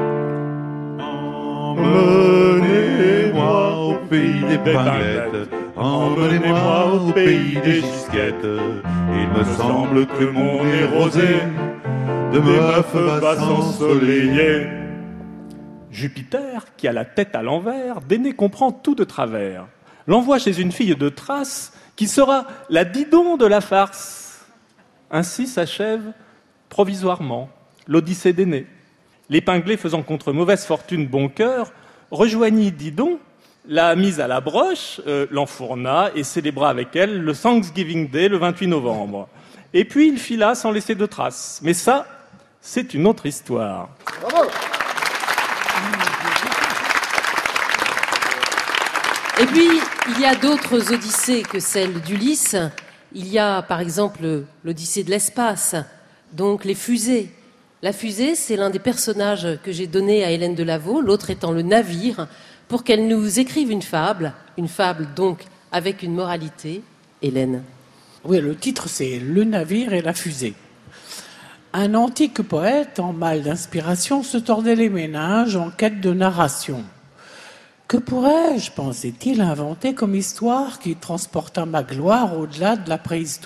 [SPEAKER 12] Emmenez-moi au pays des pinglettes, emmenez-moi au pays des gisquettes. Il me semble que mon nez rosé de meuf va s'ensoleiller.
[SPEAKER 7] Jupiter, qui a la tête à l'envers, Déné comprend tout de travers. L'envoie chez une fille de Thrace, qui sera la Didon de la farce. Ainsi s'achève, provisoirement, l'Odyssée d'Énée. L'épinglé faisant contre mauvaise fortune bon cœur, rejoignit Didon, l'a mise à la broche, euh, l'enfourna et célébra avec elle le Thanksgiving Day le vingt-huit novembre. Et puis il fila sans laisser de traces. Mais ça, c'est une autre histoire.
[SPEAKER 4] Bravo.
[SPEAKER 1] Et puis, il y a d'autres odyssées que celle d'Ulysse. Il y a, par exemple, l'Odyssée de l'espace, donc les fusées. La fusée, c'est l'un des personnages que j'ai donné à Hélène de Lavaux, l'autre étant le navire, pour qu'elle nous écrive une fable, une fable donc avec une moralité. Hélène.
[SPEAKER 11] Oui, le titre, c'est « Le navire et la fusée ». Un antique poète, en mal d'inspiration, se tordait les méninges en quête de narration. Que pourrais-je, pensait-il, inventer comme histoire qui transporta ma gloire au-delà de la préhistoire ?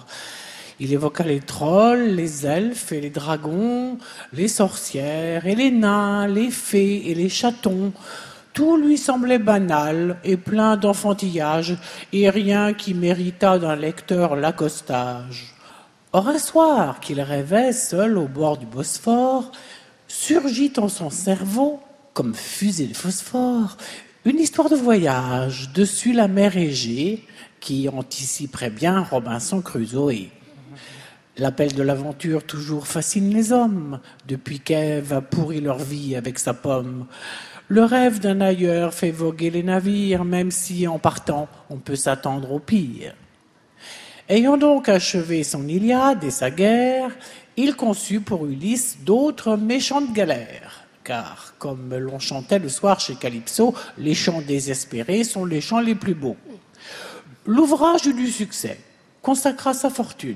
[SPEAKER 11] Il évoqua les trolls, les elfes et les dragons, les sorcières et les nains, les fées et les chatons. Tout lui semblait banal et plein d'enfantillage, et rien qui méritât d'un lecteur l'accostage. Or, un soir qu'il rêvait, seul au bord du Bosphore, surgit en son cerveau, comme fusée de phosphore, une histoire de voyage dessus la mer Égée qui anticiperait bien Robinson Crusoe. L'appel de l'aventure toujours fascine les hommes, depuis qu'Ève a pourri leur vie avec sa pomme. Le rêve d'un ailleurs fait voguer les navires, même si, en partant, on peut s'attendre au pire. Ayant donc achevé son Iliade et sa guerre, il conçut pour Ulysse d'autres méchantes galères. Car, comme l'on chantait le soir chez Calypso, les chants désespérés sont les chants les plus beaux. L'ouvrage eut du succès, consacra sa fortune.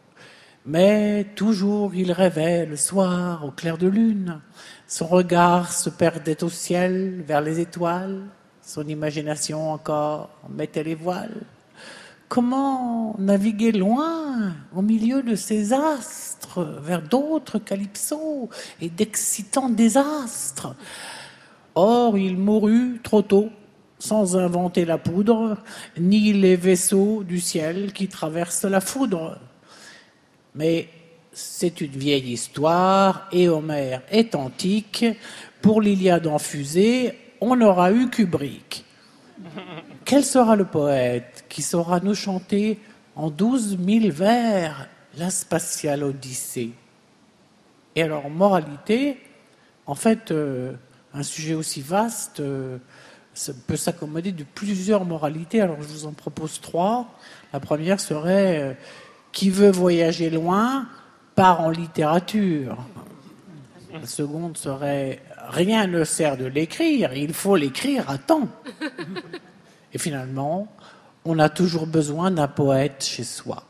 [SPEAKER 11] Mais toujours il rêvait le soir au clair de lune. Son regard se perdait au ciel vers les étoiles. Son imagination encore mettait les voiles. Comment naviguer loin au milieu de ces astres vers d'autres calypsos et d'excitants désastres? Or il mourut trop tôt, sans inventer la poudre, ni les vaisseaux du ciel qui traversent la foudre. Mais c'est une vieille histoire, et Homère est antique. Pour l'Iliade en fusée, on aura eu Kubrick. Quel sera le poète qui saura nous chanter en douze mille vers la spatiale Odyssée? Et alors, moralité, en fait, euh, un sujet aussi vaste euh, peut s'accommoder de plusieurs moralités. Alors, je vous en propose trois. La première serait... Euh, Qui veut voyager loin, part en littérature. La seconde serait « Rien ne sert de l'écrire, il faut l'écrire à temps ». Et finalement, on a toujours besoin d'un poète chez soi.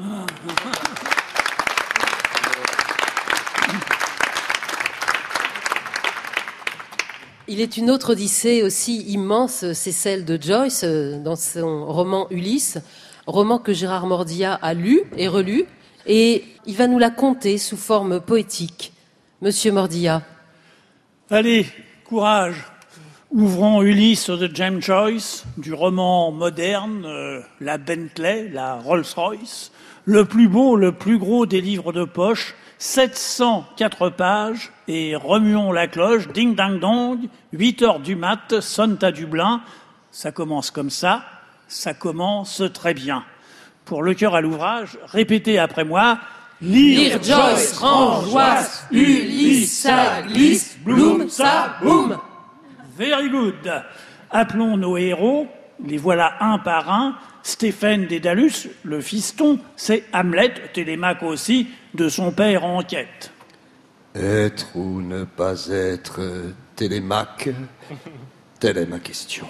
[SPEAKER 1] Il est une autre odyssée aussi immense, c'est celle de Joyce dans son roman Ulysse. Roman que Gérard Mordia a lu et relu, et il va nous la conter sous forme poétique. Monsieur Mordia.
[SPEAKER 5] Allez, courage. Ouvrons Ulysse de James Joyce, du roman moderne, euh, la Bentley, la Rolls-Royce, le plus beau, le plus gros des livres de poche, sept cent quatre pages, et remuons la cloche, ding dang dong, huit heures du mat, sonne à Dublin. Ça commence comme ça. Ça commence très bien. Pour le cœur à l'ouvrage, répétez après moi. Lire, Joyce, range, Wass, Ulysse, ça glisse, Bloom, ça boum. Very good. Appelons nos héros, les voilà un par un. Stéphane Dédalus, le fiston, c'est Hamlet, Télémaque aussi, de son père en quête.
[SPEAKER 4] Être ou ne pas être Télémaque, telle est ma question.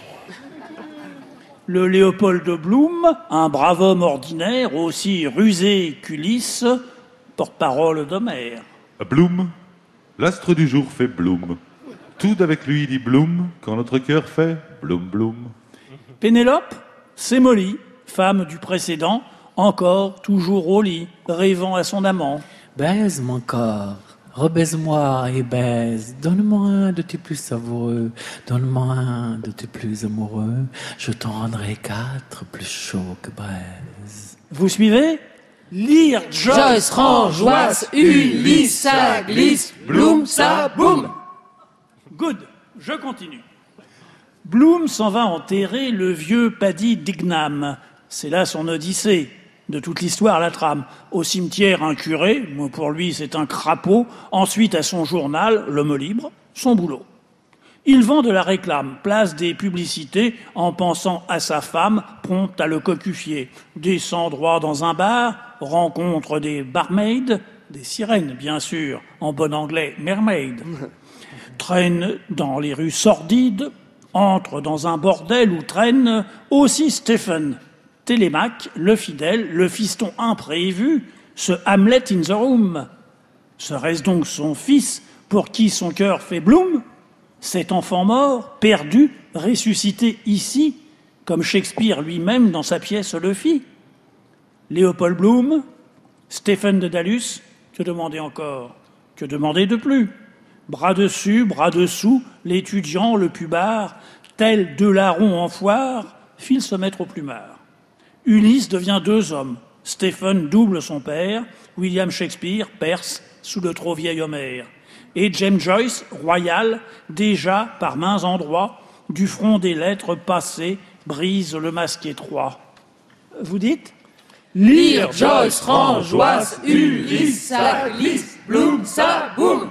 [SPEAKER 5] Le Léopold de Bloom, un brave homme ordinaire, aussi rusé qu'Ulysse, porte-parole d'Homère.
[SPEAKER 12] Bloom, l'astre du jour fait Bloom. Tout avec lui dit Bloom, quand notre cœur fait Bloom Bloom.
[SPEAKER 5] Pénélope, c'est Molly, femme du précédent, encore toujours au lit, rêvant à son amant.
[SPEAKER 11] Baise mon corps, rebaise-moi et baise, donne-moi un de tes plus savoureux, donne-moi un de tes plus amoureux, je t'en rendrai quatre plus chauds que braise.
[SPEAKER 5] Vous suivez? Lire, Joyce,
[SPEAKER 1] Joyce, range, Wass, Ulysse, ça glisse, Bloom, ça boum.
[SPEAKER 5] Good, je continue. Bloom s'en va enterrer le vieux Paddy Dignam. C'est là son odyssée, de toute l'histoire la trame. Au cimetière, un curé, pour lui c'est un crapaud. Ensuite, à son journal, l'homme libre, son boulot. Il vend de la réclame, place des publicités, en pensant à sa femme, prompte à le cocufier. Descend droit dans un bar, rencontre des barmaids, des sirènes bien sûr, en bon anglais, mermaid. Traîne dans les rues sordides, entre dans un bordel où traîne aussi Stephen, Télémaque, le fidèle, le fiston imprévu, ce Hamlet in the room. Serait-ce donc son fils pour qui son cœur fait bloom? Cet enfant mort, perdu, ressuscité ici, comme Shakespeare lui-même dans sa pièce le fit. Léopold Bloom, Stéphane Dédalus, que demander encore? Que demander de plus? Bras dessus, bras dessous, l'étudiant, le pubard, tel deux larrons en foire, file se mettre au plumard. Ulysse devient deux hommes. Stephen double son père, William Shakespeare perce sous le trop vieil Homère. Et James Joyce, royal, déjà par mains endroits, du front des lettres passées, brise le masque étroit. Vous dites?
[SPEAKER 1] Lire, Joyce, range, Wass, Ulysse, ça glisse, Bloom, ça boum.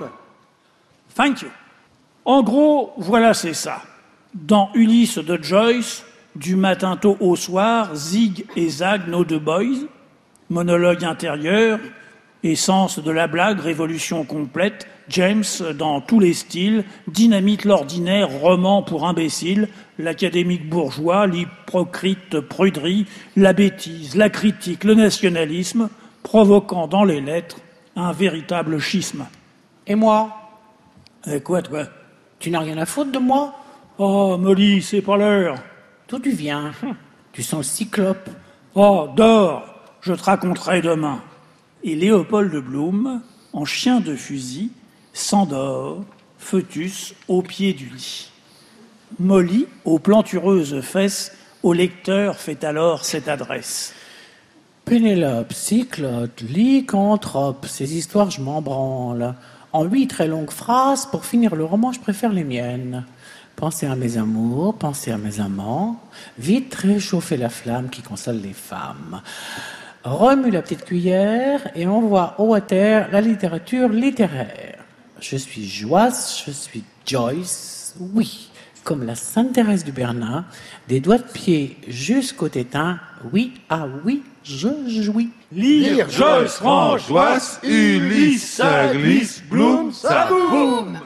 [SPEAKER 5] Thank you. En gros, voilà, c'est ça. Dans Ulysse de Joyce, du matin tôt au soir, zig et zag nos deux boys, monologue intérieur, essence de la blague, révolution complète, James dans tous les styles, dynamite l'ordinaire, roman pour imbéciles, l'académique bourgeois, l'hypocrite pruderie, la bêtise, la critique, le nationalisme, provoquant dans les lettres un véritable schisme.
[SPEAKER 11] Et moi?
[SPEAKER 5] Et quoi, toi?
[SPEAKER 11] Tu n'as rien à foutre de moi?
[SPEAKER 5] Oh, Molly, c'est pas l'heure.
[SPEAKER 11] D'où tu viens? Tu sens le cyclope.
[SPEAKER 5] Oh, dors, je te raconterai demain. Et Léopold de Bloom, en chien de fusil, s'endort, fœtus, au pied du lit. Molly, aux plantureuses fesses, au lecteur fait alors cette adresse.
[SPEAKER 11] Pénélope, cyclope, lycanthrope, ces histoires je m'en branle. En huit très longues phrases, pour finir le roman, je préfère les miennes. Pensez à mes amours, pensez à mes amants, vite réchauffez la flamme qui console les femmes. Remue la petite cuillère et envoie haut à terre la littérature littéraire. Je suis Joyce, je suis Joyce, oui, comme la Sainte Thérèse du Bernin, des doigts de pied jusqu'au tétin, oui, ah oui, je jouis.
[SPEAKER 12] Lire, Joyce, range, Wass, Ulysse, ça glisse, Bloom, ça boum.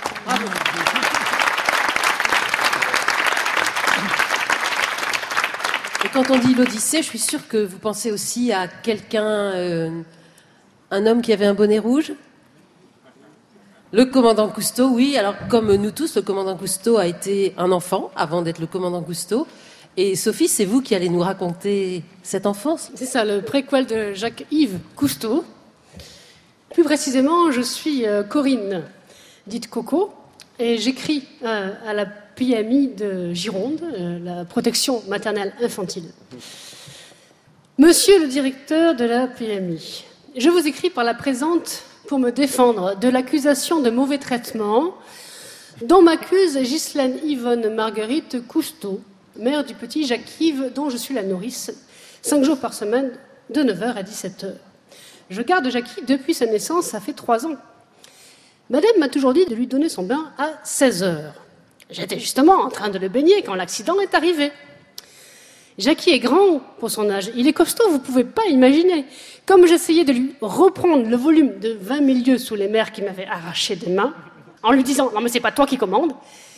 [SPEAKER 1] Et quand on dit l'Odyssée, je suis sûre que vous pensez aussi à quelqu'un, euh, un homme qui avait un bonnet rouge. Le commandant Cousteau, oui. Alors, comme nous tous, le commandant Cousteau a été un enfant avant d'être le commandant Cousteau. Et Sophie, c'est vous qui allez nous raconter cette enfance.
[SPEAKER 8] C'est ça, le préquel de Jacques-Yves Cousteau. Plus précisément, je suis euh, Corinne, dite Coco, et j'écris euh, à la P M I de Gironde, euh, la protection maternelle infantile. Monsieur le directeur de la P M I, je vous écris par la présente pour me défendre de l'accusation de mauvais traitement dont m'accuse Ghislaine Yvonne Marguerite Cousteau, mère du petit Jacques-Yves dont je suis la nourrice, cinq jours par semaine, de neuf heures à dix-sept heures. Je garde Jackie depuis sa naissance, ça fait trois ans. Madame m'a toujours dit de lui donner son bain à seize heures. J'étais justement en train de le baigner quand l'accident est arrivé. Jackie est grand pour son âge. Il est costaud, vous ne pouvez pas imaginer. Comme j'essayais de lui reprendre le volume de vingt mille lieues sous les mers qui m'avait arraché des mains, en lui disant « Non mais c'est pas toi qui commande »,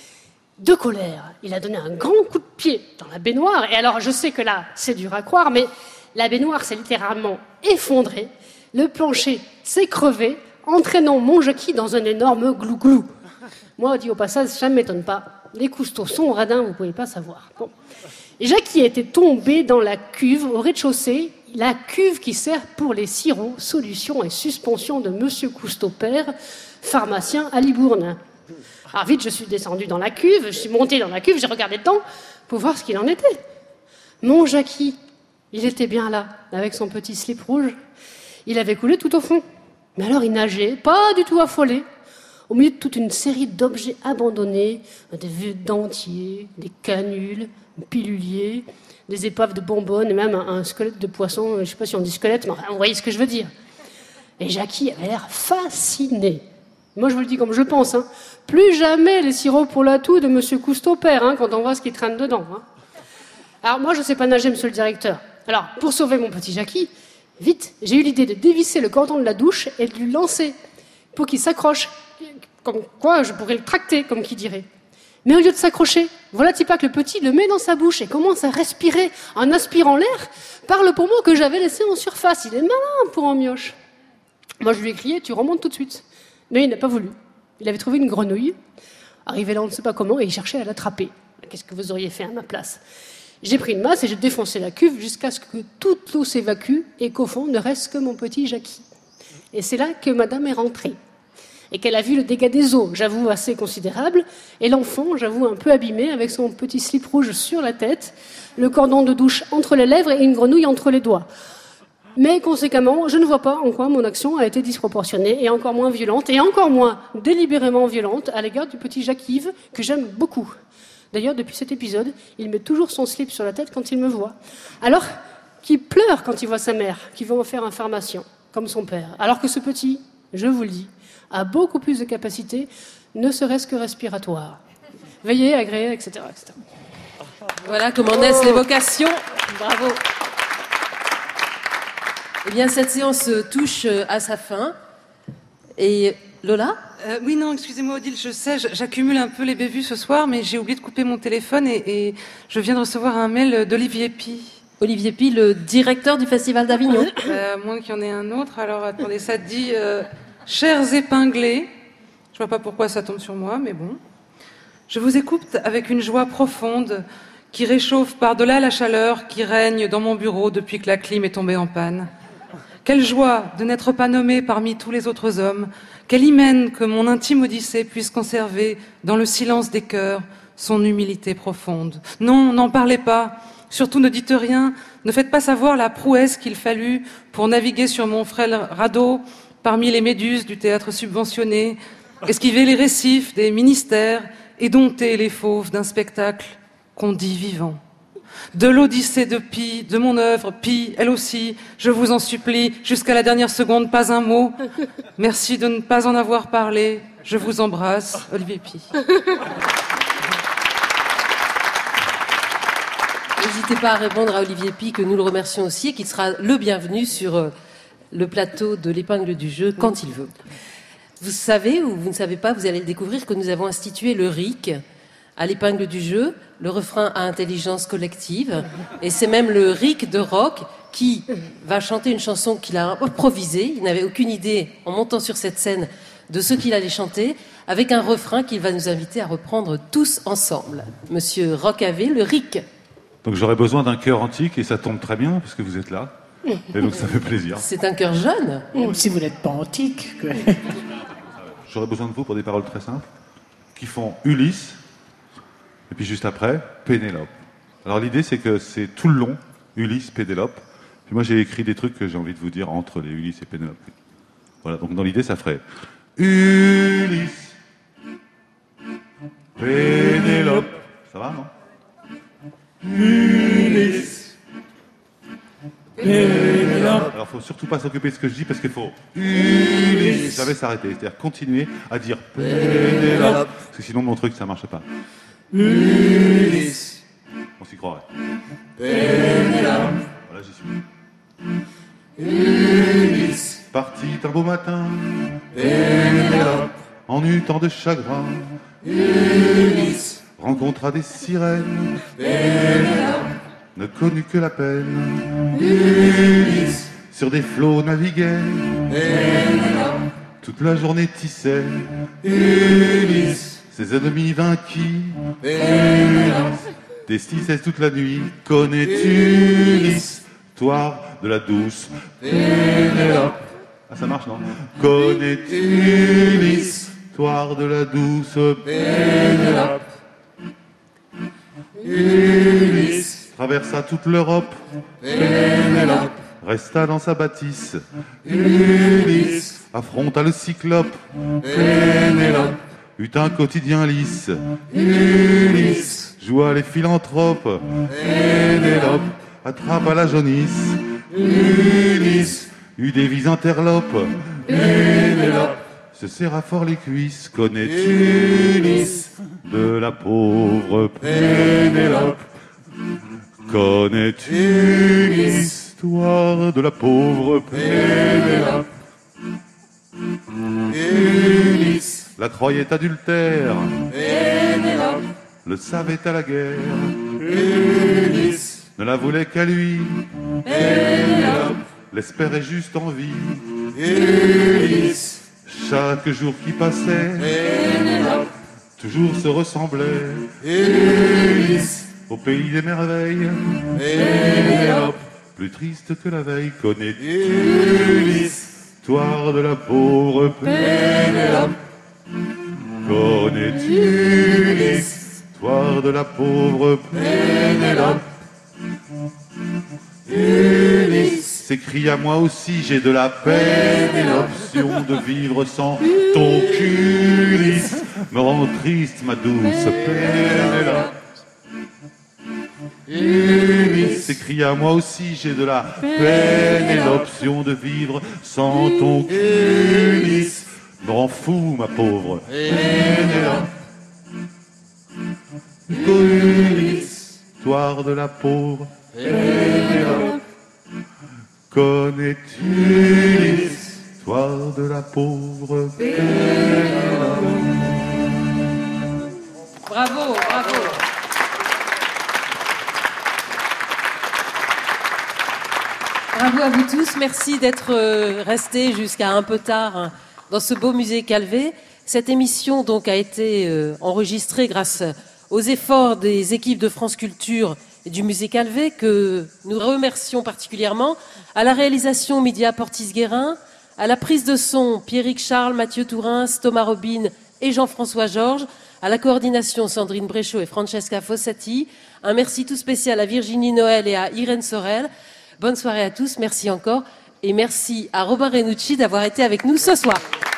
[SPEAKER 8] de colère, il a donné un grand coup de pied dans la baignoire. Et alors je sais que là, c'est dur à croire, mais la baignoire s'est littéralement effondrée. Le plancher s'est crevé, entraînant mon Jackie dans un énorme glou-glou. Moi, dit au passage, ça ne m'étonne pas. Les coustos sont radins, vous ne pouvez pas savoir. Bon. Jackie était tombé dans la cuve au rez-de-chaussée, la cuve qui sert pour les sirops, solutions et suspensions de Monsieur Cousteau père, pharmacien à Libourne. Alors vite, je suis descendue dans la cuve, je suis montée dans la cuve, j'ai regardé dedans pour voir ce qu'il en était. Mon Jackie, il était bien là, avec son petit slip rouge. Il avait coulé tout au fond. Mais alors il nageait, pas du tout affolé, au milieu de toute une série d'objets abandonnés, des vieux dentiers, des canules, un pilulier, des épaves de bonbonnes et même un, un squelette de poisson. Je ne sais pas si on dit squelette, mais enfin, vous voyez ce que je veux dire. Et Jackie avait l'air fasciné. Moi, je vous le dis comme je pense. Hein. Plus jamais les sirops pour la toux de Monsieur Cousteau père, hein, quand on voit ce qui traîne dedans. Hein. Alors moi, je ne sais pas nager, monsieur le directeur. Alors, pour sauver mon petit Jackie, vite, j'ai eu l'idée de dévisser le cordon de la douche et de lui lancer pour qu'il s'accroche. Comme quoi, je pourrais le tracter, comme qui dirait. Mais au lieu de s'accrocher, voilà Tipa que le petit le met dans sa bouche et commence à respirer en aspirant l'air par le poumon que j'avais laissé en surface. Il est malin pour en mioche. Moi, je lui ai crié, tu remontes tout de suite. Mais il n'a pas voulu. Il avait trouvé une grenouille, arrivé là on ne sait pas comment, et il cherchait à l'attraper. Qu'est-ce que vous auriez fait à ma place? J'ai pris une masse et j'ai défoncé la cuve jusqu'à ce que toute l'eau s'évacue et qu'au fond ne reste que mon petit Jackie. Et c'est là que madame est rentrée. Et qu'elle a vu le dégât des eaux, j'avoue assez considérable, et l'enfant, j'avoue un peu abîmé, avec son petit slip rouge sur la tête, le cordon de douche entre les lèvres et une grenouille entre les doigts. Mais conséquemment, je ne vois pas en quoi mon action a été disproportionnée et encore moins violente, et encore moins délibérément violente à l'égard du petit Jacques-Yves, que j'aime beaucoup. D'ailleurs, depuis cet épisode, il met toujours son slip sur la tête quand il me voit. Alors qu'il pleure quand il voit sa mère, qui veut en faire un pharmacien, comme son père. Alors que ce petit, je vous le dis, a beaucoup plus de capacités, ne serait-ce que respiratoire. Veillez, agréez, et cetera, et cetera.
[SPEAKER 1] Voilà comment naissent les vocations. Bravo. Eh bien, cette séance touche à sa fin. Et Lola ?
[SPEAKER 6] euh, Oui, non, excusez-moi Odile, je sais, j'accumule un peu les bévues ce soir, mais j'ai oublié de couper mon téléphone et, et je viens de recevoir un mail d'Olivier Pi.
[SPEAKER 1] Olivier Pi, le directeur du Festival d'Avignon.
[SPEAKER 6] Euh, à moins qu'il y en ait un autre. Alors, attendez, ça dit euh, « Chers épinglés ». Je vois pas pourquoi ça tombe sur moi, mais bon. Je vous écoute avec une joie profonde qui réchauffe par-delà la chaleur qui règne dans mon bureau depuis que la clim est tombée en panne. Quelle joie de n'être pas nommé parmi tous les autres hommes. Quelle hymen que mon intime Odyssée puisse conserver dans le silence des cœurs son humilité profonde. Non, n'en parlez pas. Surtout ne dites rien. Ne faites pas savoir la prouesse qu'il fallut pour naviguer sur mon frêle radeau parmi les méduses du théâtre subventionné, esquiver les récifs des ministères et dompter les fauves d'un spectacle qu'on dit vivant. De l'Odyssée de Pi, de mon œuvre, Pi, elle aussi, je vous en supplie, jusqu'à la dernière seconde, pas un mot. Merci de ne pas en avoir parlé. Je vous embrasse, Olivier Pi.
[SPEAKER 1] N'hésitez pas à répondre à Olivier Pi, que nous le remercions aussi, et qu'il sera le bienvenu sur le plateau de l'épingle du jeu quand il veut. Vous savez, ou vous ne savez pas, vous allez le découvrir, que nous avons institué le R I C à l'épingle du jeu, le refrain à intelligence collective, et c'est même le R I C de rock qui va chanter une chanson qu'il a improvisée. Il n'avait aucune idée, en montant sur cette scène, de ce qu'il allait chanter, avec un refrain qu'il va nous inviter à reprendre tous ensemble. Monsieur Rocavé, le R I C.
[SPEAKER 12] Donc j'aurais besoin d'un chœur antique, et ça tombe très bien, parce que vous êtes là. Et donc ça fait plaisir.
[SPEAKER 1] C'est un chœur jeune.
[SPEAKER 11] Même si vous n'êtes pas antique.
[SPEAKER 12] J'aurais besoin de vous pour des paroles très simples, qui font Ulysse, et puis juste après, Pénélope. Alors l'idée, c'est que c'est tout le long, Ulysse, Pénélope. Puis moi, j'ai écrit des trucs que j'ai envie de vous dire entre les Ulysse et Pénélope. Voilà, donc dans l'idée, ça ferait Ulysse, Pénélope. Ça va, non? Ulysse,
[SPEAKER 5] Pénélope.
[SPEAKER 12] Alors, faut surtout pas s'occuper de ce que je dis parce qu'il faut Ulysse. Jamais s'arrêter, c'est-à-dire continuer à dire Pénélope. Parce que sinon, mon truc, ça marche pas.
[SPEAKER 2] Ulysse.
[SPEAKER 12] On s'y croirait.
[SPEAKER 2] Pénélope.
[SPEAKER 12] Voilà, j'y suis.
[SPEAKER 2] Ulysse.
[SPEAKER 12] Parti un beau matin,
[SPEAKER 2] Pénélope.
[SPEAKER 12] en eut tant de chagrin,
[SPEAKER 2] Ulysse.
[SPEAKER 12] rencontra des sirènes,
[SPEAKER 2] Pénélope.
[SPEAKER 12] ne connut que la peine,
[SPEAKER 2] Ulysse.
[SPEAKER 12] sur des flots naviguait,
[SPEAKER 2] Pénélope.
[SPEAKER 12] toute la journée tissait,
[SPEAKER 2] Ulysse.
[SPEAKER 12] ses ennemis vainquis,
[SPEAKER 2] Pénélope.
[SPEAKER 12] destissaient toute la nuit, connais-tu l'histoire de la douce
[SPEAKER 2] Pénélope.
[SPEAKER 12] Ah, ça marche, non? Connais-tu l'histoire de la douce
[SPEAKER 2] Pénélope. Ulysse.
[SPEAKER 12] Traversa toute l'Europe,
[SPEAKER 2] Pénélope.
[SPEAKER 12] resta dans sa bâtisse,
[SPEAKER 2] Ulysse.
[SPEAKER 12] affronta le cyclope,
[SPEAKER 2] Pénélope.
[SPEAKER 12] eut un quotidien lisse,
[SPEAKER 2] Ulysse.
[SPEAKER 12] joua les philanthropes,
[SPEAKER 2] Pénélope.
[SPEAKER 12] attrapa la jaunisse,
[SPEAKER 2] Ulysse.
[SPEAKER 12] eut des vies interlopes,
[SPEAKER 2] Pénélope.
[SPEAKER 12] se serra fort les cuisses, connais-tu
[SPEAKER 2] Ulysse.
[SPEAKER 12] de la pauvre
[SPEAKER 2] Pénélope.
[SPEAKER 12] Connais-tu l'histoire de la pauvre
[SPEAKER 2] Pénélope. Ulysse.
[SPEAKER 12] La croyait adultère,
[SPEAKER 2] Pénélope.
[SPEAKER 12] le savait à la guerre,
[SPEAKER 2] Ulysse.
[SPEAKER 12] ne la voulait qu'à lui,
[SPEAKER 2] Pénélope.
[SPEAKER 12] l'espérait juste en vie.
[SPEAKER 2] Ulysse.
[SPEAKER 12] Chaque jour qui passait,
[SPEAKER 2] Pénélope.
[SPEAKER 12] toujours se ressemblait
[SPEAKER 2] Ulysse.
[SPEAKER 12] au pays des merveilles,
[SPEAKER 2] Pénélope.
[SPEAKER 12] plus triste que la veille. Connais-tu
[SPEAKER 2] Ulysse.
[SPEAKER 12] l'histoire de la pauvre
[SPEAKER 2] Pénélope.
[SPEAKER 12] Connais-tu l'histoire de la pauvre
[SPEAKER 2] Pénélope. Ulysse.
[SPEAKER 12] S'écria moi aussi, j'ai de la peine et l'option de vivre sans ton cul. Ulysse me rend triste, ma douce Pénélope.
[SPEAKER 2] Ulysse.
[SPEAKER 12] S'écria moi aussi, j'ai de la peine et l'option de vivre sans ton cul. Ulysse me rend fou, ma pauvre
[SPEAKER 2] Pénélope.
[SPEAKER 12] Ulysse, histoire de la pauvre
[SPEAKER 2] Pénélope.
[SPEAKER 12] Connais-tu l'histoire de la pauvre Pénélope?
[SPEAKER 1] Bravo, bravo. Bravo à vous tous. Merci d'être euh, restés jusqu'à un peu tard hein, dans ce beau musée Calvé. Cette émission donc a été euh, enregistrée grâce aux efforts des équipes de France Culture et du musée Calvé que nous remercions particulièrement, à la réalisation Média Portis-Guérin, à la prise de son Pierrick Charles, Mathieu Tourins, Thomas Robin et Jean-François Georges, à la coordination Sandrine Bréchot et Francesca Fossati. Un merci tout spécial à Virginie Noël et à Irène Sorel. Bonne soirée à tous, merci encore et merci à Robin Renucci d'avoir été avec nous ce soir.